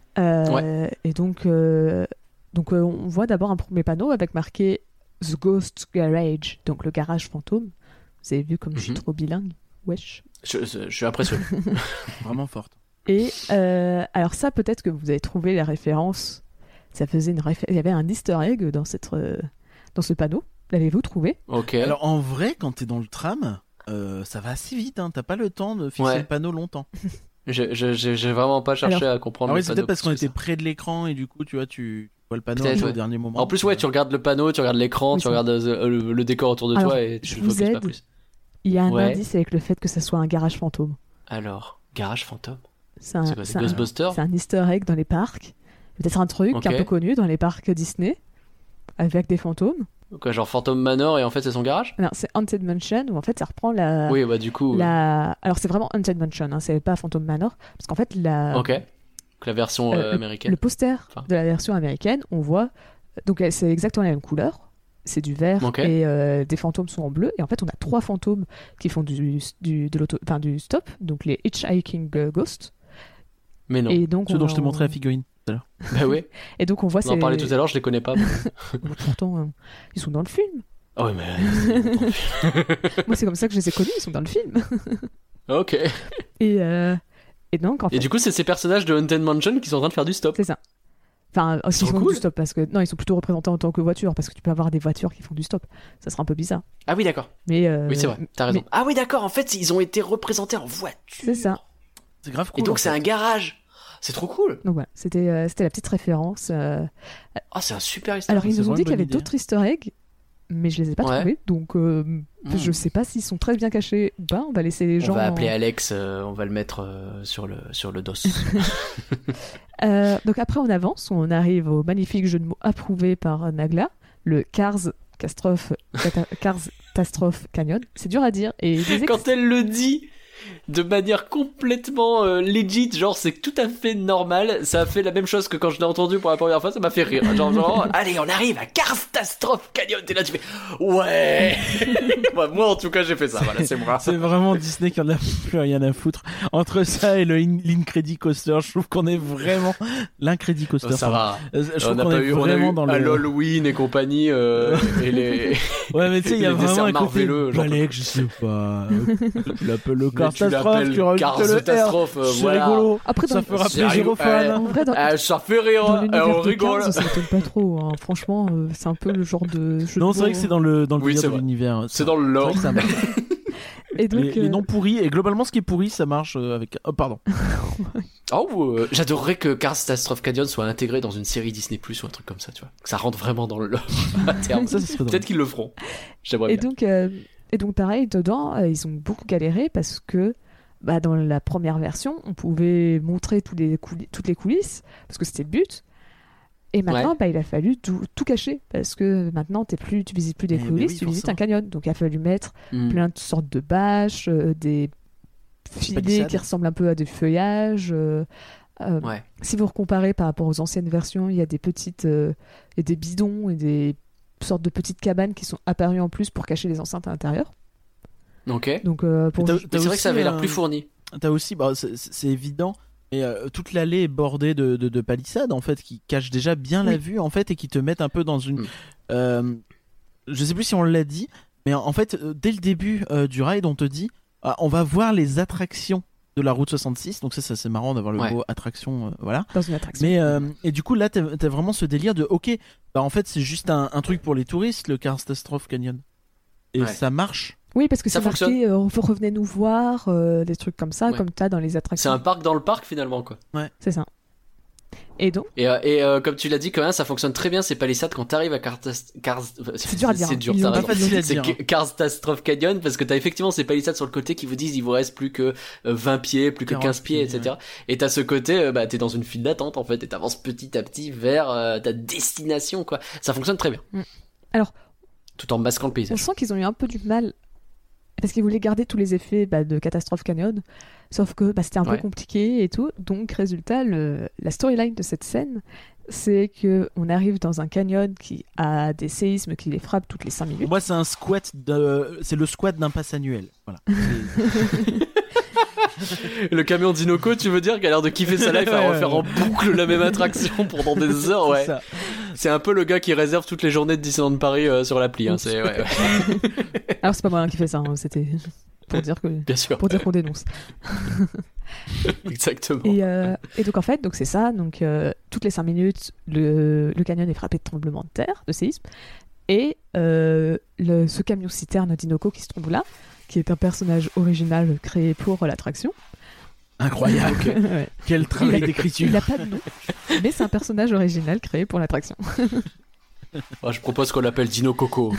Euh, Et donc, euh, donc euh, on voit d'abord un premier panneau avec marqué The Ghost Garage, donc le garage fantôme. Vous avez vu comme je suis Mhm. trop bilingue. Wesh. Je, je, je suis impressionné. Vraiment forte. Et euh, alors ça, peut-être que vous avez trouvé la référence. Ça faisait une réfé- Il y avait un Easter egg dans cette euh, dans ce panneau. L'avez-vous trouvé? Ok. Alors en vrai, quand t'es dans le tram, euh, ça va assez vite, hein. T'as pas le temps de fixer Ouais. le panneau longtemps. Je, je, je- j'ai vraiment pas cherché Alors- à comprendre. Ah le oui, c'est panneau peut-être parce qu'on plus que était près de l'écran et du coup, tu vois, tu vois le panneau Peut-être, un peu ouais. au dernier moment. ça. En plus, ouais, tu regardes le panneau, tu regardes l'écran, Oui, tu ça. regardes euh, le, le décor autour de Alors, toi et tu je te vous focuses pas aide. plus. Il y a un Ouais. indice avec le fait que ça soit un garage fantôme. Alors, garage fantôme. C'est un, C'est quoi, c'est c'est un- Ghostbusters c'est un easter egg dans les parcs. Peut-être un truc Ok. un peu connu dans les parcs Disney avec des fantômes. Quoi, genre Phantom Manor et en fait c'est son garage Alors, c'est Haunted Mansion où en fait ça reprend la. Oui, bah du coup. euh, la... Alors, c'est vraiment Haunted Mansion, hein, c'est pas Phantom Manor. Parce qu'en fait, la... Ok. Donc, la version Euh, euh, le- américaine. le poster Enfin. de la version américaine, on voit. Donc, euh, c'est exactement la même couleur. C'est du vert Ok. et euh, des fantômes sont en bleu. Et en fait, on a trois fantômes qui font du, du, de l'auto... enfin, du stop, donc les Hitchhiking euh, Ghosts. Mais non. Et donc, Ceux on dont je t'ai en- montré la figurine. Bah oui. Et donc, on voit On en ces- parlait tout à l'heure, je les connais pas. Pourtant, euh, ils sont dans le film. Ah ouais, mais. Moi, c'est comme ça que je les ai connus, ils sont dans le film. Ok. Et, euh, et donc, en fait, Et du coup, c'est ces personnages de Haunted Mansion qui sont en train de faire du stop. c'est ça. Enfin, ils sont font cool. du stop parce que. Non, ils sont plutôt représentés en tant que voiture parce que tu peux avoir des voitures qui font du stop. Ça sera un peu bizarre. Ah oui, d'accord. Mais. euh, Oui, c'est vrai, t'as raison. mais- Ah oui, d'accord, en fait, ils ont été représentés en voiture. C'est ça. C'est grave cool. Et donc, en c'est fait. un garage. C'est trop cool. Donc voilà, c'était euh, c'était la petite référence. euh. Oh, c'est un super histoire. Alors, ils c'est nous ont vraiment dit une qu'il y avait bonne idée. d'autres easter eggs, mais je les ai pas Ouais. trouvés. Donc, euh, Mm. je sais pas s'ils sont très bien cachés ou pas. On va laisser les On gens. va appeler Alex, euh, on va le mettre euh, sur, le, sur le dos. Euh, donc après, on avance, on arrive au magnifique jeu de mots approuvé par Nagla, le Cars Catastrophe, Cata- Cars Catastrophe Canyon. C'est dur à dire. Et des ex- Quand elle le dit de manière complètement euh, legit, genre c'est tout à fait normal, ça a fait la même chose que quand je l'ai entendu pour la première fois, ça m'a fait rire. Genre, genre allez, on arrive à Catastrophe Canyon, et là tu fais ouais. Ouais, moi en tout cas j'ai fait ça, voilà, c'est moi. C'est vraiment Disney qui en a plus rien à foutre. Entre ça et le in- l'Incredi Coaster, je trouve qu'on est vraiment l'Incredi Coaster. Ça va. Euh, Je trouve On n'a qu'on pas est eu, on a vraiment eu dans le. Halloween et compagnie euh, et les. Ouais, mais tu sais, il y a les vraiment desserts un côté marvelleux, genre. balèque, je sais pas. Tu l'appelles le Mais tu catastrophe, l'appelles tu rajoutes le R. catastrophe, euh, C'est voilà. rigolo. Après, dans, Ça fera C'est plaisir rigolo. aux fans. en vrai, dans, Ah, ça fait rire, dans hein. l'univers on de rigole. Cars, ça m'étonne pas trop. hein. Franchement, euh, c'est un peu le genre de jeu Non, de c'est vrai mots, que c'est dans le dans le Oui, délire c'est de vrai. l'univers. C'est dans le C'est vrai lore. que ça marche. Et donc, les, les euh, noms pourris et globalement ce qui est pourri ça marche euh, avec. Oh pardon. Oh, euh, j'adorerais que Cars Catastrophe Canyon soit intégré dans une série Disney Plus ou un truc comme ça, tu vois. Que ça rentre vraiment dans le lore à terme. Ça, ça serait drôle. Peut-être qu'ils le feront. J'aimerais Et bien. donc, euh, et donc pareil, dedans, euh, ils ont beaucoup galéré parce que bah, dans la première version, on pouvait montrer tous les couli- toutes les coulisses parce que c'était le but. Et maintenant, Ouais. bah, il a fallu tout, tout cacher parce que maintenant, t'es plus, tu visites plus des Eh ben coulisses, oui, tu visites forcément. un canyon. Donc, il a fallu mettre Hmm. plein de sortes de bâches, euh, des filets palissades. qui ressemblent un peu à des feuillages. euh, euh, Ouais. Si vous recomparez par rapport aux anciennes versions, il y a des petites, euh, et des bidons et des sortes de petites cabanes qui sont apparues en plus pour cacher les enceintes à l'intérieur. Ok. Donc euh, pour T'as- Mais t'as c'est vrai que ça aussi, avait l'air euh, plus fourni. T'as aussi, bah, c'est c'est évident, et euh, toute l'allée est bordée de, de, de palissades en fait qui cachent déjà bien la Oui. vue en fait et qui te mettent un peu dans une. Mm. euh, je sais plus si on l'a dit, mais en en fait euh, dès le début euh, du ride on te dit ah, on va voir les attractions de la route soixante-six, donc ça, ça c'est marrant d'avoir le Ouais. mot attraction, euh, voilà. dans une attraction. Mais euh, et du coup là t'as t'as vraiment ce délire de ok, bah en fait c'est juste un, un truc pour les touristes le Catastrophe Canyon et Ouais. ça marche. Oui, parce que Ça c'est marqué euh, revenez nous voir, euh, des trucs comme ça, Ouais. comme t'as dans les C'est attractions. un parc dans le parc finalement, quoi. C'est ça. Et donc, Et, euh, et euh, comme tu l'as dit, quand même, ça fonctionne très bien ces palissades quand t'arrives à Cars. Cars... c'est dur à dire. C'est hein. dur, Ils t'as ont raison. Pas facile à C'est dire. que- Cars Catastrophe Canyon parce que t'as effectivement ces palissades sur le côté qui vous disent il vous reste plus que euh, vingt pieds, plus que quarante quinze pieds, pieds, et cetera. Et t'as ce côté, euh, bah t'es dans une file d'attente en fait et t'avances petit à petit vers euh, ta destination quoi. Ça fonctionne très bien. Mm. Alors, tout en masquant le on paysage. sent qu'ils ont eu un peu du mal parce qu'ils voulaient garder tous les effets bah, de Catastrophe Canyon, sauf que bah, c'était un Ouais. peu compliqué et tout. Donc, résultat, le... la storyline de cette scène, c'est que on arrive dans un canyon qui a des séismes qui les frappent toutes les cinq minutes. Pour moi c'est un squat de... c'est le squat d'un pass annuel. Voilà. C'est- Le camion d'Inoco, tu veux dire, qui a l'air de kiffer sa life à Ouais, refaire ouais. en boucle la même attraction pendant des heures, ouais. c'est ça. C'est un peu le gars qui réserve toutes les journées de Disneyland Paris euh, sur l'appli, hein. C'est, ouais, ouais. Alors, c'est pas moi qui fais ça, hein, c'était pour dire que Bien sûr. pour dire qu'on dénonce. Exactement. Et, euh, et donc en fait, donc c'est ça. Donc euh, toutes les cinq minutes, le, le canyon est frappé de tremblements de terre, de séisme, et euh, le, ce camion citerne d'Inoco qui se trouve là, qui est un personnage original créé pour l'attraction. Incroyable. Ouais. Quel travail Il a- d'écriture. Il n'a pas de nom, mais c'est un personnage original créé pour l'attraction. Oh, je propose qu'on l'appelle Dino Coco.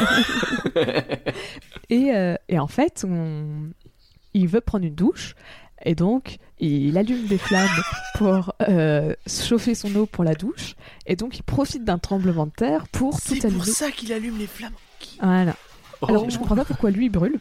Et, euh, et en fait, on... il veut prendre une douche, et donc il allume des flammes pour euh, chauffer son eau pour la douche, et donc il profite d'un tremblement de terre pour tout C'est allumer. pour ça qu'il allume les flammes. Voilà. Oh. Alors je comprends pas pourquoi lui il brûle.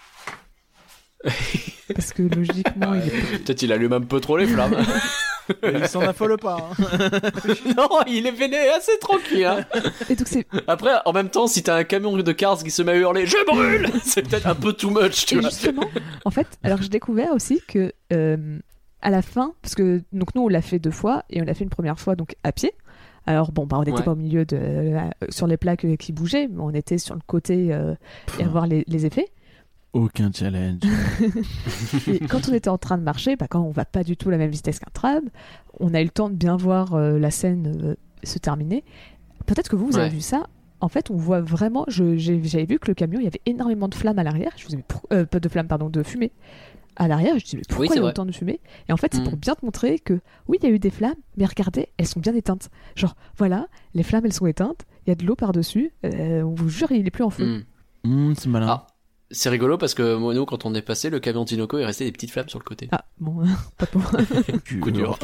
Parce que logiquement, il est... Peut-être il allume un peu trop les flammes. Il s'en affole pas. Hein. Non, il est véné assez tranquille. Hein. Et donc c'est... Après, en même temps, si t'as un camion de Cars qui se met à hurler « Je brûle !» c'est peut-être un peu too much, tu Et vois. justement, en fait, alors j'ai découvert aussi que euh, à la fin, parce que donc nous on l'a fait deux fois et on l'a fait une première fois donc à pied. Alors bon, bah on n'était Ouais. pas au milieu de euh, sur les plaques euh, qui bougeaient, mais on était sur le côté euh, et à voir les, les effets. Aucun challenge. Et quand on était en train de marcher, bah, quand on va pas du tout à la même vitesse qu'un tram, on a eu le temps de bien voir euh, la scène euh, se terminer. Peut-être que vous, vous avez Ouais. vu ça. En fait, on voit vraiment. je- j'ai- J'avais vu que le camion, il y avait énormément de flammes à l'arrière. Je me disais, mais pour- euh, pas de flammes, pardon, de fumée à l'arrière. Je me disais, mais pourquoi Oui, c'est il y a vrai. autant de fumée? Et en fait, c'est Mm. pour bien te montrer que oui, il y a eu des flammes, mais regardez, elles sont bien éteintes. Genre, voilà, les flammes, elles sont éteintes. Il y a de l'eau par-dessus. euh, on vous jure, il est plus en feu. Hmm. Mmh, c'est malin. Ah. C'est rigolo parce que moi, nous, quand on est passé, le camion Dinoco, il restait des petites flammes sur le côté. Ah, bon, pas pour. Coup dur.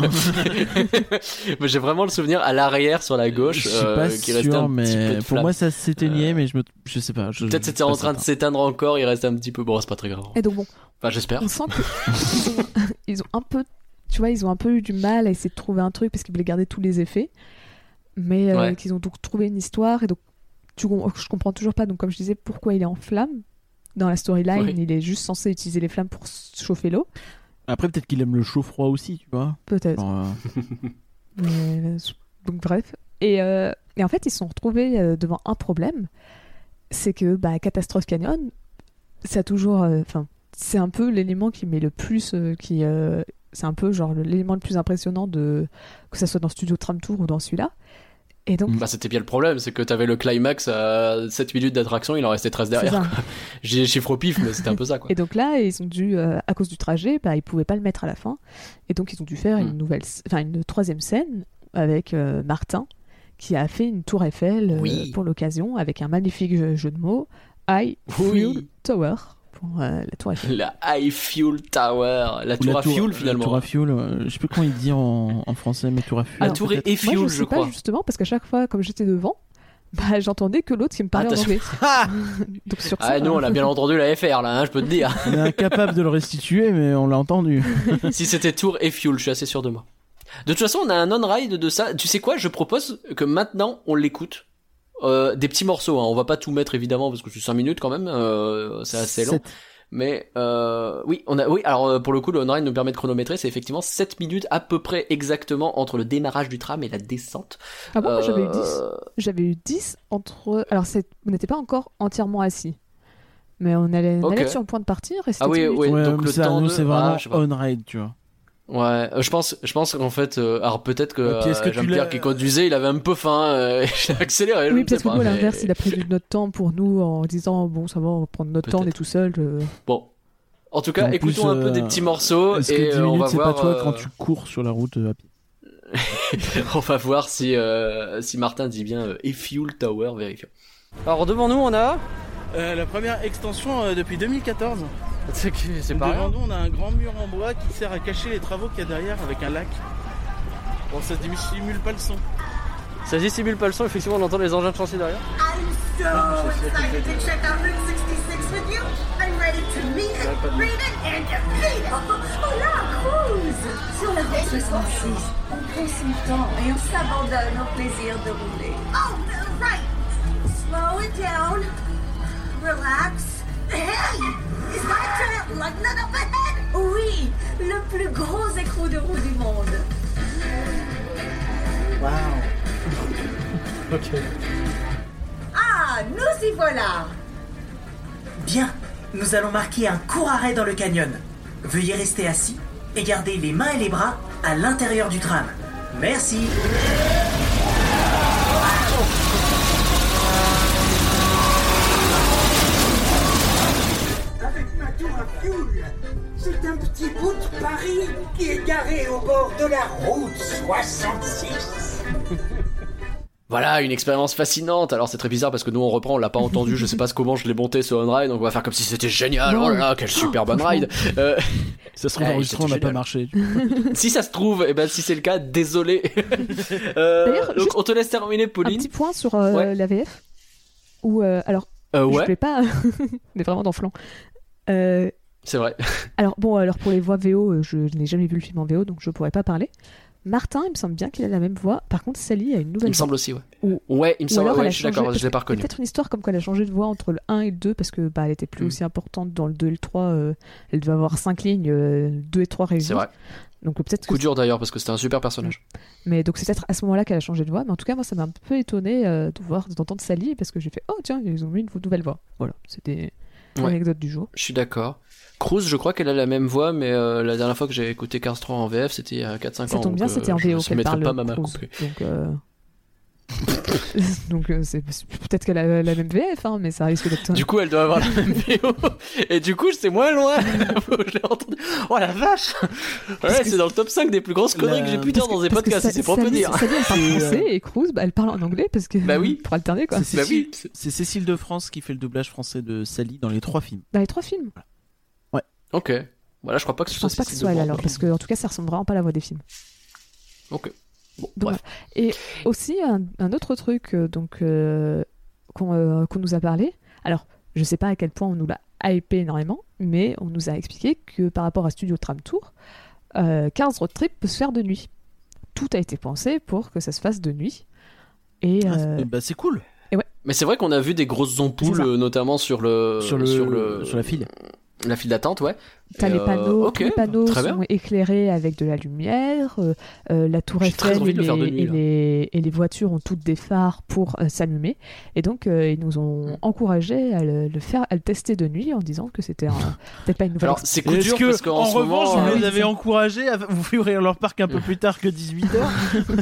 Mais j'ai vraiment le souvenir à l'arrière sur la gauche Je suis euh, pas qui restait sûr, un petit mais peu de pour flammes. moi ça s'éteignait, mais je me, je sais pas. je- Peut-être je c'était en sais train de pas. s'éteindre encore, il restait un petit peu. Bon, c'est pas très grave. Et donc, bon, Enfin, j'espère. on sent qu'ils ont, ils ont un peu, tu vois, ils ont un peu eu du mal à essayer de trouver un truc parce qu'ils voulaient garder tous les effets, mais euh, Ouais. qu'ils ont donc trouvé une histoire et donc tu, com- je comprends toujours pas. Donc comme je disais, pourquoi il est en flamme dans la storyline, Oui. il est juste censé utiliser les flammes pour s- chauffer l'eau, Après peut-être qu'il aime le chaud froid aussi, tu vois. peut-être. Genre, euh, Mais, euh, donc bref. Et, euh, et en fait, ils se sont retrouvés euh, devant un problème, c'est que bah, Catastrophe Canyon, ça a toujours, enfin, c'est un peu l'élément qui met le plus, euh, qui, euh, c'est un peu genre le- l'élément le plus impressionnant de que ça soit dans Studio Tram Tour ou dans celui-là. Et donc, Bah, c'était bien le problème, c'est que t'avais le climax à sept minutes d'attraction, il en restait treize c'est derrière. ça. Quoi. J'ai des chiffres au pif, mais c'était un peu ça, quoi. Et donc là, ils ont dû, euh, à cause du trajet, bah, ils pouvaient pas le mettre à la fin, et donc ils ont dû faire Mm. une nouvelle, s- enfin une troisième scène avec euh, Martin, qui a fait une tour Eiffel euh, Oui. pour l'occasion, avec un magnifique jeu, jeu de mots, High Oui. Fuel Tower pour euh, la tour Eiffel. La High Fuel Tower, la ou tour la à fuel La finalement. tour à fuel, euh, je sais plus comment il dit en, en français, mais tour à fuel. La Alors, tour peut-être. et Moi, fuel, je je, sais crois. pas justement parce qu'à chaque fois, comme j'étais devant, bah, j'entendais que l'autre qui me parlait Ah, en t'as- anglais. Ah Donc sur Ah, ça, nous, on euh, a bien entendu la F R là, hein, je peux te dire. On est incapable de le restituer, mais on l'a entendu. Si c'était tour et fuel, je suis assez sûr de moi. De toute façon, on a un on-ride de ça. Tu sais quoi, je propose que maintenant, on l'écoute. Euh, des petits morceaux, hein. On va pas tout mettre évidemment parce que c'est cinq minutes quand même, euh, c'est assez long. Sept. Mais euh, oui, on a, oui. Alors euh, pour le coup, le on-ride nous permet de chronométrer. C'est effectivement sept minutes à peu près exactement entre le démarrage du tram et la descente. Ah bon, moi, j'avais eu dix. Euh, J'avais eu dix entre. Alors, c'est... on n'était pas encore entièrement assis. Mais on allait, on Ok. allait être sur le point de partir et c'était Ah oui, dix minutes. oui. Ouais, donc mais le ça, temps nous de- c'est Ah, vraiment je sais pas. on-ride, tu vois. Ouais, euh, je pense, je pense qu'en fait, euh, alors peut-être que, Et puis, est-ce que euh, tu Jean-Pierre l'as- qui conduisait, il avait un peu faim, euh, et il a accéléré. je Oui, ne sais peut-être que pas, nous, à mais- l'inverse, il a pris notre temps pour nous en disant bon, ça va, on va prendre notre temps, on est Peut-être. tout seul. euh. Bon. En tout cas, En écoutons plus, un peu euh, des petits morceaux Est-ce et que dix euh, on minutes va c'est voir. pas toi euh, quand tu cours sur la route euh, à pied? on va voir si euh, si Martin dit bien euh, et Fuel Tower, vérifions. Alors devant nous, on a. Euh, la première extension euh, depuis deux mille quatorze. C'est c'est Devant nous, on a un grand mur en bois qui sert à cacher les travaux qu'il y a derrière avec un lac. Bon, ça dissimule pas le son. Ça dissimule pas le son, effectivement, on entend les engins de chantier derrière. I'm so excited to check out Route sixty-six with you. I'm ready to meet it, read it, and defeat it. Oh là, cruise! Sur la route soixante-six, on prend son temps et on s'abandonne au plaisir de rouler. Oh, right! Slow it down. Relax. Hey! Is that a giant lug nut up ahead? Oui, le plus gros écrou de roue du monde. Ah, nous y voilà! Bien, nous allons marquer un court arrêt dans le canyon. Veuillez rester assis et garder les mains et les bras à l'intérieur du tram. Merci. Avec garé au bord de la route soixante-six. Voilà, une expérience fascinante. Alors c'est très bizarre parce que nous on reprend, on l'a pas entendu, je sais pas comment je l'ai monté ce on-ride, donc on va faire comme si c'était génial. Non. Oh là là, quelle super bonne ride. Euh... Ça se trouve, Ouais, l'enregistrement c'était n'a pas génial. marché. Si ça se trouve, et ben si c'est le cas, désolé. euh, D'ailleurs, donc juste on te laisse terminer, Un Pauline. petit point sur euh, Ouais. la V F. Où, euh, alors, Euh, je ouais, vais pas. On est vraiment dans flanc. Euh, c'est vrai. alors, bon, alors pour les voix V O, euh, je n'ai jamais vu le film en V O, donc je pourrais pas parler. Martin, il me semble bien qu'il a la même voix. Par contre, Sally a une Il nouvelle me voix. semble aussi, ouais. Ou- Ouais, il me Ou semble, alors, elle ouais, a je suis changé- d'accord, je parce l'ai pas qu'il y a reconnu. peut-être une histoire comme quoi elle a changé de voix entre le un et le deux parce que bah, elle était plus Mm. aussi importante dans le deux et le trois. euh, elle devait avoir cinq lignes, euh, deux et trois réunies. C'est vrai. Donc euh, peut-être que Coup dur d'ailleurs parce que c'était un super personnage. Mais donc c'est peut-être à ce moment-là qu'elle a changé de voix. Mais en tout cas, moi, ça m'a un peu étonné euh, de voir, d'entendre Sally parce que j'ai fait oh tiens, ils ont mis une nouvelle voix. Voilà, c'était Ouais. l'anecdote du jour. Je suis d'accord. Cruz, je crois qu'elle a la même voix, mais euh, la dernière fois que j'ai écouté Cars trois en V F, c'était il y a quatre cinq ans. Ça tombe bien, donc, euh, c'était en V O je qu'elle mettrai parle. pas ma main Cruz. coupée. Donc, euh... donc euh, c'est c'est- peut-être qu'elle a la même V F, hein, mais ça risque d'être. Du coup, elle doit avoir la même V O. Et du coup, c'est moins loin. je l'ai entendu. Oh la vache. Ouais, que c'est dans le top cinq des plus grosses conneries La- que j'ai pu dire dans des Parce que podcasts, ça- c'est pas peu Sally- dire. Sally, elle parle C'est, français euh, et Cruz, bah, elle parle en anglais parce que. Bah oui. Pour alterner quoi. C'est Bah Cécile, oui. c'est Cécile de France qui fait le doublage français de Sally dans les trois films. Dans les trois films. Ok. Voilà, je crois pas que ce Je soit pense pas que ce Cécile soit elle de alors, Bourgogne. parce que en tout cas, ça ressemble vraiment pas à la voix des films. Ok. Bon, Donc, bref. Et aussi un, un autre truc euh, donc euh, qu'on euh, qu'on nous a parlé. Alors, je sais pas à quel point on nous l'a hypé énormément, mais on nous a expliqué que par rapport à Studio Tram Tour, euh, Cars Road Trip peut se faire de nuit. Tout a été pensé pour que ça se fasse de nuit. Et Ah, euh, c'est- bah, c'est cool. Mais c'est vrai qu'on a vu des grosses ampoules, C'est ça. euh, notamment sur le Sur le- sur le sur la file. la file d'attente, ouais. t'as Et, les euh, panneaux, ok, tous les panneaux très sont bien. éclairés avec de la lumière. euh, euh, la tour J'ai très Eiffel envie et, de le faire de les, nuit, et, là. les, et les voitures ont toutes des phares pour euh, s'allumer. Et donc, euh, ils nous ont encouragé à le, le faire, à le tester de nuit en disant que c'était un- peut-être pas une nouvelle Alors c'est coup Est-ce dur que, parce qu'en en ce revanche, moment, vous euh, les oui, avez c'est- encouragés à ouvrir leur parc un peu plus tard que dix-huit heures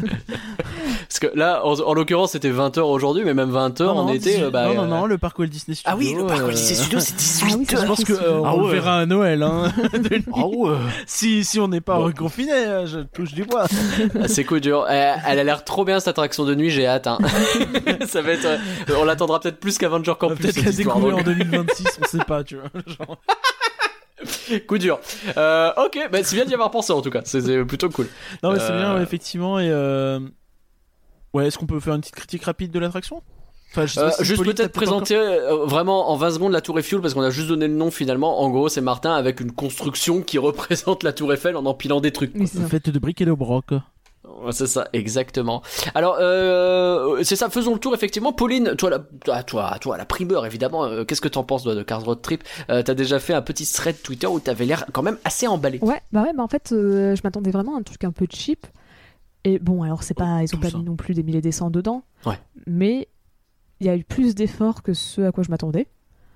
parce que là, en, en l'occurrence, c'était vingt heures aujourd'hui, mais même vingt heures non, en non, été, dix-huit euh, bah, non, non, euh, non, le parc Walt Disney Studios. Ah oui, le parc euh, Disney Studios, c'est Ah oui, dix-huit c'est heures. Je pense qu'on Ah le ouais. verra à Noël. Hein, de nuit. Ah ouais. si, si on n'est pas Bon. reconfiné, euh, je touche du bois. Ah, c'est coup dur. Elle, elle a l'air trop bien cette attraction de nuit, j'ai hâte. Hein. Ça va être. euh, on l'attendra peut-être plus qu'Avenger On va Campus. peut-être cette la histoire, découvrir en donc. deux mille vingt-six, on sait pas, tu vois. Genre. Coup dur. Euh, ok, bah, c'est bien d'y avoir pensé en tout cas. C'est, c'est plutôt cool. Non, mais c'est Euh, bien, ouais, effectivement. Et euh... ouais, est-ce qu'on peut faire une petite critique rapide de l'attraction? Enfin, je sais Euh, pas si juste Pauline, peut-être t'as présenter euh, vraiment en vingt secondes la Tour Eiffel parce qu'on a juste donné le nom finalement. En gros, c'est Martin avec une construction qui représente la Tour Eiffel en empilant des trucs. Oui, c'est ça. encore- Faites de briques et de broc. Ouais, c'est ça, exactement. Alors, euh, c'est ça, faisons le tour, effectivement. Pauline, toi, la, toi, toi, toi, la primeur, évidemment, euh, qu'est-ce que t'en penses, toi, de Cars Road Trip? euh, T'as déjà fait un petit thread Twitter où t'avais l'air quand même assez emballé. Ouais, bah ouais, bah en fait, euh, je m'attendais vraiment à un truc un peu cheap. Et bon, alors c'est pas, ils ont tout pas ça. mis non plus des milliers des cents dedans. Ouais. Mais il y a eu plus d'efforts que ce à quoi je m'attendais.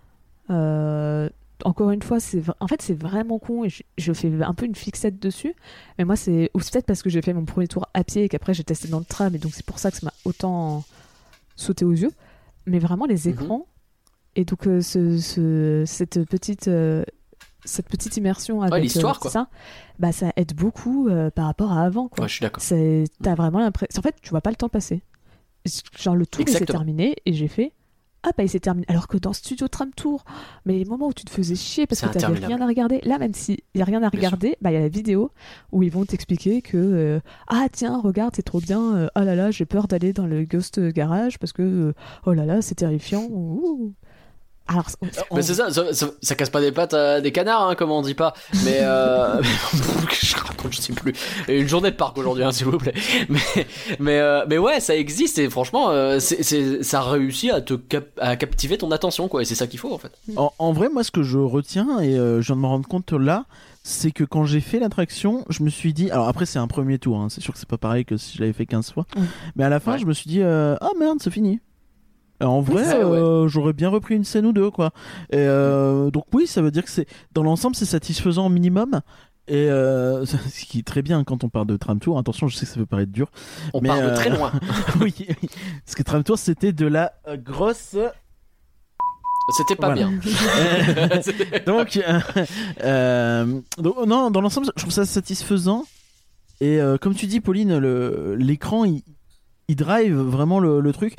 Euh, encore une fois, c'est v- en fait c'est vraiment con et je, je fais un peu une fixette dessus. Mais moi, c'est ou c'est peut-être parce que j'ai fait mon premier tour à pied et qu'après j'ai testé dans le tram et donc c'est pour ça que ça m'a autant sauté aux yeux. Mais vraiment les Mhm. écrans et donc euh, ce, ce- cette petite euh, cette petite immersion avec l'histoire, euh, quoi. ça, bah ça aide beaucoup euh, par rapport à avant, quoi. Ouais, je suis d'accord. C'est, t'as vraiment l'impression. En fait, tu vois pas le temps passer. Genre, le tour, il s'est Exactement. terminé et j'ai fait. Ah, bah, il s'est terminé. Alors que dans Studio Tram Tour, mais les moments où tu te faisais chier parce C'est que t'avais interminable. rien à regarder, là, même s'il y a rien à Bien regarder, bah, il y a la vidéo où ils vont t'expliquer que. euh, ah, tiens, regarde, c'est trop bien. euh, oh là là, j'ai peur d'aller dans le Ghost Garage parce que. euh, oh là là, c'est terrifiant. Ouh. Alors, on- Mais c'est ça, ça, ça, ça casse pas des pattes à des canards, hein, comme on dit pas. Mais euh... je raconte, je sais plus. Une journée de parc aujourd'hui, hein, s'il vous plaît. Mais mais euh, mais ouais, ça existe et franchement, euh, c'est, c'est ça réussit à te cap- à captiver ton attention, quoi. Et c'est ça qu'il faut en fait. En, en vrai, moi, ce que je retiens, et euh, je viens de me rendre compte là, c'est que quand j'ai fait l'attraction, je me suis dit. Alors après, c'est un premier tour, hein, c'est sûr que c'est pas pareil que si je l'avais fait quinze fois. Oui. Mais à la fin, Ouais. je me suis dit euh, ah merde, c'est fini. Alors, en vrai, c'est ça, ouais. euh, j'aurais bien repris une scène ou deux, quoi. Et, euh, donc oui, ça veut dire que c'est dans l'ensemble, c'est satisfaisant au minimum. Et euh, ce qui est très bien quand on parle de tram tour. Attention, je sais que ça peut paraître dur. On Mais, part de euh, très loin. oui, parce que tram tour, c'était de la euh, grosse. C'était pas Voilà. bien. C'était- donc, euh, euh, donc, non, dans l'ensemble, je trouve ça satisfaisant. Et euh, comme tu dis, Pauline, le, l'écran, il, il drive vraiment le, le truc.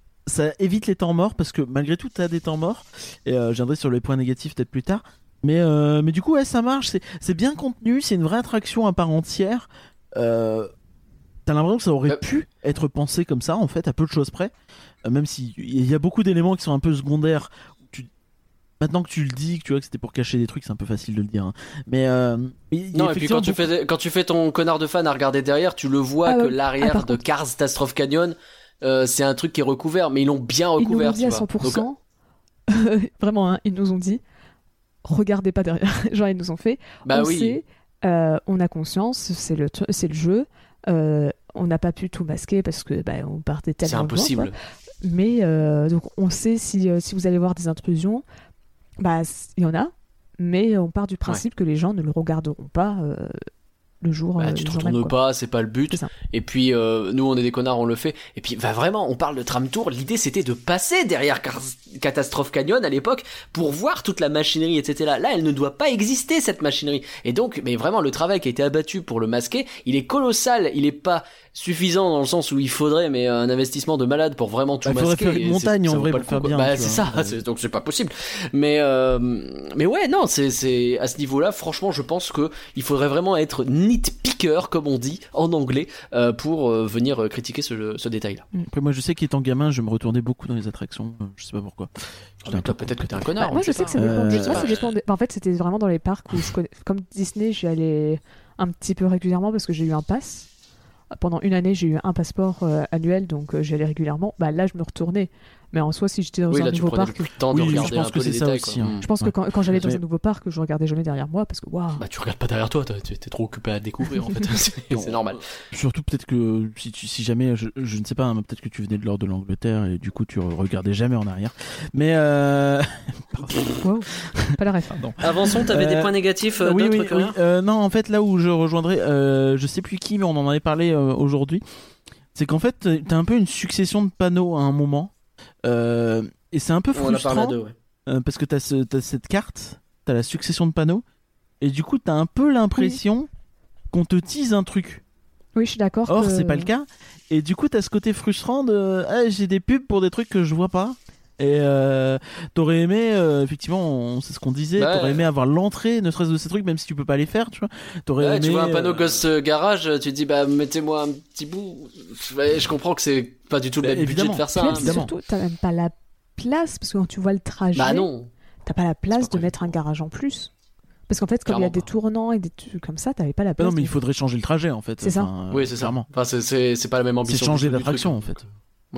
Ça évite les temps morts parce que malgré tout, t'as des temps morts. Et euh, je viendrai sur les points négatifs peut-être plus tard. Mais, euh, mais du coup, ouais, ça marche. C'est, c'est bien contenu. C'est une vraie attraction à part entière. Euh, t'as l'impression que ça aurait Euh. pu être pensé comme ça, en fait, à peu de choses près. Euh, même s'il y a beaucoup d'éléments qui sont un peu secondaires. Tu... Maintenant que tu le dis, que tu vois que c'était pour cacher des trucs, c'est un peu facile de le dire. Hein. Mais euh, il y a Non, et puis effectivement quand tu, beaucoup- fais, quand tu fais ton connard de fan à regarder derrière, tu le vois Ah que ouais. l'arrière Ah, par de contre. Cars Catastrophe Canyon, euh, c'est un truc qui est recouvert, mais ils l'ont bien Ils nous recouvert. l'ont dit tu à vois. cent pour Donc, cent. Vraiment, hein, ils nous ont dit regardez pas derrière. Genre, ils nous ont fait bah on oui. sait, euh, on a conscience, c'est le, tru- c'est le jeu. Euh, on n'a pas pu tout masquer parce que bah, on partait tellement C'est loin, impossible. quoi. Mais euh, donc on sait si, euh, si vous allez voir des intrusions, bah il y en a, mais on part du principe que les gens ne le regarderont pas euh, le jour. Bah, euh, tu le te jour retournes même, quoi. pas, c'est pas le but. C'est ça. Et puis euh, nous on est des connards, on le fait. Et puis bah vraiment, on parle de tram tour. L'idée c'était de passer derrière Car- Catastrophe Canyon à l'époque pour voir toute la machinerie, et cetera. Là, elle ne doit pas exister cette machinerie. Et donc, mais vraiment le travail qui a été abattu pour le masquer, il est colossal. Il est pas suffisant dans le sens où il faudrait mais un investissement de malade pour vraiment tout Bah, faudrait masquer. faire une Et montagne, c'est- ça en vaut vrai, pas pour le coup, faire quoi. bien, Bah tu c'est vois. ça. c'est- donc c'est pas possible. Mais euh, mais ouais non, c'est c'est à ce niveau-là, franchement, je pense que il faudrait vraiment être nitpicker comme on dit en anglais euh, pour euh, venir euh, critiquer ce, ce détail-là. Après, moi, je sais qu'étant gamin, je me retournais beaucoup dans les attractions. euh, Je sais pas pourquoi. Ah, J'étais un mais toi, peu- peut-être que t'es un Bah, connard. moi, on je sait sais que ça pas. dépend. Euh, des- je sais moi, pas. ça dépend des- En fait, c'était vraiment dans les parcs où je connais. Comme Disney, j'y allais un petit peu régulièrement parce que j'ai eu un pass. Pendant une année, j'ai eu un passeport euh, annuel, donc euh, j'y allais régulièrement. Bah là, je me retournais. Mais en soi, si j'étais dans Oui, un là, tu nouveau prenais parc, le temps de Oui, je regarder pense un que peu les c'est ça détails. aussi, quoi. hein. je pense que Ouais. quand, quand j'allais dans Mais- un nouveau parc, je regardais jamais derrière moi parce que waouh. Bah tu regardes pas derrière toi, toi, tu t'es trop occupé à découvrir en fait. c'est c'est normal. Surtout peut-être que si, tu, si jamais, je, je ne sais pas, hein, peut-être que tu venais de l'ordre de l'Angleterre et du coup tu regardais jamais en arrière. Mais euh... Wow. Pas la ref. Pardon. Avançons, t'avais Euh, des points négatifs euh, oui, d'autres oui, que oui. rien Euh, non, en fait, là où je rejoindrai, euh, je sais plus qui, mais on en avait parlé euh, aujourd'hui, c'est qu'en fait, t'as un peu une succession de panneaux à un moment, euh, et c'est un peu On en a parlé à frustrant deux, ouais. euh, parce que t'as, ce, t'as cette carte, t'as la succession de panneaux, et du coup, t'as un peu l'impression qu'on te tease un truc. Oui, je suis d'accord. Or, que... c'est pas le cas. Et du coup, t'as ce côté frustrant de ah, j'ai des pubs pour des trucs que je vois pas. Et euh, t'aurais aimé, euh, effectivement, on- c'est ce qu'on disait, Bah, t'aurais aimé avoir l'entrée, ne serait-ce de ces trucs, même si tu peux pas les faire, tu vois. T'aurais Ouais, aimé, tu vois un panneau euh, Ghost Garage, tu te dis bah mettez-moi un petit bout. Ouais, je comprends que c'est pas du tout le Bah, même budget évidemment. de faire ça. Puis hein, même, mais- évidemment. surtout, t'as même pas la place parce que quand tu vois le trajet, Bah non. t'as pas la place pas de mettre un garage en plus. Parce qu'en fait, comme il y a Clairement des pas. tournants et des trucs comme ça, t'avais pas la bah place. non, mais de- il faudrait changer le trajet, en fait. C'est ça. Enfin, euh, Oui, c'est ça. clairement. Enfin, c'est- c'est c'est pas la même ambition. C'est changer du tout du d'attraction, truc. en fait.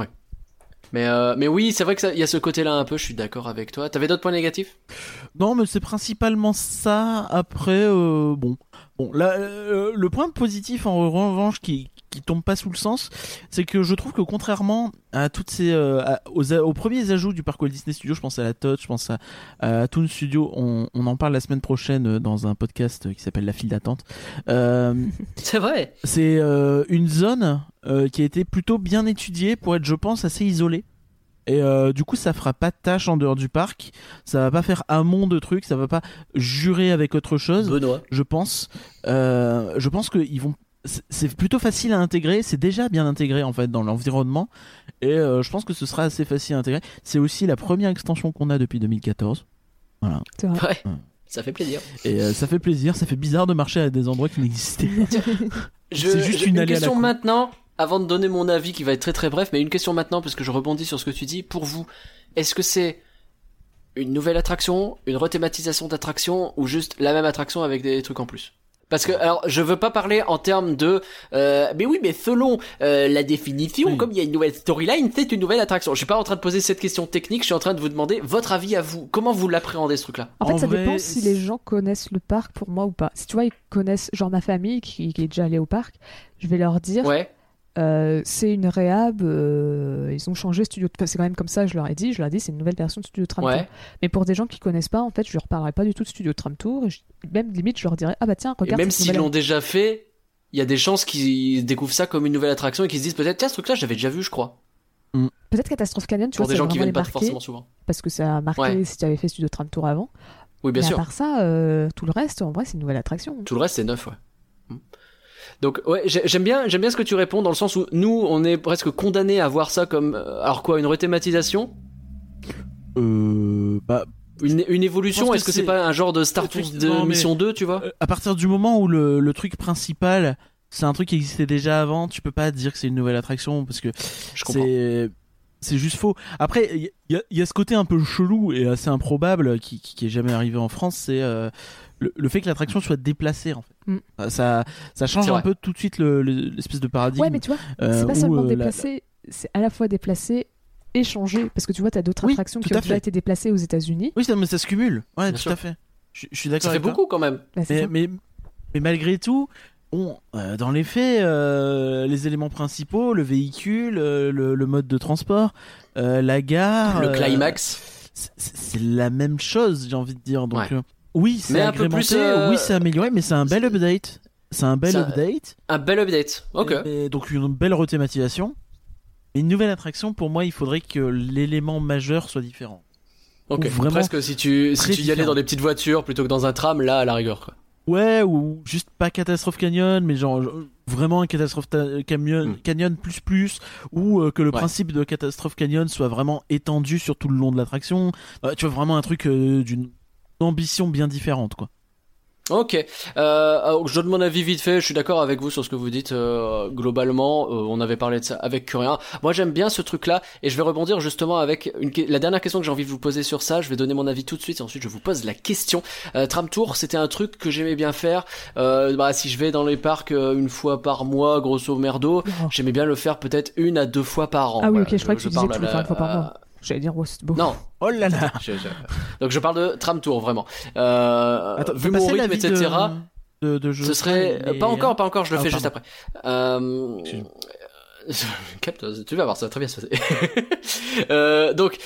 Mais euh, mais oui, c'est vrai que ça- il y a ce côté-là un peu. Je suis d'accord avec toi. T'avais d'autres points négatifs? Non, mais c'est principalement ça. Après, euh, bon, bon, là, euh, le point positif en revanche qui qui tombe pas sous le sens, c'est que je trouve que contrairement à toutes ces euh, à- aux, a- aux premiers ajouts du parc Walt Disney Studios, je pense à la Touch, je pense à, à Toon Studio, on, on en parle la semaine prochaine euh, dans un podcast qui s'appelle La File d'attente. Euh, C'est vrai. c'est euh, une zone euh, qui a été plutôt bien étudiée pour être, je pense, assez isolée. Et euh, du coup, ça fera pas de tâche en dehors du parc. Ça va pas faire amont de trucs. Ça va pas jurer avec autre chose. Benoît. Je pense. Euh, je pense que ils vont. c'est- C'est plutôt facile à intégrer. C'est déjà bien intégré en fait dans l'environnement. Et euh, je pense que ce sera assez facile à intégrer. C'est aussi la première extension qu'on a depuis deux mille quatorze. Voilà. C'est vrai. Ouais. Ouais. Ça fait plaisir. Et euh, ça fait plaisir. Ça fait bizarre de marcher à des endroits qui n'existaient pas. Je, C'est juste je- une une allée à la question con. maintenant, avant de donner mon avis qui va être très très bref, mais une question maintenant parce que je rebondis sur ce que tu dis. Pour vous, est-ce que c'est une nouvelle attraction, une rethématisation d'attraction ou juste la même attraction avec des trucs en plus? Parce que alors je veux pas parler en termes de euh, mais oui mais selon euh, la définition Oui. comme il y a une nouvelle storyline c'est une nouvelle attraction. Je suis pas en train de poser cette question technique, je suis en train de vous demander votre avis à vous. Comment vous l'appréhendez ce truc là? En fait, En ça vrai, dépend si les gens connaissent le parc pour moi ou pas. Si tu vois, ils connaissent, genre ma famille qui, qui est déjà allée au parc, je vais leur dire Ouais. euh, c'est une réhab, euh, ils ont changé Studio. Enfin, c'est quand même comme ça, je leur ai dit. Je leur ai dit c'est une nouvelle version de Studio Tram Ouais. Tour. Mais pour des gens qui connaissent pas, en fait, je leur parlerai pas du tout de Studio Tram Tour. Et je- même limite, je leur dirais ah bah tiens, Et regarde. même cette s'ils nouvelle- l'ont déjà fait, il y a des chances qu'ils découvrent ça comme une nouvelle attraction et qu'ils se disent peut-être tiens ce truc là j'avais déjà vu je crois. Peut-être Catastrophe Canyon, tu Pour vois, des ça gens va qui vraiment viennent les pas marquer forcément souvent. parce que ça a marqué Ouais. si tu avais fait Studio Tram Tour avant. Oui bien Mais sûr. à part ça, euh, tout le reste, en vrai, c'est une nouvelle attraction. Tout le reste c'est neuf ouais. Hmm. Donc ouais, j'ai- j'aime bien, j'aime bien ce que tu réponds dans le sens où nous, on est presque condamnés à voir ça comme, euh, alors quoi, une rethématisation, Euh, bah, une, une Je évolution. pense que Est-ce que c'est c'est- pas un genre de Star Tours de Effectivement, mais- mission deux, tu vois? euh, à partir du moment où le, le truc principal, c'est un truc qui existait déjà avant, tu peux pas dire que c'est une nouvelle attraction parce que Je comprends. c'est c'est juste faux. Après, il y, a- y a ce côté un peu chelou et assez improbable qui, qui, qui est jamais arrivé en France, c'est euh, le, le fait que l'attraction soit déplacée en fait. Mm. Ça, ça change C'est un vrai. peu tout de suite le- le- l'espèce de paradigme. Ouais, mais tu vois, euh, c'est pas où, seulement euh, la- déplacé, c'est à la fois déplacé et changé. Parce que tu vois, t'as d'autres Oui, attractions tout qui à ont déjà fait. été déplacées aux États-Unis. Oui, ça, mais ça se cumule. Ouais, Bien tout sûr. à fait. Je, je suis d'accord Ça fait avec toi. beaucoup quand même. Bah, c'est Mais, ça. mais, mais malgré tout, bon, euh, dans les faits, euh, les éléments principaux, le véhicule, euh, le, le mode de transport, euh, la gare, Le euh, climax. c'est- c'est c'est la même chose, j'ai envie de dire. Donc, Ouais. euh, oui, c'est Mais un peu agrémenté, plus, euh, oui, c'est amélioré, mais c'est un bel update. C'est un bel Ça- update. Un bel update. Ok. Et- et donc une belle rethématisation. Et une nouvelle attraction, pour moi, il faudrait que l'élément majeur soit différent. Ok. ou vraiment Presque si tu, si très tu y allais différent. dans des petites voitures plutôt que dans un tram, là, à la rigueur, quoi. Ouais, ou juste pas Catastrophe Canyon, mais genre genre, vraiment un Catastrophe ta- Canyon, Mm. Canyon plus plus, ou euh, que le Ouais. principe de Catastrophe Canyon soit vraiment étendu sur tout le long de l'attraction. Euh, tu vois, vraiment un truc euh, d'une ambition bien différente, quoi. Ok. Euh, alors, je donne mon avis vite fait. Je suis d'accord avec vous sur ce que vous dites. Euh, globalement, euh, on avait parlé de ça avec Curien. Moi, j'aime bien ce truc-là, et je vais rebondir justement avec une... que- la dernière question que j'ai envie de vous poser sur ça. Je vais donner mon avis tout de suite, et ensuite je vous pose la question. Euh, Tram Tour, c'était un truc que j'aimais bien faire. Euh, bah, si je vais dans les parcs euh, une fois par mois, grosso merdo, Oh. j'aimais bien le faire peut-être une à deux fois par an. Ah oui, Voilà, ok, je crois que tu disais parle que tu à le la- faire une fois par mois. J'allais dire, ouais, c'est beau. Non, Oh là là. je- je- donc je parle de Tram Tour vraiment. Euh, Attends, vu fais mon passer rythme, l'avis et cetera. De... De, de jeu Ce serait et- pas encore, pas encore. Je le Ah, fais pardon. juste après. Euh... Excuse-moi. Capte, tu vas voir, ça va très bien se passer. euh, donc,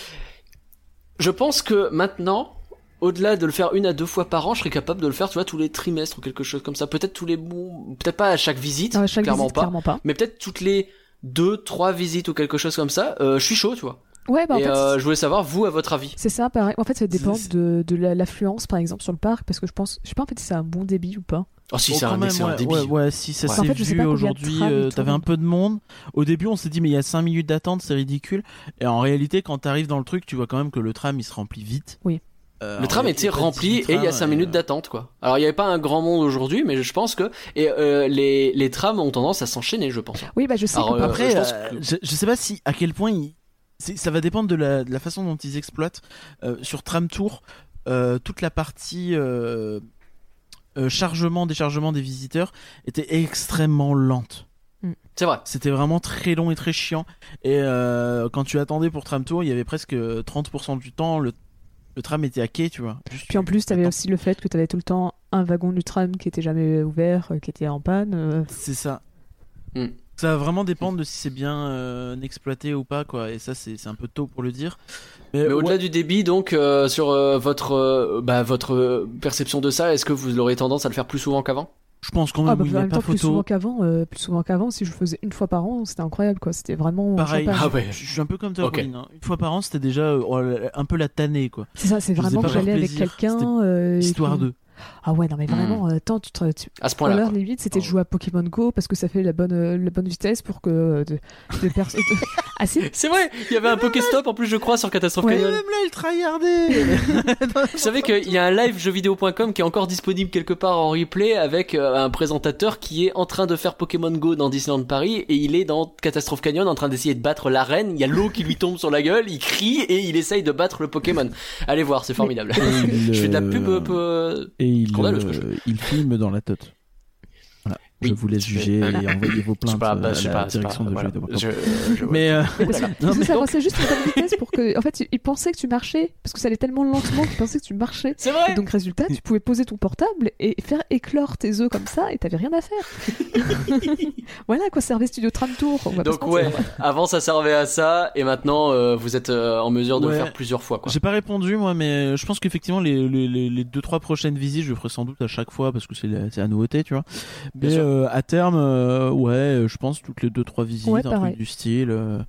je pense que maintenant, au-delà de le faire une à deux fois par an, je serais capable de le faire, tu vois, tous les trimestres ou quelque chose comme ça. Peut-être tous les, bons- peut-être pas à chaque visite, Ah, chaque clairement visite, pas. clairement pas. Mais peut-être toutes les deux, trois visites ou quelque chose comme ça. Euh, je suis chaud, tu vois. Ouais, bah en Et fait, euh, je voulais savoir, vous, à votre avis. c'est ça, pareil. En fait, ça dépend C'est- de, de la- l'affluence, par exemple, sur le parc, parce que je pense, je sais pas en fait si c'est un bon débit ou pas. Oh, si, Oh, c'est quand un même, excellent ouais, débit. Ouais, ouais, si ça Ouais. s'est En fait, je sais vu pas combien de aujourd'hui, trams et euh, tout. t'avais un peu de monde. Au début, on s'est dit, mais il y a cinq minutes d'attente, c'est ridicule. Et en réalité, quand t'arrives dans le truc, tu vois quand même que le tram il se remplit vite. Oui. Euh, Le tram il y a- était il y a pas rempli dix-huit et il y a trains, cinq et, minutes euh, d'attente, quoi. Alors il y avait pas un grand monde aujourd'hui, mais je pense que et euh, les les trams ont tendance à s'enchaîner, je pense. Oui, bah je sais Alors, que euh, Après, je pense euh, que- je, je sais pas si à quel point il- c'est- ça va dépendre de la, de la façon dont ils exploitent. Euh, sur Tram Tour, euh, toute la partie euh, euh, chargement, déchargement des visiteurs était extrêmement lente. C'est vrai. C'était vraiment très long et très chiant. Et euh, quand tu attendais pour Tram Tour, il y avait presque trente pour cent du temps, le, le tram était à quai, tu vois. Juste, Puis en plus, t'avais attends. aussi le fait que t'avais tout le temps un wagon du tram qui était jamais ouvert, euh, qui était en panne. euh. C'est ça. Hmm. Ça va vraiment dépendre de si c'est bien euh, exploité ou pas, quoi. Et ça, c'est c'est un peu tôt pour le dire. Mais, Mais au-delà ouais, du débit, donc euh, sur euh, votre euh, bah votre euh, perception de ça, est-ce que vous aurez tendance à le faire plus souvent qu'avant? je pense quand Ah, même bah, qu'il en n'y a même pas temps, plus souvent photo. qu'avant, euh, plus souvent qu'avant, si je le faisais une fois par an, c'était incroyable, quoi. C'était vraiment Pareil. champagne. Ah ouais. Je je suis un peu comme toi, Ok. Pauline, hein. Une fois par an, c'était déjà euh, oh, un peu la tannée, quoi. C'est ça, c'est Je faisais vraiment pas que par j'allais avec plaisir, quelqu'un. euh, et Histoire que- de. Ah ouais, non, mais vraiment, euh, tant tu te. Tu... À ce Pour point-là. l'heure quoi. limite, c'était de Oh. jouer à Pokémon Go parce que ça fait la bonne, euh, la bonne vitesse pour que euh, de, de personnes. Ah si. C'est vrai, il y avait un Pokéstop en plus, je crois, sur Catastrophe Ouais. Canyon. Même là, il tryhardait. Vous savez qu'il y a un live jeuxvideo point com qui est encore disponible quelque part en replay avec euh, un présentateur qui est en train de faire Pokémon Go dans Disneyland Paris et il est dans Catastrophe Canyon en train d'essayer de battre la reine. Il y a l'eau qui lui tombe sur la gueule, il crie et il essaye de battre le Pokémon. Allez voir, c'est formidable. Il, Je fais de la euh, pub un peu... Et il, Scandaleux, ce que je euh, il filme dans la tote. Voilà. Oui, je vous laisse je vais- juger et envoyer vos Je plaintes sais pas, bah, à je sais la pas, c'est direction pas- de voilà. jeux vidéo. Je- je- Mais euh, Mais parce- Voilà. parce que mais ça donc- avançait juste à la bonne vitesse pour que. En fait, ils pensaient que tu marchais parce que ça allait tellement lentement qu'ils pensaient que tu marchais. C'est vrai. Et donc, résultat, tu pouvais poser ton portable et faire éclore tes œufs comme ça et t'avais rien à faire. Voilà à quoi servait Studio Tram Tour. on va pas se Donc mentir. ouais, avant ça servait à ça et maintenant euh, vous êtes euh, en mesure de Ouais. le faire plusieurs fois quoi. j'ai pas répondu moi, mais je pense qu'effectivement les, les, les, les deux trois prochaines visites, je le ferai sans doute à chaque fois parce que c'est la, c'est la nouveauté, tu vois. Bien Mais sûr. euh, à terme, euh, ouais, je pense toutes les deux trois visites, Ouais, un pareil. truc du style. euh.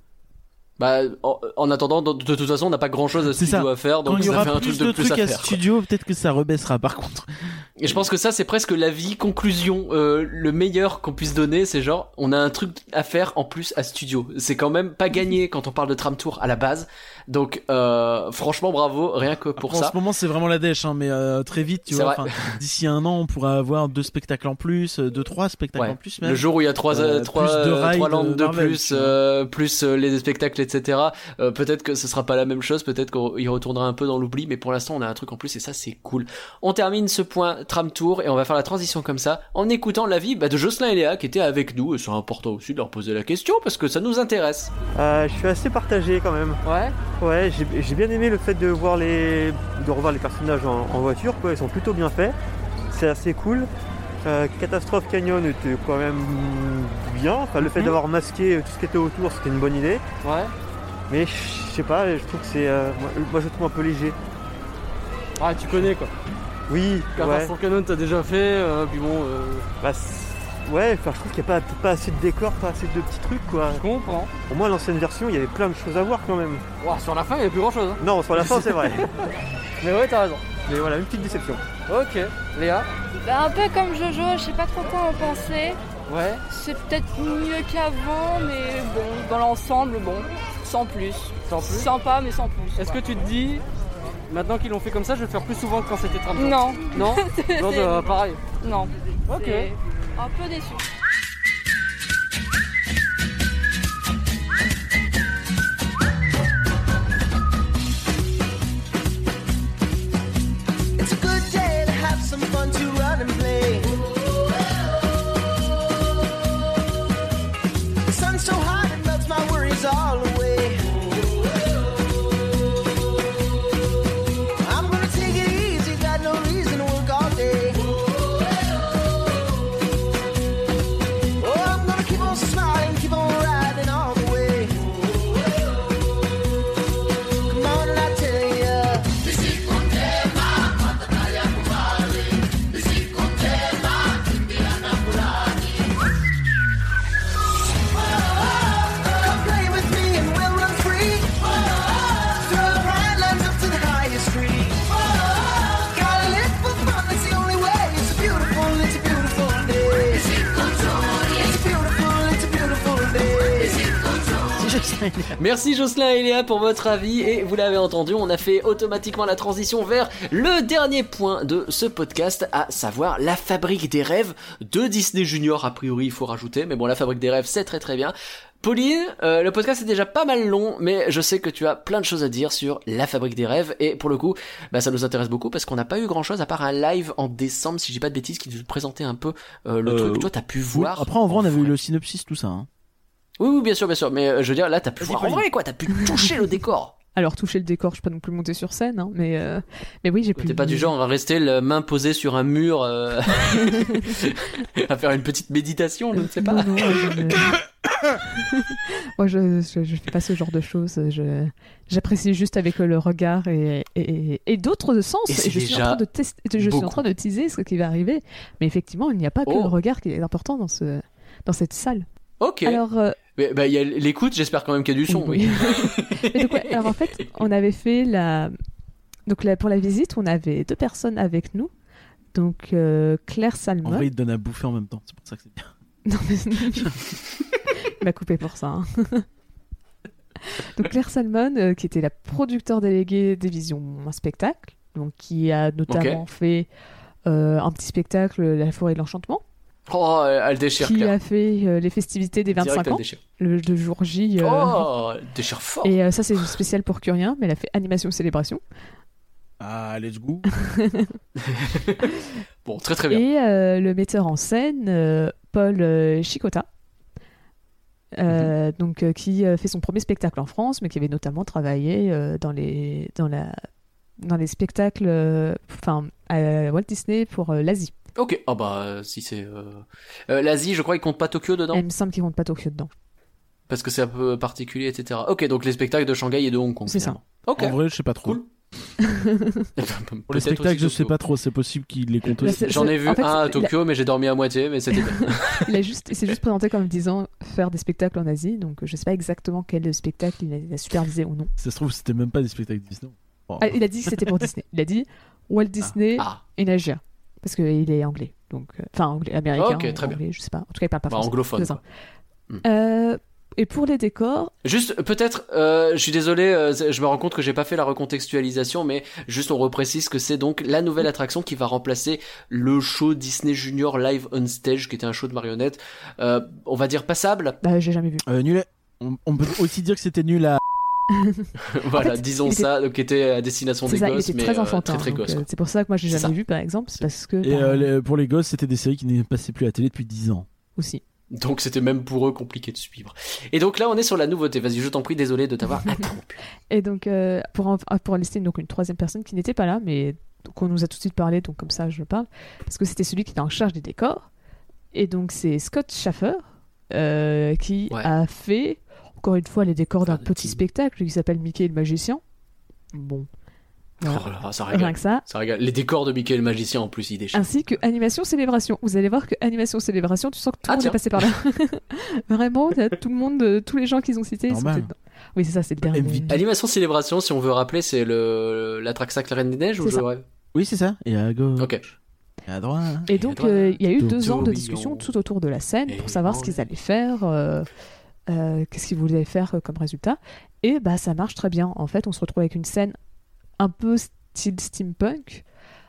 Bah en, en attendant, de, de toute façon, on n'a pas grand chose à C'est studio ça. à faire, Quand donc il y ça aura fait un plus truc de de plus trucs à à faire. quoi. studio, peut-être que ça rebaissera par contre. Et je pense que ça, c'est presque l'avis, conclusion, euh, le meilleur qu'on puisse donner, c'est genre, on a un truc à faire en plus à studio. C'est quand même pas gagné quand on parle de Tram Tour à la base. Donc, euh, franchement, bravo, rien que pour Après, ça. En ce moment, c'est vraiment la dèche, hein, mais euh, très vite, tu C'est vois. vrai. D'ici un an, on pourra avoir deux spectacles en plus, euh, deux, trois spectacles Ouais. en plus, même. Le jour où il y a trois, Euh, trois, plus de rides trois landes de Marvel, plus, tu vois. euh, plus euh, les spectacles, et cetera. Euh, peut-être que ce sera pas la même chose, peut-être qu'il retournera un peu dans l'oubli, mais pour l'instant, on a un truc en plus et ça, c'est cool. On termine ce point Tram Tour et on va faire la transition comme ça, en écoutant l'avis bah, de Jocelyn et Léa qui étaient avec nous. Et c'est important aussi de leur poser la question parce que ça nous intéresse. Euh, je suis assez partagé quand même. Ouais. Ouais, j'ai, j'ai bien aimé le fait de voir les, de revoir les personnages en, en voiture, quoi. Ils sont plutôt bien faits. C'est assez cool. Euh, Catastrophe Canyon était quand même bien. Enfin, le fait Mhm. d'avoir masqué tout ce qui était autour, c'était une bonne idée. Ouais. Mais je je sais pas, je trouve que c'est, euh, moi, moi, je le trouve un peu léger. Ah, tu connais quoi. Oui, ouais. Catastrophe Canyon, t'as déjà fait, euh, puis bon, euh, Bah, c'est- ouais, enfin, je trouve qu'il n'y a pas, pas assez de décors, pas assez de petits trucs, quoi. je comprends. Pour moi, l'ancienne version, il y avait plein de choses à voir quand même. Ouah, sur la fin, il n'y a plus grand chose. Hein. Non, sur la fin, c'est vrai. Mais ouais, t'as raison. Mais voilà, une petite déception. Ok. Léa. Bah, un peu comme Jojo, je sais pas trop quoi en penser. Ouais. C'est peut-être mieux qu'avant, mais bon, dans l'ensemble, bon, sans plus. Sans plus. Sympa, mais sans plus. Est-ce que tu te dis, maintenant qu'ils l'ont fait comme ça, je vais le faire plus souvent que quand c'était Tram Tour? Non. Non. Non, C'est- euh, pareil. Non. Ok. C'est un peu déçu. It's a good day to have some fun, to run and play. The sun's so hot it melts my worries all away. I'm gonna take it easy, got no reason to work all day. Oh, I'm gonna keep on smiling, keep on riding all the way. Come on and I tell ya. Come play with me and we'll run free. Through the bright lands up to the highest tree. Gotta live for fun, that's the only way. It's a beautiful, it's a beautiful day. It's a beautiful, it's a beautiful day. Merci Jocelyn et Léa pour votre avis et vous l'avez entendu, on a fait automatiquement la transition vers le dernier point de ce podcast, à savoir la fabrique des rêves de Disney Junior. A priori il faut rajouter, mais bon, la fabrique des rêves c'est très très bien. Pauline, euh, le podcast est déjà pas mal long, mais je sais que tu as plein de choses à dire sur la fabrique des rêves et pour le coup, bah, ça nous intéresse beaucoup parce qu'on n'a pas eu grand chose à part un live en décembre, si j'ai pas de bêtises, qui nous présentait un peu euh, le Euh, truc. Toi t'as pu Oui, voir. après, en vrai, on avait vrai. eu le synopsis, tout ça. Hein. Oui, oui, bien sûr, bien sûr, mais euh, je veux dire, là t'as pu Vas-y, voir en Pauline. vrai quoi, t'as pu toucher le décor. Alors, toucher le décor, je suis pas non plus montée sur scène, hein, mais, euh, mais oui, j'ai pu. T'es pas du genre à rester la main posée sur un mur euh, à faire une petite méditation, je ne sais pas. Non, non, je ne- Moi, je, je, je fais pas ce genre de choses. Je, j'apprécie juste avec le regard et, et, et d'autres sens. Et c'est je suis en déjà train de tester, je suis en beaucoup. train de teaser ce qui va arriver. Mais effectivement, il n'y a pas que Oh. le regard qui est important dans ce, dans cette salle. Ok. Alors, euh, Mais, bah, il y a l'écoute, j'espère quand même qu'il y a du son. oui. Oui. Mais donc, ouais, alors en fait, on avait fait la. Donc là, pour la visite, on avait deux personnes avec nous. Donc euh, Claire En Salmon. vrai, il te donne à bouffer en même temps. C'est pour ça que c'est bien. Non, mais... Il m'a coupé pour ça. hein. Donc Claire Salmon, euh, qui était la producteur déléguée des Visions un spectacle, donc qui a notamment Ok. fait euh, un petit spectacle, La Forêt de l'Enchantement, Oh, elle déchire, qui Claire. a fait euh, les festivités des Direct, vingt-cinq elle ans, déchire. le, le jour J. euh, Oh, elle déchire fort. Et euh, ça, c'est spécial pour Curien, mais elle a fait animation célébration. Ah, let's go. Bon, très très bien. Et euh, le metteur en scène, euh, Paul euh, Chicotta, euh, donc, euh, qui euh, fait son premier spectacle en France, mais qui avait notamment travaillé euh, dans, les, dans, la, dans les spectacles euh, enfin, à Walt Disney pour euh, l'Asie. Ok, oh bah euh, si c'est... Euh... euh, L'Asie, je crois, il compte pas Tokyo dedans Et il me semble qu'il ne compte pas Tokyo dedans. parce que c'est un peu particulier, et cetera. Ok, donc les spectacles de Shanghai et de Hong Kong. C'est ça. finalement. Ok. En vrai, je sais pas trop. Cool. Pour les spectacles, je sais pas trop. C'est possible qu'il les compte Là, aussi. c'est- J'en ai c'est- vu en fait, un à il a- Tokyo, mais j'ai dormi à moitié, mais c'était bien. Il, a juste, il s'est juste présenté comme disant faire des spectacles en Asie, donc euh, je ne sais pas exactement quel spectacle il a, il a supervisé ou non. Ça se trouve, c'était même pas des spectacles Disney. Oh. Ah, il a dit que c'était pour Disney. Il a dit Walt Disney Ah. in Asia. parce qu'il est anglais, donc euh, enfin anglais, américain, Ok, très anglais, bien. je sais pas. En tout cas, il parle pas Bah, français. anglophone, C'est ça. quoi. Euh, et pour les décors, Juste, peut-être, euh, je suis désolé, euh, je me rends compte que j'ai pas fait la recontextualisation, mais juste on reprécise que c'est donc la nouvelle attraction qui va remplacer le show Disney Junior Live on Stage, qui était un show de marionnettes, euh, on va dire passable. bah, j'ai jamais vu. Euh, nul. On, on peut aussi dire que c'était nul à. Voilà, En fait, disons il était- ça, donc qui était à destination C'est des ça, il gosses, était mais très euh, enfantin. très très donc, gosse. euh, quoi. c'est pour ça que moi j'ai C'est jamais ça. vu, par exemple, c'est parce que Et bah, euh, les- pour les gosses, c'était des séries qui ne passaient plus à la télé depuis dix ans. aussi. Donc c'était même pour eux compliqué de suivre. Et donc là, on est sur la nouveauté. Vas-y, je t'en prie, désolé de t'avoir interrompu. Et donc, euh, pour, en- pour lister donc, une troisième personne qui n'était pas là, mais qu'on nous a tout de suite parlé, donc comme ça je parle, parce que c'était celui qui était en charge des décors. Et donc, c'est Scott Schaffer euh, qui Ouais. a fait, encore une fois, les décors d'un Faire des petit petits- spectacle qui s'appelle Mickey et le magicien. Bon. Voilà. Oh là là, ça Rien régale. que ça. Ça régale. Les décors de Mickey le magicien en plus, ils déchirent. Ainsi que Animation Célébration. Vous allez voir que Animation Célébration, tu sens que tout Ah, le monde tiens. est passé par là. Vraiment, il y a tout le monde, euh, tous les gens qu'ils ont cités, ils sont Normal. dedans. Oui, c'est ça, c'est le dernier. M V P. Animation Célébration, si on veut rappeler, c'est le l'attraction La Reine des Neiges ou C'est je ça. rêve Oui, c'est ça. Et à gauche. Ok. Et à droite. Et donc, euh, il y a eu Tourbillon. deux ans de discussion tout autour de la scène pour savoir ce qu'ils allaient faire, euh, euh, qu'est-ce qu'ils voulaient faire euh, comme résultat. Et bah, ça marche très bien. En fait, on se retrouve avec une scène un peu style steampunk.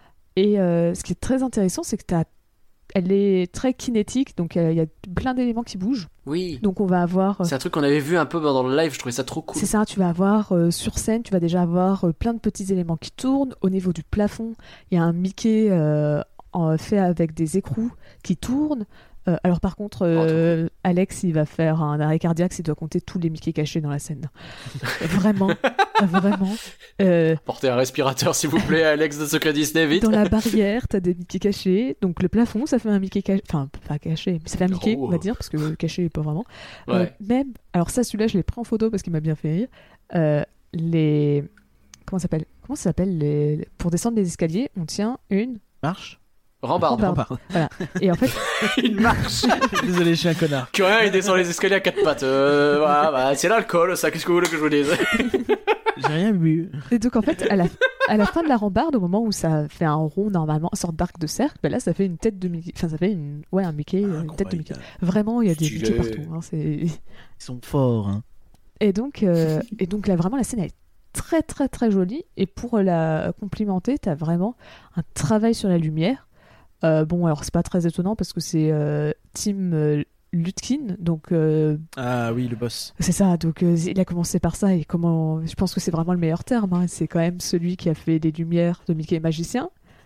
Et euh, ce qui est très intéressant, c'est que t'as... elle est très kinétique, donc euh, il y a plein d'éléments qui bougent. Oui. Donc, on va avoir. euh, C'est un truc qu'on avait vu un peu dans le live, je trouvais ça trop cool. C'est ça, tu vas avoir euh, sur scène, tu vas déjà avoir euh, plein de petits éléments qui tournent. Au niveau du plafond, il y a un Mickey euh, en- fait avec des écrous qui tournent. Euh, alors par contre, euh, Alex, il va faire un arrêt cardiaque s'il doit compter tous les Mickey cachés dans la scène. Vraiment, vraiment. Euh, Portez un respirateur s'il vous plaît, Alex de Secret Disney, vite. dans la barrière, t'as des Mickey cachés. Donc le plafond, ça fait un Mickey caché. Enfin, pas caché, mais ça fait un Mickey, Oh. on va dire, parce que caché, pas vraiment. Euh, Ouais. même, alors ça, celui-là, je l'ai pris en photo parce qu'il m'a bien fait rire. Euh, les. Comment ça s'appelle Comment ça s'appelle les... Pour descendre les escaliers, on tient une. Marche. Rambarde. rambarde. Voilà. Et en fait, Une marche. Désolé, je suis un connard. Curien, il descend les escaliers à quatre pattes. Euh, voilà, bah, c'est l'alcool, ça, qu'est-ce que vous voulez que je vous dise? J'ai rien bu. et donc en fait, à la, à la fin de la rambarde, au moment où ça fait un rond normalement, une sorte d'arc de cercle, ben là, ça fait une tête de Mickey. Enfin, ça fait une, ouais, un Mickey, une tête de Mickey. Vraiment, il y a des Stylé. Mickey partout. Hein, c'est... Ils sont forts. Hein. Et donc, euh, et donc là, vraiment, la scène elle est très, très, très jolie. Et pour la complimenter, t'as vraiment un travail sur la lumière. Euh, bon, alors c'est pas très étonnant parce que c'est euh, Tim euh, Lutkin, donc euh, Ah oui, le boss. c'est ça. Donc euh, il a commencé par ça et comment je pense que c'est vraiment le meilleur terme. Hein. C'est quand même celui qui a fait les lumières de Mickey Magicien,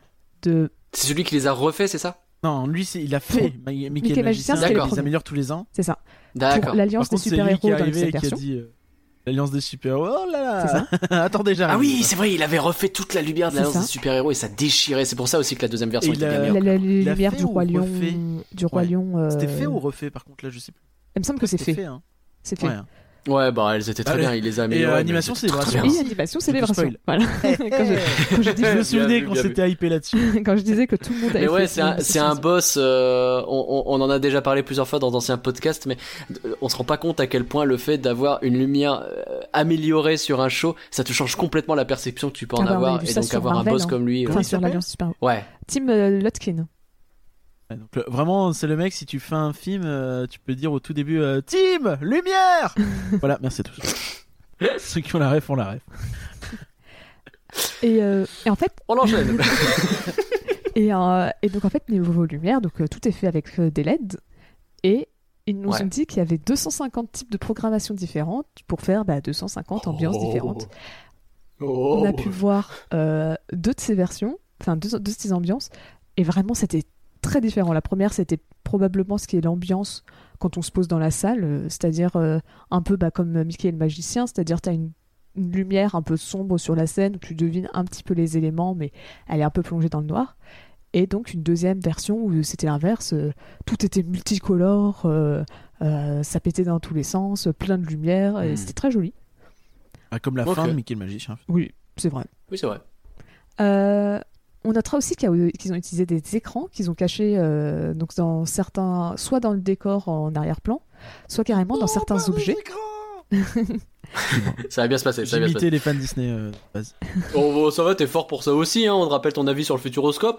de C'est celui qui les a refait, c'est ça? Non, lui, c'est- il a fait Pour- Ma- Mickey, Mickey le Magicien, magicien. c'était le Ils premier. améliorent tous les ans. c'est ça. D'accord. Pour l'alliance Par des contre, c'est lui qui super-héros est dans arrivé cette et qui a version. dit euh, l'alliance des super-héros. Oh là là. C'est ça. Attendez, j'arrive. Ah oui, c'est vrai, il avait refait toute la lumière de C'est l'Alliance ça. des super-héros et ça déchirait. C'est pour ça aussi que la deuxième version Et était il bien a- meilleure. La, la- les Il a lumières fait du ou roi lion, refait du roi Ouais. lion. euh, C'était fait ou refait par contre là, je sais plus. Il me semble que c'est C'était fait. hein. C'est fait. Ouais. Ouais, bah elles étaient très Allez. bien, il les a Et améliorées. euh, mais animation, c'était très, célébration. très bien. Et animation, Je célébration. spoil. Voilà. quand, je, quand je dis- Je me Bien souvenais vu, qu'on bien vu. s'était hypé là-dessus. quand je disais que tout le monde avait Mais ouais, fait c'est un, ce- c'est ce- un ce- boss. euh, on, on on en a déjà parlé plusieurs fois dans d'anciens podcasts, mais on se rend pas compte à quel point le fait d'avoir une lumière euh, améliorée sur un show, ça te change complètement la perception que tu peux en Ah bah, on a avoir, vu et ça donc sur avoir Marvel, un boss hein. comme lui. euh, Enfin, il sur s'appelle l'Alliance Super. Ouais. Tim euh, Lutkin. Ouais, donc, le- vraiment, c'est le mec, si tu fais un film, euh, tu peux dire au tout début euh, Team, lumière. Voilà, merci à tous. Ceux qui ont la ref ont la ref. Et, euh, et en fait, On enchaîne. et, euh, et donc en fait, niveau lumière, donc euh, tout est fait avec euh, des L E D. Et ils nous Ouais. ont dit qu'il y avait deux cent cinquante types de programmation différentes pour faire bah, deux cent cinquante ambiances Oh. différentes. Oh. On a pu voir euh, deux de ces versions, enfin deux, deux de ces ambiances, et vraiment c'était très différent. La première, c'était probablement ce qui est l'ambiance quand on se pose dans la salle, euh, c'est-à-dire euh, un peu bah, comme Mickey et le magicien, c'est-à-dire tu as une, une lumière un peu sombre sur la scène où tu devines un petit peu les éléments, mais elle est un peu plongée dans le noir. Et donc une deuxième version où c'était l'inverse, euh, tout était multicolore, euh, euh, ça pétait dans tous les sens, plein de lumière, et Mm. c'était très joli. Ah, comme la Ok. fin de Mickey le magicien. Oui, c'est vrai. Oui, c'est vrai. Euh, on notera aussi qu'il y a- qu'ils ont utilisé des écrans qu'ils ont cachés euh, donc dans certains, soit dans le décor en arrière-plan, soit carrément dans certains objets. Ça va bien se passer. Ça va bien se J'imitais les fans Disney. Euh, de base. passer. Oh, oh, ça va, t'es fort pour ça aussi. Hein. On te rappelle ton avis sur le Futuroscope.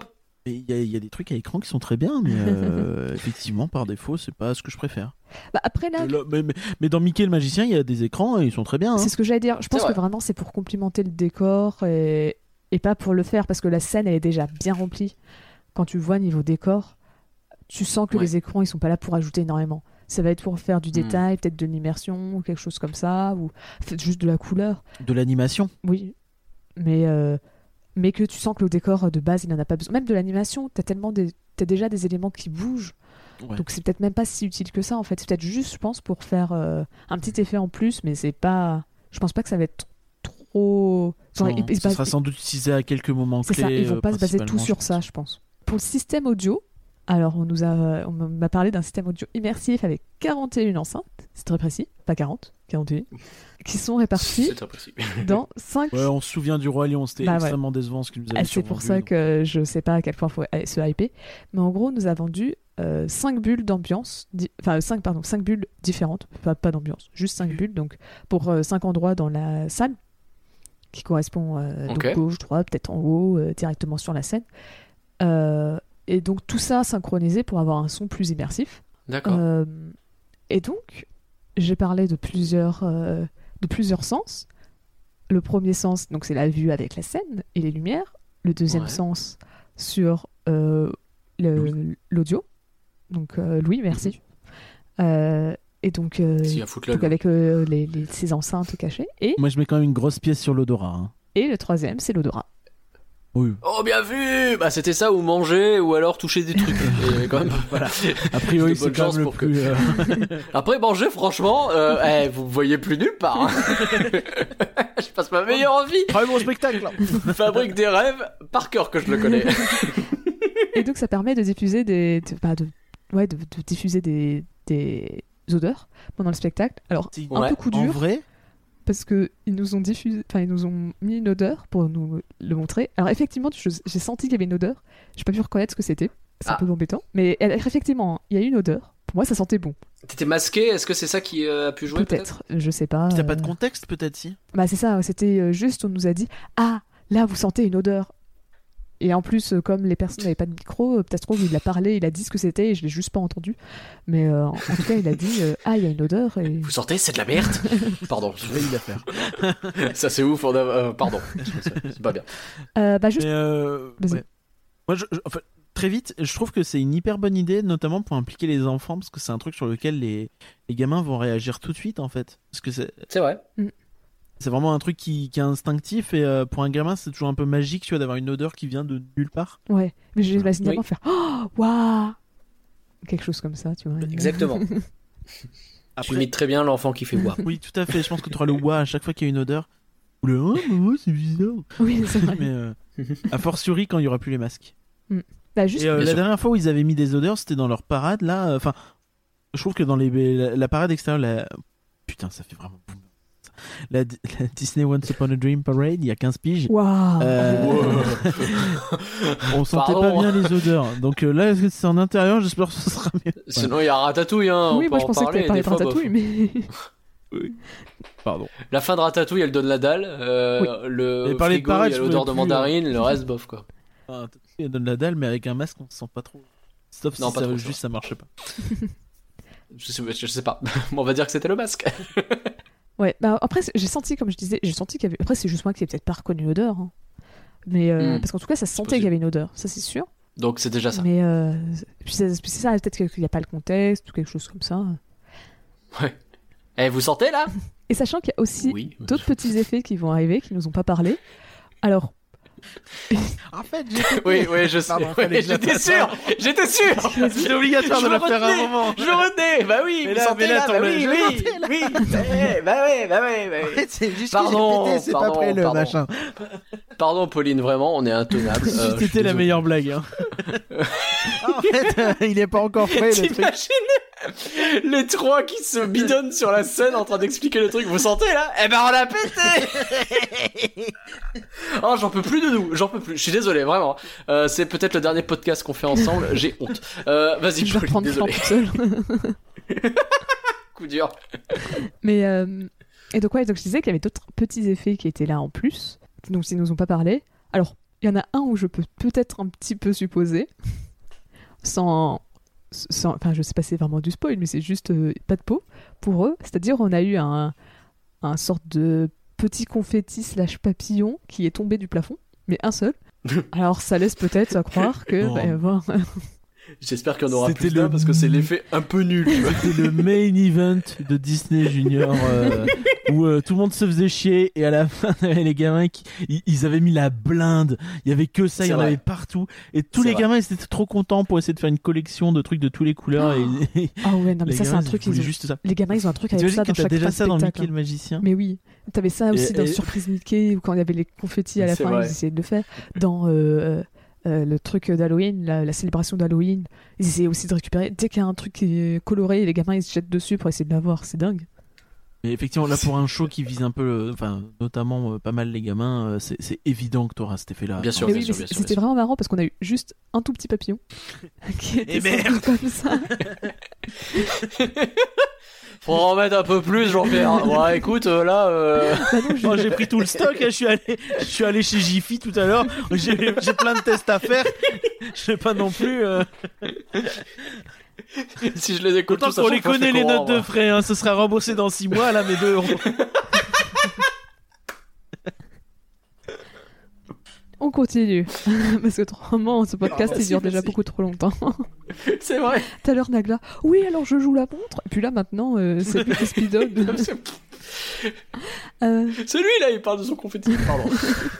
Il y, a, il y a des trucs à écran qui sont très bien, mais euh, effectivement, par défaut, c'est pas ce que je préfère. Bah après là, Là, mais, mais, mais dans Mickey le magicien, il y a des écrans et ils sont très bien. Hein. c'est ce que j'allais dire. Je pense C'est que vrai. vraiment c'est pour complimenter le décor et... et pas pour le faire parce que la scène elle est déjà bien remplie. Quand tu vois niveau décor, tu sens que Ouais. les écrans ils sont pas là pour ajouter énormément. Ça va être pour faire du Hmm. détail, peut-être de l'immersion ou quelque chose comme ça, ou peut-être juste de la couleur. De l'animation. Oui, mais euh, mais que tu sens que le décor de base il en a pas besoin. Même de l'animation, t'as tellement des... t'as déjà des éléments qui bougent. Ouais. Donc c'est peut-être même pas si utile que ça en fait. C'est peut-être juste, je pense, pour faire euh, un petit effet en plus, mais c'est pas. Je pense pas que ça va être trop. Genre, Non, ils- ils se ça basent- sera sans doute utilisé à quelques moments C'est clés. ça. Ils vont euh, pas se baser tout principalement, sur je ça, pense. je pense. Pour le système audio, alors on nous a, on m'a parlé d'un système audio immersif avec quarante et une enceintes. C'est très précis, pas quarante, quarante et un, qui sont réparties C'est très précis. dans cinq. Ouais, on se souvient du Roi Lion, c'était Bah ouais. extrêmement décevant ce qu'ils nous avaient Ah, c'est pour survendu, ça donc. que je sais pas à quel point faut se hyper, mais en gros, on nous a vendu cinq bulles d'ambiance, di- enfin cinq pardon, cinq bulles différentes, pas, pas d'ambiance, juste cinq bulles, donc pour cinq endroits dans la salle, qui correspond euh, donc Ok. gauche, droite, peut-être en haut, euh, directement sur la scène. Euh, et donc tout ça synchronisé pour avoir un son plus immersif. D'accord. Euh, et donc, j'ai parlé de plusieurs, euh, de plusieurs sens. Le premier sens, donc c'est la vue avec la scène et les lumières. Le deuxième Ouais. sens sur euh, le- l'audio. Donc euh, Louis, merci. Euh, et donc, euh, Si, à foutre la donc loupe. avec euh, les, les- ces enceintes cachées. Et, Moi, je mets quand même une grosse pièce sur l'odorat. Hein. et le troisième, c'est l'odorat. Oui. Oh, bien vu. Bah, c'était ça, ou manger, ou alors toucher des trucs. Et quand même, voilà. A priori, De c'est bonnes quand chances même le pour que- plus. euh, Après, manger, franchement, euh, eh, vous me voyez plus nulle part. hein. Je passe ma meilleure envie. Très bon spectacle. Fabrique des rêves, par cœur que je le connais. Et donc ça permet de diffuser des, de, bah, de, ouais, de, de diffuser des, des odeurs pendant le spectacle. Alors Si. un Ouais. peu coup En dur vrai, parce que ils nous ont diffusé, enfin ils nous ont mis une odeur pour nous le montrer. Alors effectivement, je- j'ai senti qu'il y avait une odeur. J'ai pas pu reconnaître ce que c'était. C'est Ah. un peu embêtant. Mais elle- effectivement, il y a une odeur. Pour moi, ça sentait bon. T'étais masqué, est-ce que c'est ça qui euh, a pu jouer peut-être Peut-être, je sais pas. t'as euh, pas de contexte, peut-être si. Bah c'est ça. C'était euh, juste, on nous a dit, ah là vous sentez une odeur. Et en plus, euh, comme les personnes n'avaient pas de micro, euh, peut-être trop, il a parlé, il a dit ce que c'était et je l'ai juste pas entendu. Mais euh, en en tout cas, il a dit euh, ah, il y a une odeur. Et... Vous sentez, c'est de la merde. Pardon. Je vais y faire. Ça c'est ouf, on a... euh, pardon. C'est pas bien. Euh, bah juste. Mais euh, Vas-y. ouais. Moi, je, je- enfin, très vite, je trouve que c'est une hyper bonne idée, notamment pour impliquer les enfants, parce que c'est un truc sur lequel les, les gamins vont réagir tout de suite, en fait. Parce que c'est, C'est vrai. c'est vraiment un truc qui, qui est instinctif, et euh, pour un gamin, c'est toujours un peu magique, tu vois, d'avoir une odeur qui vient de nulle part. Ouais. Mais je l'imagine Oui. tellement faire oh, waouh, quelque chose comme ça, tu vois. Exactement. Tu Après, imites très bien l'enfant qui fait voir. oui, tout à fait. Je pense que tu auras le ouah à chaque fois qu'il y a une odeur. Ou le oh, mais ouais, c'est bizarre. Oui, c'est vrai. Mais euh, a fortiori quand il y aura plus les masques. Bah juste. Et euh, Bien la sûr. dernière fois où ils avaient mis des odeurs, c'était dans leur parade là. Enfin, je trouve que dans les la, la parade extérieure, la... putain, ça fait vraiment boum. La, la Disney Once Upon a Dream Parade, il y a quinze piges. Waouh. Euh, on sentait Pardon. pas bien les odeurs. Donc euh, là, c'est en intérieur, j'espère que ce sera mieux. Sinon, il y a Ratatouille, hein. Oui, on moi peut je en pensais que parler, t'allais parler des de fois, Ratatouille, bof. mais. Pardon. La fin de Ratatouille, elle donne la dalle. Euh, Le Et parler de frigo, parade, il y a je l'odeur voulais de plus, mandarine, le reste, bof, quoi. Ah, elle donne la dalle, mais avec un masque, on se sent pas trop. Sauf Non, si pas ça, trop, juste ça marche pas. Je sais, je sais pas. On va dire que c'était le masque. Ouais, bah après c'est- j'ai senti, comme je disais, j'ai senti qu'il y avait. Après c'est juste moi qui ai peut-être pas reconnu l'odeur, hein. Mais euh, Hmm. parce qu'en tout cas ça se sentait possible. qu'il y avait une odeur, ça c'est sûr. Donc c'est déjà ça. Mais euh, puis c'est puis c'est ça, peut-être qu'il n'y a pas le contexte ou quelque chose comme ça. Ouais. Eh, vous sentez là Et sachant qu'il y a aussi Oui. d'autres petits effets qui vont arriver, qui nous ont pas parlé. Alors, En fait, Oui, oui, je sais. Pardon, Ouais, fallait que je la j'étais fasse. sûr J'étais sûr c'est obligatoire de Je le le faire à un retenais. moment. Je le retenais Bah oui, Mais vous là, sentez mais là, là, attends, bah là, oui, je oui, le oui, Eh, bah oui, bah oui, bah oui. c'est juste Pardon, que j'ai pété, c'est pardon, pas prêt le pardon. machin. Pardon, Pauline, vraiment, on est intenable. Euh, je suis C'était la désolé. meilleure blague. Hein. en fait, euh, il est pas encore prêt le truc. T'imagines les trois qui se bidonnent sur la scène en train d'expliquer le truc. Vous sentez là Eh ben on l'a pété Oh, j'en peux plus de nous, j'en peux plus. Je suis désolé, vraiment. Euh, c'est peut-être le dernier podcast qu'on fait ensemble. J'ai honte. Euh, vas-y, je vais Pauline, reprendre Franck désolé. toute seule. Coup dur. Mais euh, et donc ouais, donc je disais qu'il y avait d'autres petits effets qui étaient là en plus, donc ils nous ont pas parlé. Alors Il y en a un où je peux peut-être un petit peu supposer, sans, sans, enfin je sais pas si c'est vraiment du spoil, mais c'est juste euh, pas de peau pour eux. C'est-à-dire on a eu un, un sorte de petit confetti slash papillon qui est tombé du plafond, mais un seul. Alors ça laisse peut-être à croire que Non. va y avoir... J'espère qu'il y en aura C'était plus d'un le- parce que c'est l'effet un peu nul. tu vois. C'était le main event de Disney Junior euh, où euh, tout le monde se faisait chier et à la fin les gamins qui ils, ils avaient mis la blinde, il y avait que ça, il C'est y en vrai. avait partout et tous C'est les vrai. gamins ils étaient trop contents pour essayer de faire une collection de trucs de toutes les couleurs et, et Ah ouais, non mais les ça c'est gamins, un ils truc, voulaient ils ont... juste ça. les gamins ils ont un truc avec T'imagines ça que dans t'as chaque déjà fin de ça dans spectacle. Mickey le magicien. Mais oui, t'avais ça aussi Et- dans et- Surprise Mickey, où quand il y avait les confettis à la C'est fin, vrai. ils essayaient de le faire. Dans euh, euh, le truc d'Halloween, la, la célébration d'Halloween, ils essayaient aussi de récupérer. Dès qu'il y a un truc qui est coloré, les gamins ils se jettent dessus pour essayer de l'avoir, c'est dingue. Mais effectivement, là, pour un show qui vise un peu, le- enfin, notamment euh, pas mal les gamins, euh, c'est, c'est évident que t'auras cet effet-là. Bien sûr, Mais bien oui, sûr, mais bien sûr, c'était bien sûr. vraiment marrant parce qu'on a eu juste un tout petit papillon qui était Et merde. sorti comme ça. Faut en remettre un peu plus, Jean-Pierre. Ouais, écoute, euh, là. Euh... Bah non, je- Oh, j'ai pris tout le stock, hein, je suis allé, je suis allé chez Jiffy tout à l'heure, j'ai, j'ai plein de tests à faire, je sais pas non plus, euh... si je les écoute autant tous, à qu'on chaque les fois, je connaît fais les courant, notes de moi. frais, hein, ce sera remboursé dans six mois, là, mes deux euros. On continue. Parce que autrement, ce podcast Ah, il dure vas-y, déjà vas-y. beaucoup trop longtemps. C'est vrai. Tout à l'heure, Nagla. Oui, alors je joue la montre. Et puis là, maintenant, euh, c'est plus que Speedon. euh, Celui-là, il parle de son confetti. Pardon.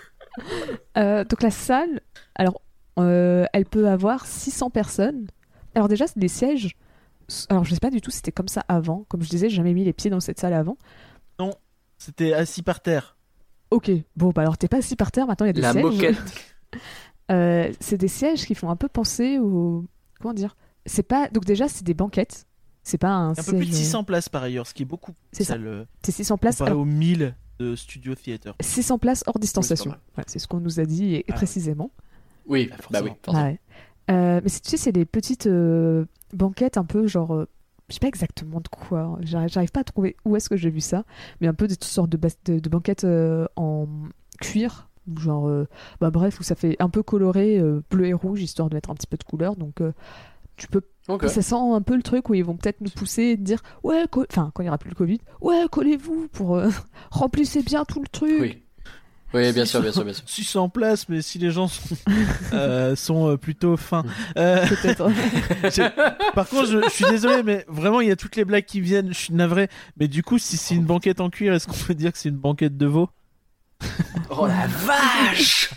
euh, donc la salle, alors, euh, elle peut avoir six cents personnes. Alors déjà, c'est des sièges. Alors je sais pas du tout si c'était comme ça avant. Comme je disais, j'ai jamais mis les pieds dans cette salle avant. Non, c'était assis par terre. Ok, bon, bah alors t'es pas assis par terre, maintenant il y a des La sièges. moquette. Euh, c'est des sièges qui font un peu penser au... Comment dire C'est pas... Donc déjà, c'est des banquettes. C'est pas un, Un peu plus de siège- six cents places par ailleurs, ce qui est beaucoup. C'est ça. Le... C'est six cents places. Comparé Alors, aux mille de Studio Theater. six cents places hors distanciation. Oui, c'est pas mal. Voilà, c'est ce qu'on nous a dit et Ah, précisément. Oui, Ah, bah oui. forcément. forcément. Ouais. Euh, mais c'est- tu sais, c'est des petites euh, banquettes un peu genre... euh, je sais pas exactement de quoi. J'arrive, j'arrive pas à trouver où est-ce que j'ai vu ça. Mais un peu des sortes de, bas- de, de banquettes euh, en cuir. Ou genre... euh, bah bref, où ça fait un peu coloré, euh, bleu et rouge, histoire de mettre un petit peu de couleur. Donc... euh, tu peux Ok. Et ça sent un peu le truc où ils vont peut-être nous pousser et dire ouais, co- enfin quand il n'y aura plus le Covid, ouais, collez-vous pour euh, remplissez bien tout le truc. Oui. Oui, bien sûr, bien sûr, bien sûr. six cents places, mais si les gens sont, euh, sont euh, plutôt fins. Euh, Peut-être. j'ai- Par contre, je, je suis désolé, mais vraiment, il y a toutes les blagues qui viennent. Je suis navré. Mais du coup, si c'est une banquette en cuir, est-ce qu'on peut dire que c'est une banquette de veau? Oh la vache!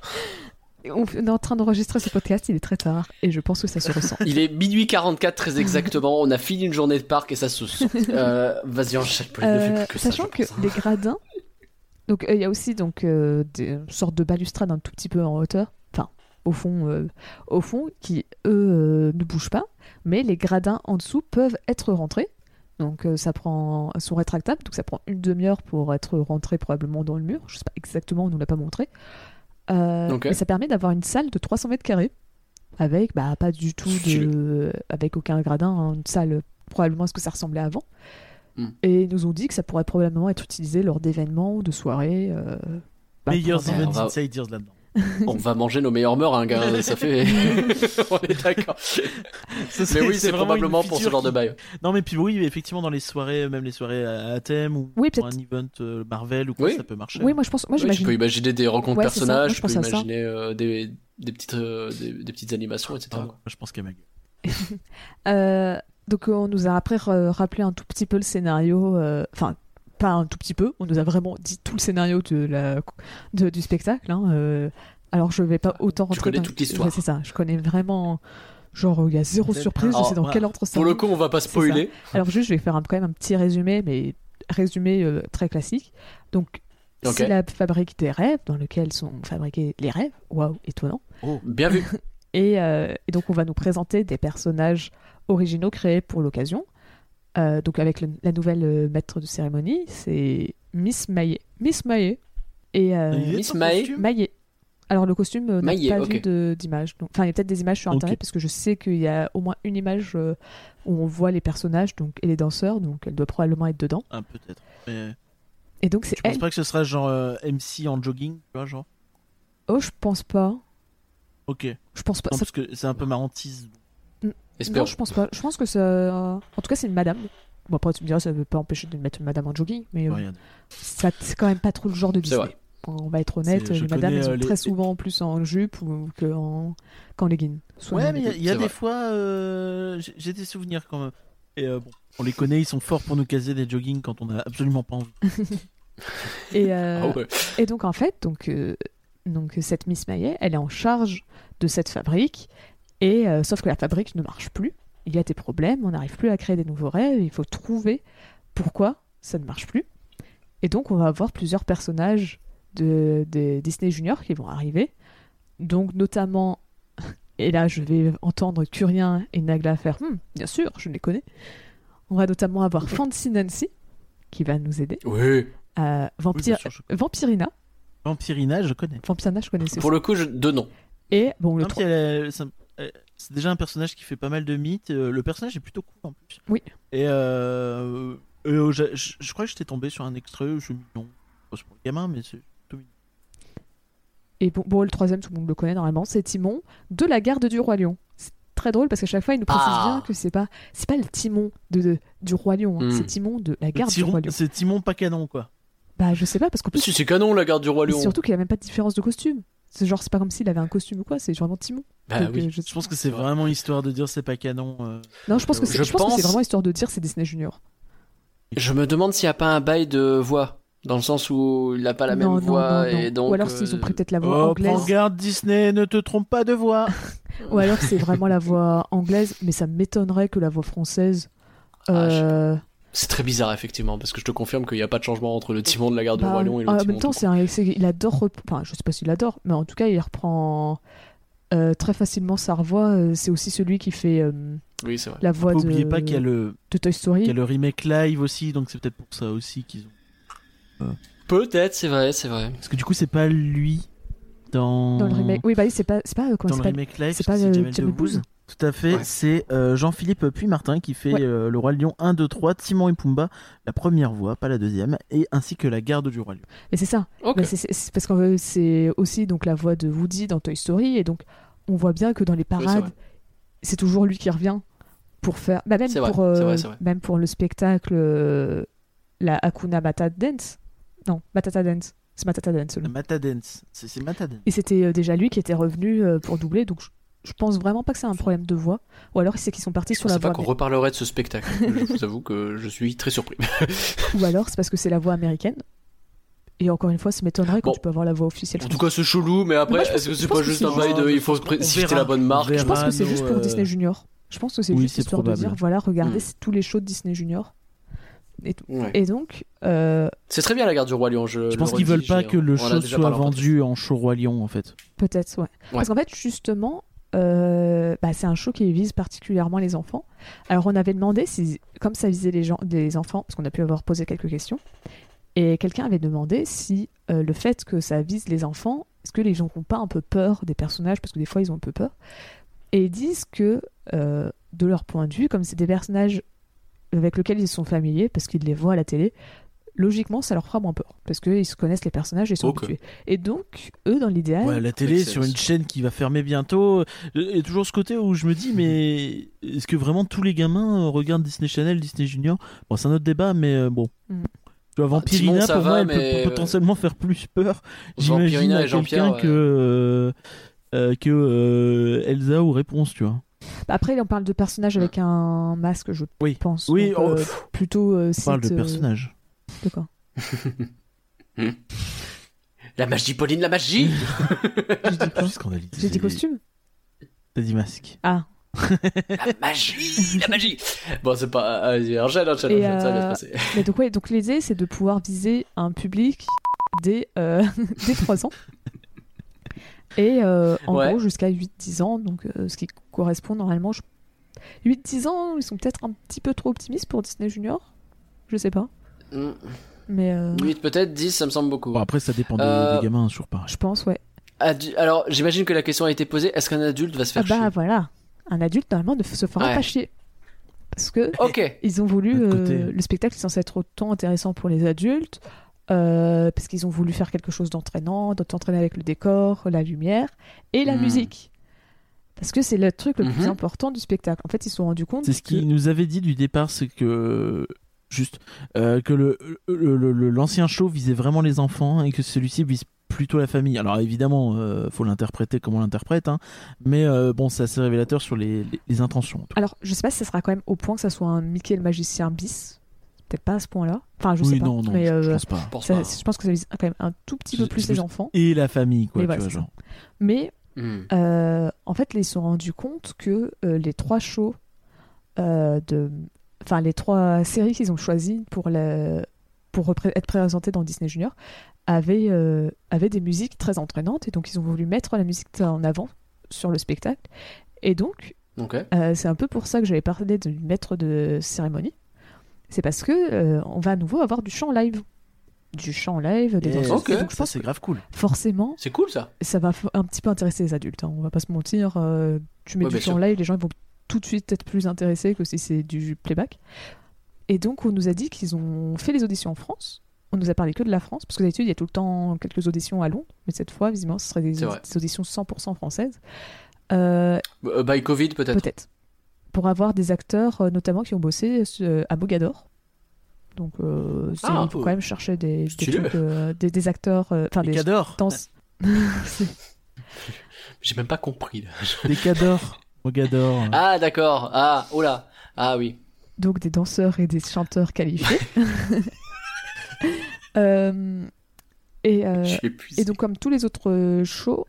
On est en train d'enregistrer ce podcast, il est très tard et je pense que ça se ressent. Il est minuit quarante-quatre très exactement. On a fini une journée de parc et ça se sent. Euh, vas-y, enchaîne. Pauline, ne fais Euh, plus que ça, sachant je que pense. les gradins, donc euh, il y a aussi donc euh, des sortes de balustrades un tout petit peu en hauteur, enfin au fond, euh, au fond, qui eux euh, ne bougent pas, mais les gradins en dessous peuvent être rentrés. Donc euh, ça prend, sont rétractables, donc ça prend une demi-heure pour être rentré probablement dans le mur. Je sais pas exactement, on nous l'a pas montré. Euh, Ok. Mais ça permet d'avoir une salle de trois cents mètres carrés avec bah pas du tout de, avec aucun gradin, hein, une salle probablement à ce que ça ressemblait avant. Hmm. Et ils nous ont dit que ça pourrait probablement être utilisé lors d'événements ou de soirées. Euh, bah, Meilleurs pour avoir- events on va- insiders là-dedans. On va manger nos meilleurs meringues, hein, ça fait. On est d'accord. Ça, Mais c'est- oui, c'est c'est vraiment probablement une pour ce feature genre de qui- bail. Non, mais puis oui, effectivement, dans les soirées, même les soirées à, à thème ou Oui, pour un peut-être. event euh, Marvel ou quoi, Oui. ça peut marcher. Oui, moi je pense, moi Oui, tu j'imagine. peux imaginer des rencontres Ouais, c'est ça. Moi, personnages, je tu peux pense à ça. imaginer euh, des, des, petites, euh, des, des petites animations, et cetera. Ah, moi, je pense qu'à ma gueule. Euh, donc euh, on nous a après euh, rappelé un tout petit peu le scénario, euh, enfin pas un tout petit peu, on nous a vraiment dit tout le scénario de la, de- du spectacle. Hein, euh, alors je vais pas autant rentrer connais dans- toute l'histoire. Ouais, c'est ça, je connais vraiment. Genre il y a zéro C'est- surprise, je Alors, sais dans voilà. quel ordre ça Pour le va. coup, on va pas C'est spoiler. Alors juste je vais faire un- quand même un petit résumé, mais résumé euh, très classique. Donc Ok. c'est la fabrique des rêves dans lequel sont fabriqués les rêves. Waouh, étonnant. Bien vu. Et, euh, et donc on va nous présenter des personnages originaux créés pour l'occasion. Euh, donc avec le- la nouvelle euh, maître de cérémonie, c'est Miss Maillet. Miss Maillet. Et euh, Il est Miss en Maillet. costume Maillet. Alors le costume, euh, n'a Maillet, pas ok. vu de- d'image. Donc- Enfin, il y a peut-être des images sur Ok. internet parce que je sais qu'il y a au moins une image euh, où on voit les personnages donc, et les danseurs, donc elle doit probablement être dedans. Ah, peut-être. Mais Et donc c'est je pense elle. pas que ce sera genre euh, M C en jogging, tu vois, genre. Oh, je pense pas. Ok. Je pense pas. Non, Ça- parce que c'est un peu marrantise. Espérons. Non, je pense pas. Je pense que ça. En tout cas, c'est une madame. Bon, après, tu me diras, ça veut pas empêcher de mettre une madame en jogging, mais euh, Ouais, ça, c'est quand même pas trop le genre de C'est Disney. vrai. On va être honnête, C'est- je les madames, connais, elles ont euh, les- très souvent plus en jupe ou qu'en qu'en legging. Soit Ouais, en mais il y a, legging. il y a C'est des vrai. fois, euh, j'ai j'ai des souvenirs quand même. Et euh, bon, on les connaît, ils sont forts pour nous caser des joggings quand on a absolument pas envie. Et, euh, Ah ouais. et donc, en fait, donc, euh, donc, cette Miss Maillet, elle est en charge de cette fabrique. Et euh, sauf que la fabrique ne marche plus. Il y a des problèmes, on n'arrive plus à créer des nouveaux rêves. Il faut trouver pourquoi ça ne marche plus. Et donc, on va avoir plusieurs personnages de, de Disney Junior qui vont arriver. Donc, notamment, et là, je vais entendre Curien et Nagla faire Hum, bien sûr, je les connais. On va notamment avoir Fancy Nancy qui va nous aider. Oui. Euh, Oui, Vampire... bien sûr, je connais. Vampirina. Vampirina, je connais. Vampirina, je connaissais Pour aussi. le coup, je... deux noms. Et bon, le Non, tro- puis elle est- ça- elle- c'est déjà un personnage qui fait pas mal de mythes. euh, Le personnage est plutôt cool en plus. Oui. Et euh, euh, je, je- je crois que j'étais tombé sur un extrait, c'est mignon. C'est pour le gamin, mais c'est plutôt mignon. Et bon, bon, le troisième, tout le monde le connaît normalement, c'est Timon de la garde du Roi Lion. C'est très drôle parce qu'à chaque fois, il nous précise Ah. bien que c'est pas, c'est pas le Timon de, de- du Roi Lion, hein, Hmm. c'est Timon de la Le garde du Timon- Roi Lion. C'est Timon pas canon, quoi. Bah, je sais pas parce qu'en plus, Si, c'est canon, la garde du Roi mais Lion. surtout qu'il a même pas de différence de costume. C'est genre, c'est pas comme s'il avait un costume ou quoi, c'est vraiment Timon. Bah Donc, oui. euh, je... Je pense que c'est vraiment histoire de dire c'est pas canon. euh. Non, je pense que c'est, Je je pense que c'est pense- vraiment histoire de dire c'est Disney Junior. Je me demande s'il n'y a pas un bail de voix. Dans le sens où il n'a pas la Non, même non, voix. non, non. Et donc, Ou alors euh, s'ils ont pris peut-être la voix Oh, anglaise. prends garde Disney, ne te trompe pas de voix. Ou alors c'est vraiment la voix anglaise, mais ça m'étonnerait que la voix française. Ah, je- euh, C'est très bizarre, effectivement. Parce que je te confirme qu'il n'y a pas de changement entre le Timon de la garde bah, du Roi Lion et le en Timon même temps, tout c'est un- c'est- il adore. rep- Enfin, je sais pas s'il adore, mais en tout cas, il reprend euh, très facilement sa voix. Euh, C'est aussi celui qui fait euh, court. Oui, c'est vrai. la voix de, N'oubliez pas qu'il y a le, de Toy Story. qu'il y a le remake live aussi, donc c'est peut-être pour ça aussi qu'ils ont. Peut-être, c'est vrai, c'est vrai. Parce que du coup, c'est pas lui dans. Dans le remake. Oui, bah oui, c'est pas, c'est pas euh, comment Dans ça le s'appelle. remake live, C'est parce pas que euh, Jamel Jamel Debbouze. Debbouze. Tout à fait, Ouais. c'est euh, Jean-Philippe Puy-Martin qui fait Ouais. euh, le Roi Lion un, deux, trois, Timon et Pumba, la première voix, pas la deuxième, et ainsi que la garde du Roi Lion. Mais c'est ça. Ok. Mais c'est- c'est c'est parce que c'est aussi donc la voix de Woody dans Toy Story, et donc on voit bien que dans les Oui, c'est parades, vrai. c'est toujours lui qui revient pour faire. Bah, même C'est vrai, pour euh, c'est vrai, c'est vrai. même pour le spectacle, euh, la Hakuna Matata Dance. Non, Matata Dance. C'est Matata Dance. le La nom. Matadance, c'est c'est Matadance. Et c'était euh, déjà lui qui était revenu euh, pour doubler, donc je, je pense vraiment pas que c'est un problème de voix. Ou alors c'est qu'ils sont partis Je sur la pensais pas voix. qu'on amé- reparlerait de ce spectacle. Je vous avoue que je suis très surpris. Ou alors c'est parce que c'est la voix américaine. Et encore une fois, ça m'étonnerait quand Bon. tu peux avoir la voix officielle. En tout cas, c'est chelou, mais après, Moi, je pense- est-ce que je c'est pense pas que juste c'est un bail juste- de. Il faut on- se pré- on citer verra, la bonne on marque verra. Je pense que c'est nos, juste pour euh, Disney Junior. Je pense que c'est oui, juste c'est histoire de probable. dire voilà, regardez Mm. c'est tous les shows de Disney Junior. Et, tout. Ouais. Et donc, euh, C'est très bien la garde du Roi Lion. Je, Je pense le qu'ils veulent redis, pas j'ai- que le on en a show déjà soit parlé en vendu en show Roi Lion en fait. peut-être, ouais. Parce qu'en fait, justement, euh, bah, c'est un show qui vise particulièrement les enfants. Alors, on avait demandé si, comme ça visait les, gens, les enfants, parce qu'on a pu avoir posé quelques questions, et quelqu'un avait demandé si euh, le fait que ça vise les enfants, est-ce que les gens n'ont pas un peu peur des personnages, parce que des fois, ils ont un peu peur. Et ils disent que, euh, de leur point de vue, comme c'est des personnages avec lesquels ils sont familiers, parce qu'ils les voient à la télé, logiquement, ça leur fera moins peur, parce qu'ils se connaissent les personnages et ils sont Ok. habitués. Et donc, eux, dans l'idéal... Ouais, la télé Excellent. sur une chaîne qui va fermer bientôt. Il y a toujours ce côté où je me dis, mais est-ce que vraiment tous les gamins euh, regardent Disney Channel, Disney Junior? Bon, c'est un autre débat, mais euh, bon. Mm. Tu vois, Vampirina, Timon, ça pour va, moi, elle mais- peut potentiellement faire plus peur. Vampirina J'imagine à et Jean-Pierre, quelqu'un que, euh, euh, que euh, Elsa ou Réponse, tu vois. Bah, Après, on parle de personnages avec un masque, je Oui. pense. Oui, Donc, oh, euh, pff, plutôt euh, on parle de site, euh, personnages. de quoi La magie, Pauline, la magie. J'ai dit quoi Scandalisé. J'ai dit costume T'as dit masque. Ah. La magie, la magie. Bon, c'est pas. Allez, enchaîne, enchaîne, Et, enchaîne, ça va bien euh, se passer. Mais donc, ouais, donc l'idée, c'est de pouvoir viser un public dès, euh, dès trois ans. Et euh, en Ouais. gros, jusqu'à huit dix ans, donc euh, ce qui correspond normalement. Je... huit dix ans, ils sont peut-être un petit peu trop optimistes pour Disney Junior. Je sais pas. Mm. Mais euh, huit, peut-être dix, ça me semble beaucoup. Bon, après, ça dépend des, Euh, des gamins, toujours pareil. je pense, ouais. Adu- Alors, j'imagine que la question a été posée est-ce qu'un adulte va se Ah faire bah chier voilà. Un adulte, normalement, ne se fera Ouais. pas chier. Parce que Ok. ils ont voulu. D'un côté. euh, le spectacle est censé être autant intéressant pour les adultes. euh, parce qu'ils ont voulu faire quelque chose d'entraînant, d'entraîner avec le décor, la lumière et la Mm. musique. Parce que c'est le truc le Mhm. plus important du spectacle. En fait, ils se sont rendus compte C'est ce que... qu'il nous avait dit du départ, c'est que juste euh, que le, le- le- le- l'ancien show visait vraiment les enfants et que celui-ci vise plutôt la famille. Alors évidemment, euh, faut l'interpréter comme on l'interprète, hein, mais euh, bon, c'est assez révélateur sur les, les, les intentions. Alors, je sais pas si ça sera quand même au point que ça soit un Mickey le magicien bis. Peut-être pas à ce point-là. Enfin, je Oui, sais pas. non, non, mais, je- euh, je pense pas. Je pense ça- pas. je pense que ça vise quand même un tout petit peu C'est- plus c'est les plus- enfants. Et la famille, quoi. Et tu voilà, vois, c'est genre. Mais Hmm. Euh, en fait, ils se sont rendus compte que euh, les trois shows, euh, de... enfin les trois séries qu'ils ont choisies pour, le... pour repré- être présentées dans Disney Junior avaient, euh, avaient des musiques très entraînantes et donc ils ont voulu mettre la musique en avant sur le spectacle. Et donc, Ok. euh, c'est un peu pour ça que j'avais parlé du maître de cérémonie. C'est parce que euh, on va à nouveau avoir du chant live. Du chant live, des Et danseuses. ok. Et donc je Ça, pense c'est que grave cool. forcément, C'est cool ça. ça va f- un petit peu intéresser les adultes, hein, on va pas se mentir. euh, tu mets Ouais, du bien chant sûr. live, les gens ils vont tout de suite être plus intéressés que si c'est du playback. Et donc on nous a dit qu'ils ont fait les auditions en France. On nous a parlé que de la France, parce que d'habitude il y a tout le temps quelques auditions à Londres, mais cette fois visiblement ce serait des, C'est vrai. des auditions cent pour cent françaises. Euh, Euh, by Covid peut-être. Peut-être. Pour avoir des acteurs euh, notamment qui ont bossé euh, à Mogador. Donc euh, c'est- Ah, il faut oh. quand même chercher des, des, Stylé. trucs, euh, des, des acteurs, euh, enfin Des des cadors. danses. J'ai même pas compris. Là. Des cadors. Mogador. Ah d'accord. Ah oh là. Ah oui. Donc des danseurs et des chanteurs qualifiés. Euh, et, euh, Je suis épuisé. et donc comme tous les autres euh, shows,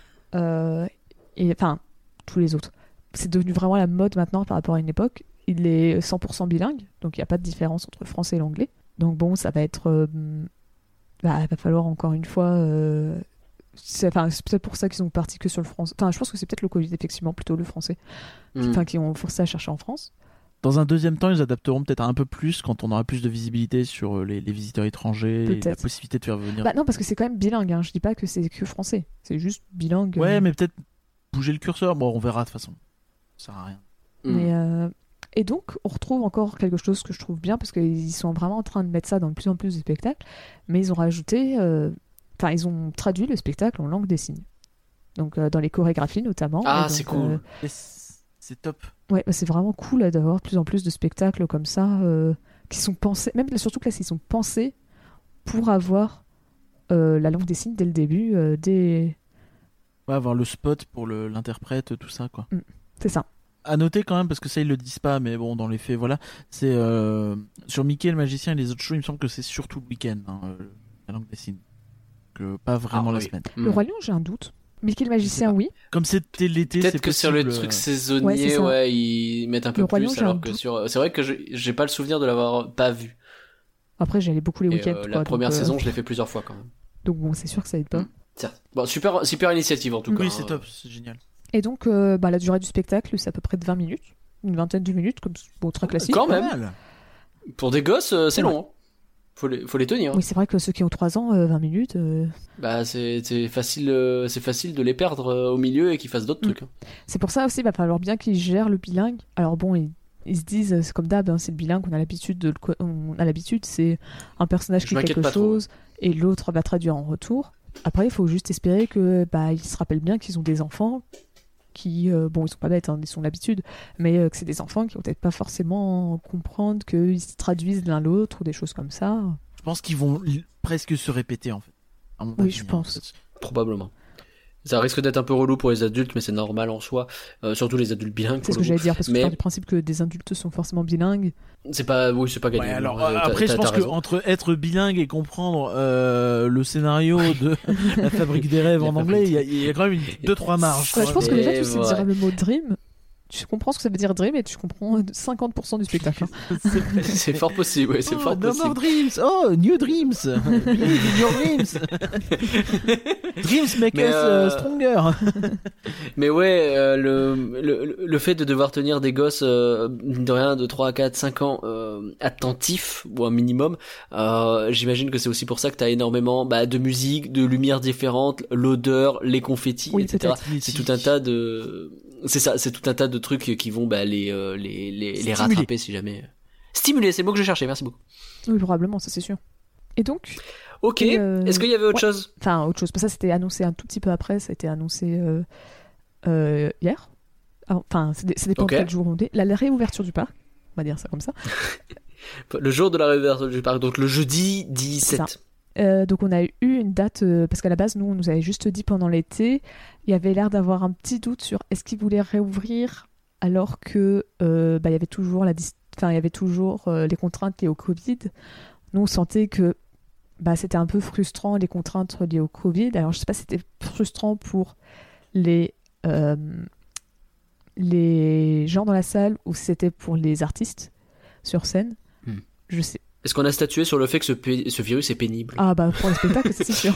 euh, et enfin tous les autres, c'est devenu vraiment la mode maintenant par rapport à une époque. Il est cent pour cent bilingue, donc il n'y a pas de différence entre le français et l'anglais. Donc bon, ça va être, euh, bah, il va falloir encore une fois. Euh, c'est, enfin, c'est peut-être pour ça qu'ils ont parti que sur le français. Enfin, je pense que c'est peut-être le Covid effectivement plutôt le français, Hmm. enfin qui ont forcé à chercher en France. Dans un deuxième temps, ils adapteront peut-être un peu plus quand on aura plus de visibilité sur euh, les, les visiteurs étrangers et la Peut-être. possibilité de faire venir. Bah non, parce que c'est quand même bilingue. Hein. Je dis pas que c'est que français, c'est juste bilingue. Ouais, euh, mais peut-être bouger le curseur. Bon, on verra de toute façon. Ça sert à rien. Hmm. Mais euh, et donc, on retrouve encore quelque chose que je trouve bien parce qu'ils sont vraiment en train de mettre ça dans de plus en plus de spectacles. Mais ils ont rajouté, euh, enfin, ils ont traduit le spectacle en langue des signes. Donc, euh, dans les chorégraphies notamment. Ah, Et donc, c'est cool. euh, Et c- c'est top. ouais, bah, c'est vraiment cool euh, d'avoir de plus en plus de spectacles comme ça euh, qui sont pensés, même surtout que là, ils sont pensés pour avoir euh, la langue des signes dès le début. euh, dès... Ouais, avoir le spot pour le- l'interprète, tout ça, quoi. C'est ça. À noter quand même, parce que ça ils le disent pas, mais bon, dans les faits, voilà, c'est euh, sur Mickey le magicien et les autres shows, il me semble que c'est surtout le week-end, hein, euh, la langue des signes, que pas vraiment Ah, la oui. semaine. Hmm. Le Roi Lion, j'ai un doute. Mickey le magicien, oui. Comme c'était l'été, Peut-être c'est que sur le possible, truc euh, Ouais, saisonnier, c'est ouais, ça. ils mettent un peu Le Roi Lion, plus, j'ai un alors que doute. sur. C'est vrai que je- j'ai pas le souvenir de l'avoir pas vu. Après, j'allais beaucoup les Et, week-ends. euh, la quoi, première donc, euh, saison, je l'ai fait plusieurs fois quand même. Donc bon, c'est sûr que ça aide pas. Mm. Certes. Bon, super, super initiative en tout cas. Oui, hein. c'est top, c'est génial. Et donc, euh, bah, la durée du spectacle, c'est à peu près de vingt minutes. Une vingtaine de minutes, comme bon, très classique. Quand Pas même. mal. Pour des gosses, euh, c'est Ouais. long. hein. Faut les, faut les tenir. Oui, c'est vrai que ceux qui ont trois ans, euh, vingt minutes. euh, Bah, c'est c'est facile, euh, c'est facile de les perdre euh, au milieu et qu'ils fassent d'autres Mm. trucs. hein. C'est pour ça aussi, il va falloir bien qu'ils gèrent le bilingue. Alors bon, ils, ils se disent, euh, c'est comme d'hab, hein, c'est le bilingue, on a l'habitude de le co- on a l'habitude, c'est un personnage Je qui fait m'inquiète quelque pas trop, chose et l'autre va traduire en retour. Après, il faut juste espérer que bah ils se rappellent bien qu'ils ont des enfants qui, euh, bon, ils sont pas bêtes, hein, ils sont l'habitude, mais euh, que c'est des enfants qui vont peut-être pas forcément comprendre qu'ils se traduisent l'un l'autre ou des choses comme ça. Je pense qu'ils vont l- presque se répéter en fait. À mon Oui, avis, je hein, pense. en fait. Probablement. Ça risque d'être un peu relou pour les adultes, mais c'est normal en soi. Euh, surtout les adultes bilingues. C'est pour ce le que j'allais coup. dire, parce que Mais- je pars du principe que des adultes sont forcément bilingues. C'est pas, oui, c'est pas gagné. Ouais, alors non, euh, t'as- après, t'as- je pense t'as raison. qu'entre être bilingue et comprendre euh, le scénario de La Fabrique des rêves La en anglais, il y, a- il y a quand même deux trois marges. Ouais, je pense que déjà, Et tu sais ouais. dire le mot dream. Tu comprends ce que ça veut dire dream et tu comprends cinquante pour cent du spectacle. hein. C'est fort possible, ouais, c'est Oh, fort no possible. more dreams. Oh, new dreams. Believe in your dreams. Dreams make Mais, us euh, uh, stronger. Mais ouais, euh, le, le, le fait de devoir tenir des gosses, euh, mine de rien, de trois, quatre, cinq ans, euh, attentifs, ou un minimum, euh, j'imagine que c'est aussi pour ça que t'as énormément bah, de musique, de lumières différentes, l'odeur, les confettis, Oui, et cetera. peut-être. C'est tout un tas de... C'est ça, c'est tout un tas de trucs qui vont bah, les, euh, les, les, les Stimuler. rattraper si jamais... Stimuler, c'est le mot que je cherchais, merci beaucoup. Oui, probablement, ça c'est sûr. Et donc, Ok, Et, euh, est-ce qu'il y avait autre ouais. chose? Enfin, autre chose. Ça, c'était annoncé un tout petit peu après. Ça a été annoncé euh, euh, hier. Ah, Enfin, ça dé- ça dépend Ok. de quel jour on est. La, la réouverture du parc, on va dire ça comme ça. Le jour de la réouverture du parc, donc le jeudi C'est dix-sept. ça. Euh, donc on a eu une date, euh, parce qu'à la base, nous, on nous avait juste dit pendant l'été, il y avait l'air d'avoir un petit doute sur est-ce qu'ils voulaient réouvrir alors que euh, bah, il y avait toujours, la dis- enfin, il y avait toujours euh, les contraintes liées au Covid. Nous, on sentait que bah, c'était un peu frustrant, les contraintes liées au Covid. Alors, je sais pas si c'était frustrant pour les, euh, les gens dans la salle ou si c'était pour les artistes sur scène. Hmm. Je sais. Est-ce qu'on a statué sur le fait que ce, pé- ce virus est pénible? Ah bah pour les spectacles, c'est sûr.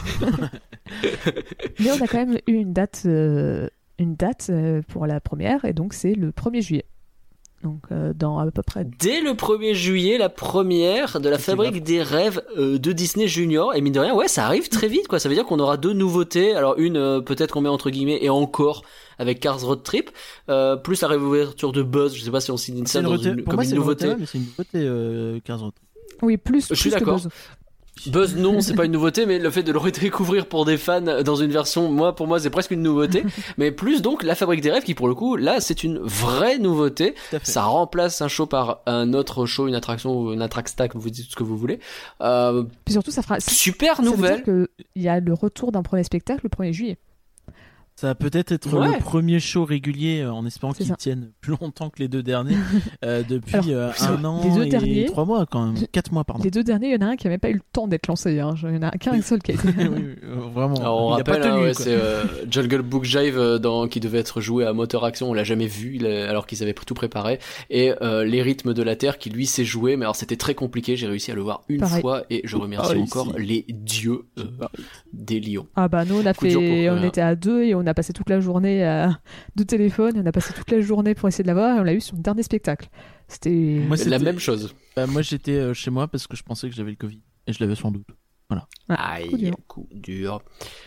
Mais on a quand même eu une date, euh, une date euh, pour la première, et donc c'est le premier juillet. Donc euh, dans à peu près... Dès le premier juillet, la première de la Fabrique des Rêves euh, de Disney Junior. Et mine de rien, ouais, ça arrive très vite, quoi. Ça veut dire qu'on aura deux nouveautés. Alors une, euh, peut-être qu'on met entre guillemets, et encore, avec Cars Road Trip, euh, plus la réouverture de Buzz. Je sais pas si on signe ça C'est une dans nouveauté- une, Pour comme moi, une c'est une nouveauté. nouveauté, mais c'est une nouveauté euh, quinze autres. Oui, plus, Je suis plus que d'accord. Buzz. Buzz, non, c'est pas une nouveauté, mais le fait de le redécouvrir pour des fans dans une version, moi, pour moi, c'est presque une nouveauté. Mais plus donc la Fabrique des Rêves, qui pour le coup, là, c'est une vraie nouveauté. Ça remplace un show par un autre show, une attraction ou une attract-stack, vous dites ce que vous voulez. Euh, Puis surtout, ça fera... super ça veut nouvelle. dire que il y a le retour d'un premier spectacle le premier juillet. Ça va peut-être être Ouais. le premier show régulier, euh, en espérant C'est qu'ils ça. tiennent plus longtemps que les deux derniers, euh, depuis Alors, euh, c'est- un an les deux et derniers- trois mois quand même, quatre mois pardon. Les deux derniers, il y en a un qui n'a même pas eu le temps d'être lancé. Hein. Il y en a qu'un seul qui a été... Oui, oui, euh, vraiment. Alors, on il a rappelle, pas hein, tenu. ouais, quoi. c'est euh, Jungle Book Jive euh, dans, qui devait être joué à moteur action, on l'a jamais vu, il a- alors qu'ils avaient tout préparé. Et euh, les rythmes de la Terre qui lui s'est joué, mais alors c'était très compliqué, j'ai réussi à le voir une Pareil. fois et je remercie Ah, encore ici. les dieux euh, des lions. Ah bah nous on a Coup dur fait, pour, on euh, était à deux et on a passé toute la journée à deux téléphones, et on a passé toute la journée pour essayer de l'avoir et on l'a eu sur le dernier spectacle. C'était Moi, La c'était- même chose. Bah, moi j'étais euh, chez moi parce que je pensais que j'avais le Covid et je l'avais sans doute. Aïe, coup dur. coup dur.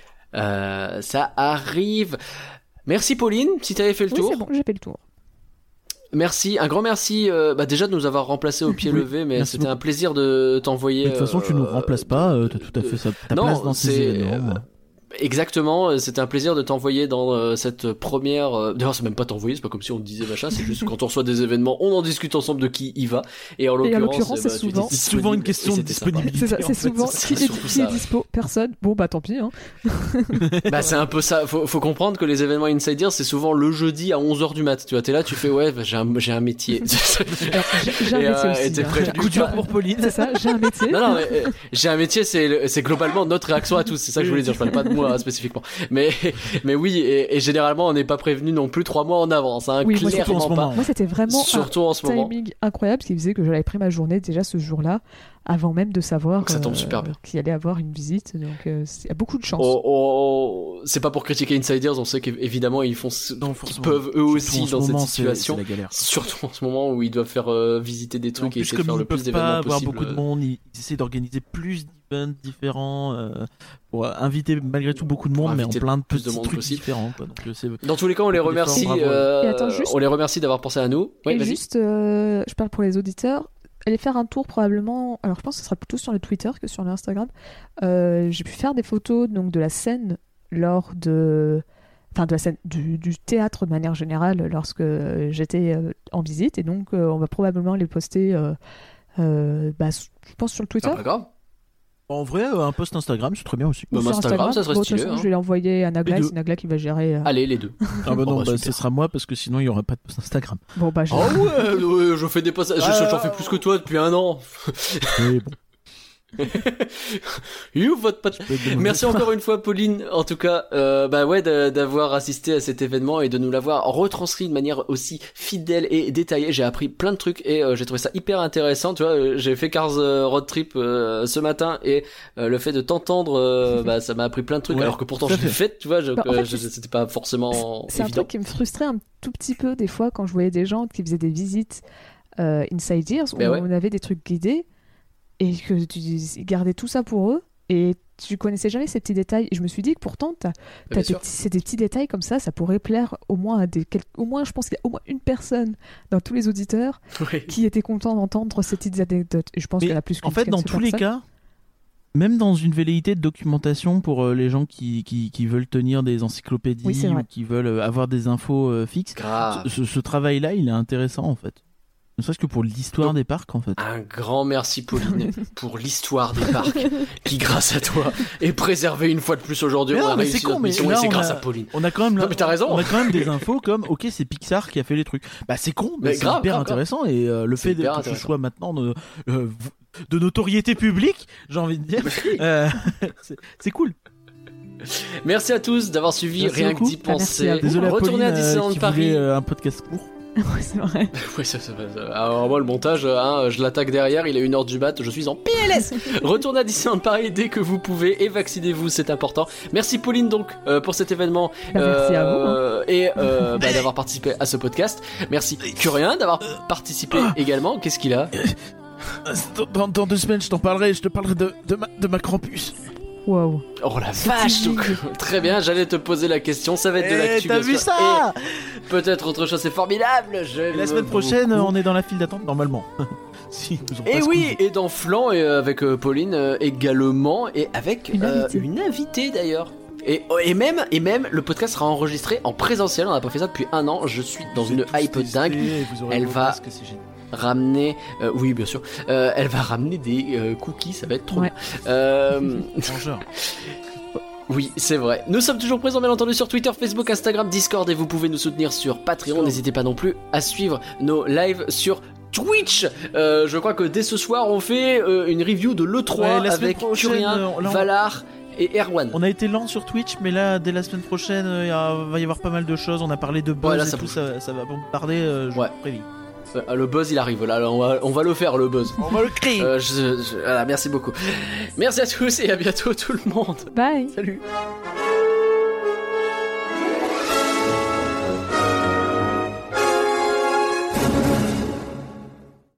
Euh, ça arrive. Merci Pauline, si t'avais fait le Oui, tour. c'est bon, j'ai fait le tour. Merci, un grand merci euh, bah déjà de nous avoir remplacé au pied Oui, levé, mais merci c'était beaucoup. un plaisir de t'envoyer. De toute façon, tu nous euh, remplaces pas, euh, t'as tout à fait sa- ta non, place dans ces c'est- événements. Exactement, c'était un plaisir de t'envoyer dans euh, cette première... euh, D'ailleurs, c'est même pas t'envoyer, c'est pas comme si on te disait machin, c'est juste quand on reçoit des événements, on en discute ensemble de qui y va. Et en Et en l'occurrence, l'occurrence, eh c'est bah, tu souvent- étais C'est souvent une disponible, question et de c'était sympa. disponibilité. C'est ça, en c'est fait, souvent c'est qui, c'est est, surtout qui ça, est ouais. dispo, personne. Bon bah tant pis. Hein. Bah c'est un peu ça, faut, faut comprendre que les événements Insider c'est souvent le jeudi à onze heures du mat, tu vois, t'es là, tu fais ouais, bah, j'ai un, j'ai un métier. Alors, j'ai j'ai un Et, métier euh, aussi. et t'es hein. prévenu. Coup dur pour Pauline. C'est ça, j'ai un métier. Non, non, mais euh, j'ai un métier, c'est, le- c'est globalement notre réaction à tous. C'est ça que je voulais dire. Je parlais pas de moi hein, spécifiquement. Mais, mais oui, et, et généralement, on n'est pas prévenu non plus trois mois en avance. Hein, Oui, moi, surtout en ce clairement pas. moment. Moi c'était vraiment Surtout en ce un moment. timing incroyable, ce qui faisait que j'avais pris ma journée déjà ce jour-là, avant même de savoir Ça tombe super bien. qu'il allait avoir une visite. Donc euh, c'est- il y a beaucoup de chance. Oh, oh, oh, c'est pas pour critiquer Insiders, on sait qu'évidemment ils font ce Non, qu'ils forcément. peuvent eux Surtout aussi en ce dans cette moment, c'est- situation. c'est la galère. Surtout en ce moment où ils doivent faire euh, visiter des En trucs et plus, essayer de comme faire ils le ne plus peuvent d'événements pas avoir possible. beaucoup de monde, ils ils essaient d'organiser plus d'événements différents euh, pour inviter malgré tout beaucoup de Pour monde, mais en inviter plein de plus petits de monde trucs possible. différents. Quoi. Donc, euh, c'est- Dans tous les cas, on les Beaucoup d'efforts, remercie. bravo. euh, Et attends, juste- on les remercie d'avoir pensé à nous. Ouais, Et vas-y. juste, euh, je parle pour les auditeurs, allez faire un tour probablement. Alors je pense que ce sera plutôt sur le Twitter que sur l'Instagram. Euh, j'ai pu faire des photos donc de la scène lors de, enfin de la scène du, du théâtre de manière générale lorsque j'étais euh, en visite, et donc euh, on va probablement les poster. Euh, euh, bah, je pense sur le Twitter. Ah, pas grave. En vrai, euh, un post Instagram, c'est très bien aussi. ou Bah, sur Instagram, ça serait Bon, de toute stylé, façon, hein. je vais l'envoyer à Nagla, Les et deux. c'est Nagla qui va gérer. euh, Allez, les deux. Ah bah non, Oh, bah, bah, super. ce sera moi parce que sinon il n'y aurait pas de post Instagram. Bon bah je... Oh ouais, ouais, je fais des posts, je- Ah. j'en fais plus que toi depuis un an. Oui, bon. You vote pas. peut être de Merci mauvaise encore une fois, Pauline. En tout cas, euh, bah ouais, de- d'avoir assisté à cet événement et de nous l'avoir retranscrit de manière aussi fidèle et détaillée. J'ai appris plein de trucs et euh, j'ai trouvé ça hyper intéressant. Tu vois, euh, j'ai fait Cars euh, Road Trip euh, ce matin et euh, le fait de t'entendre, euh, bah ça m'a appris plein de trucs. Ouais, alors que pourtant tout à je l'ai fait. fait, tu vois, je- Bah, en que fait, je- c'est- c'était pas forcément C'est un évident. truc qui me frustrait un tout petit peu des fois quand je voyais des gens qui faisaient des visites euh, Inside Ears où Ben ouais. on avait des trucs guidés et que tu ils gardaient tout ça pour eux et tu connaissais jamais ces petits détails. Et je me suis dit que pourtant, t'as, Bien t'as des sûr. petits- c'est des petits détails comme ça, ça pourrait plaire au moins à des, quel- au moins je pense qu'il y a au moins une personne dans tous les auditeurs Oui. qui était content d'entendre ces petites anecdotes. Et je pense Mais qu'il y en a plus en qu'une fait, qu'une dans seule tous les personne. cas, même dans une velléité de documentation pour euh, les gens qui, qui, qui veulent tenir des encyclopédies Oui, c'est vrai. ou qui veulent euh, avoir des infos euh, fixes, Grave. ce, ce travail-là, il est intéressant en fait. Ne serait-ce que pour l'histoire des parcs en fait. Un grand merci Pauline pour l'histoire des parcs qui grâce à toi est préservée une fois de plus aujourd'hui. Mais On non, a mais réussi c'est con, notre mais mission là, et c'est on grâce a- à Pauline. On a quand même Non, la- mais t'as raison. On a quand même des infos comme ok, c'est Pixar qui a fait les trucs. Bah c'est con, mais Mais c'est grave, hyper grave, intéressant et euh, le C'est fait de, hyper que ce intéressant. soit maintenant de, euh, de notoriété publique, j'ai envie de dire, euh, c'est, c'est cool. Merci à tous d'avoir suivi Merci Rien beaucoup. que d'y Ah, merci à penser. vous. Désolé à Retournez Pauline à Disneyland euh, qui Paris. voulait euh, un podcast court. Ouais, c'est vrai. Ouais, ça, ça, ça- alors moi le montage, hein, je l'attaque derrière, il est une heure du mat, je suis en P L S. Retournez à Disneyland Paris dès que vous pouvez et vaccinez-vous, c'est important. Merci Pauline donc euh, pour cet événement Bah, merci à vous, euh, et euh, bah, d'avoir participé à ce podcast. Merci Curien d'avoir participé également. Qu'est-ce qu'il a? Dans, dans- dans deux semaines, je t'en parlerai, je te parlerai de, de, ma, de ma Krampus. Wow. Oh la vache donc, très bien, j'allais te poser la question, ça va être de Eh, l'actu. t'as bien vu sûr. ça Et peut-être autre chose, c'est formidable. Et la semaine prochaine, on est dans la file d'attente normalement. Si, ils nous ont Et pas oui, squeezé. et dans Flan et euh, avec euh, Pauline euh, également et avec Une euh, invitée. une invitée d'ailleurs. Et, et même et même le podcast sera enregistré en présentiel. On n'a pas fait ça depuis un an. Je suis dans Vous une êtes tous hype testés, dingue. vous aurez Elle vos va- masques, c'est génial. Ramener, euh, oui bien sûr. Euh, elle va ramener des euh, cookies. Ça va être trop Ouais. bien. Euh, Mangeur. Oui, c'est vrai. Nous sommes toujours présents, bien entendu, sur Twitter, Facebook, Instagram, Discord, et vous pouvez nous soutenir sur Patreon. N'hésitez pas non plus à suivre nos lives sur Twitch. Euh, je crois que dès ce soir, on fait euh, une review de l'E trois Ouais, la semaine avec prochaine, Curien, euh, là, on- Valar et Erwan. On a été lent sur Twitch, mais là, dès la semaine prochaine, il y a- va y avoir pas mal de choses. On a parlé de buzz Ouais, là, et ça tout, bouge. ça, ça va pas me tarder. Euh, je Ouais. vous préviens. Euh, le buzz, il arrive. Là, on va, on va le faire, le buzz. On va le créer. Euh, je- je- voilà, merci beaucoup. Merci à tous et à bientôt, tout le monde. Bye. Salut.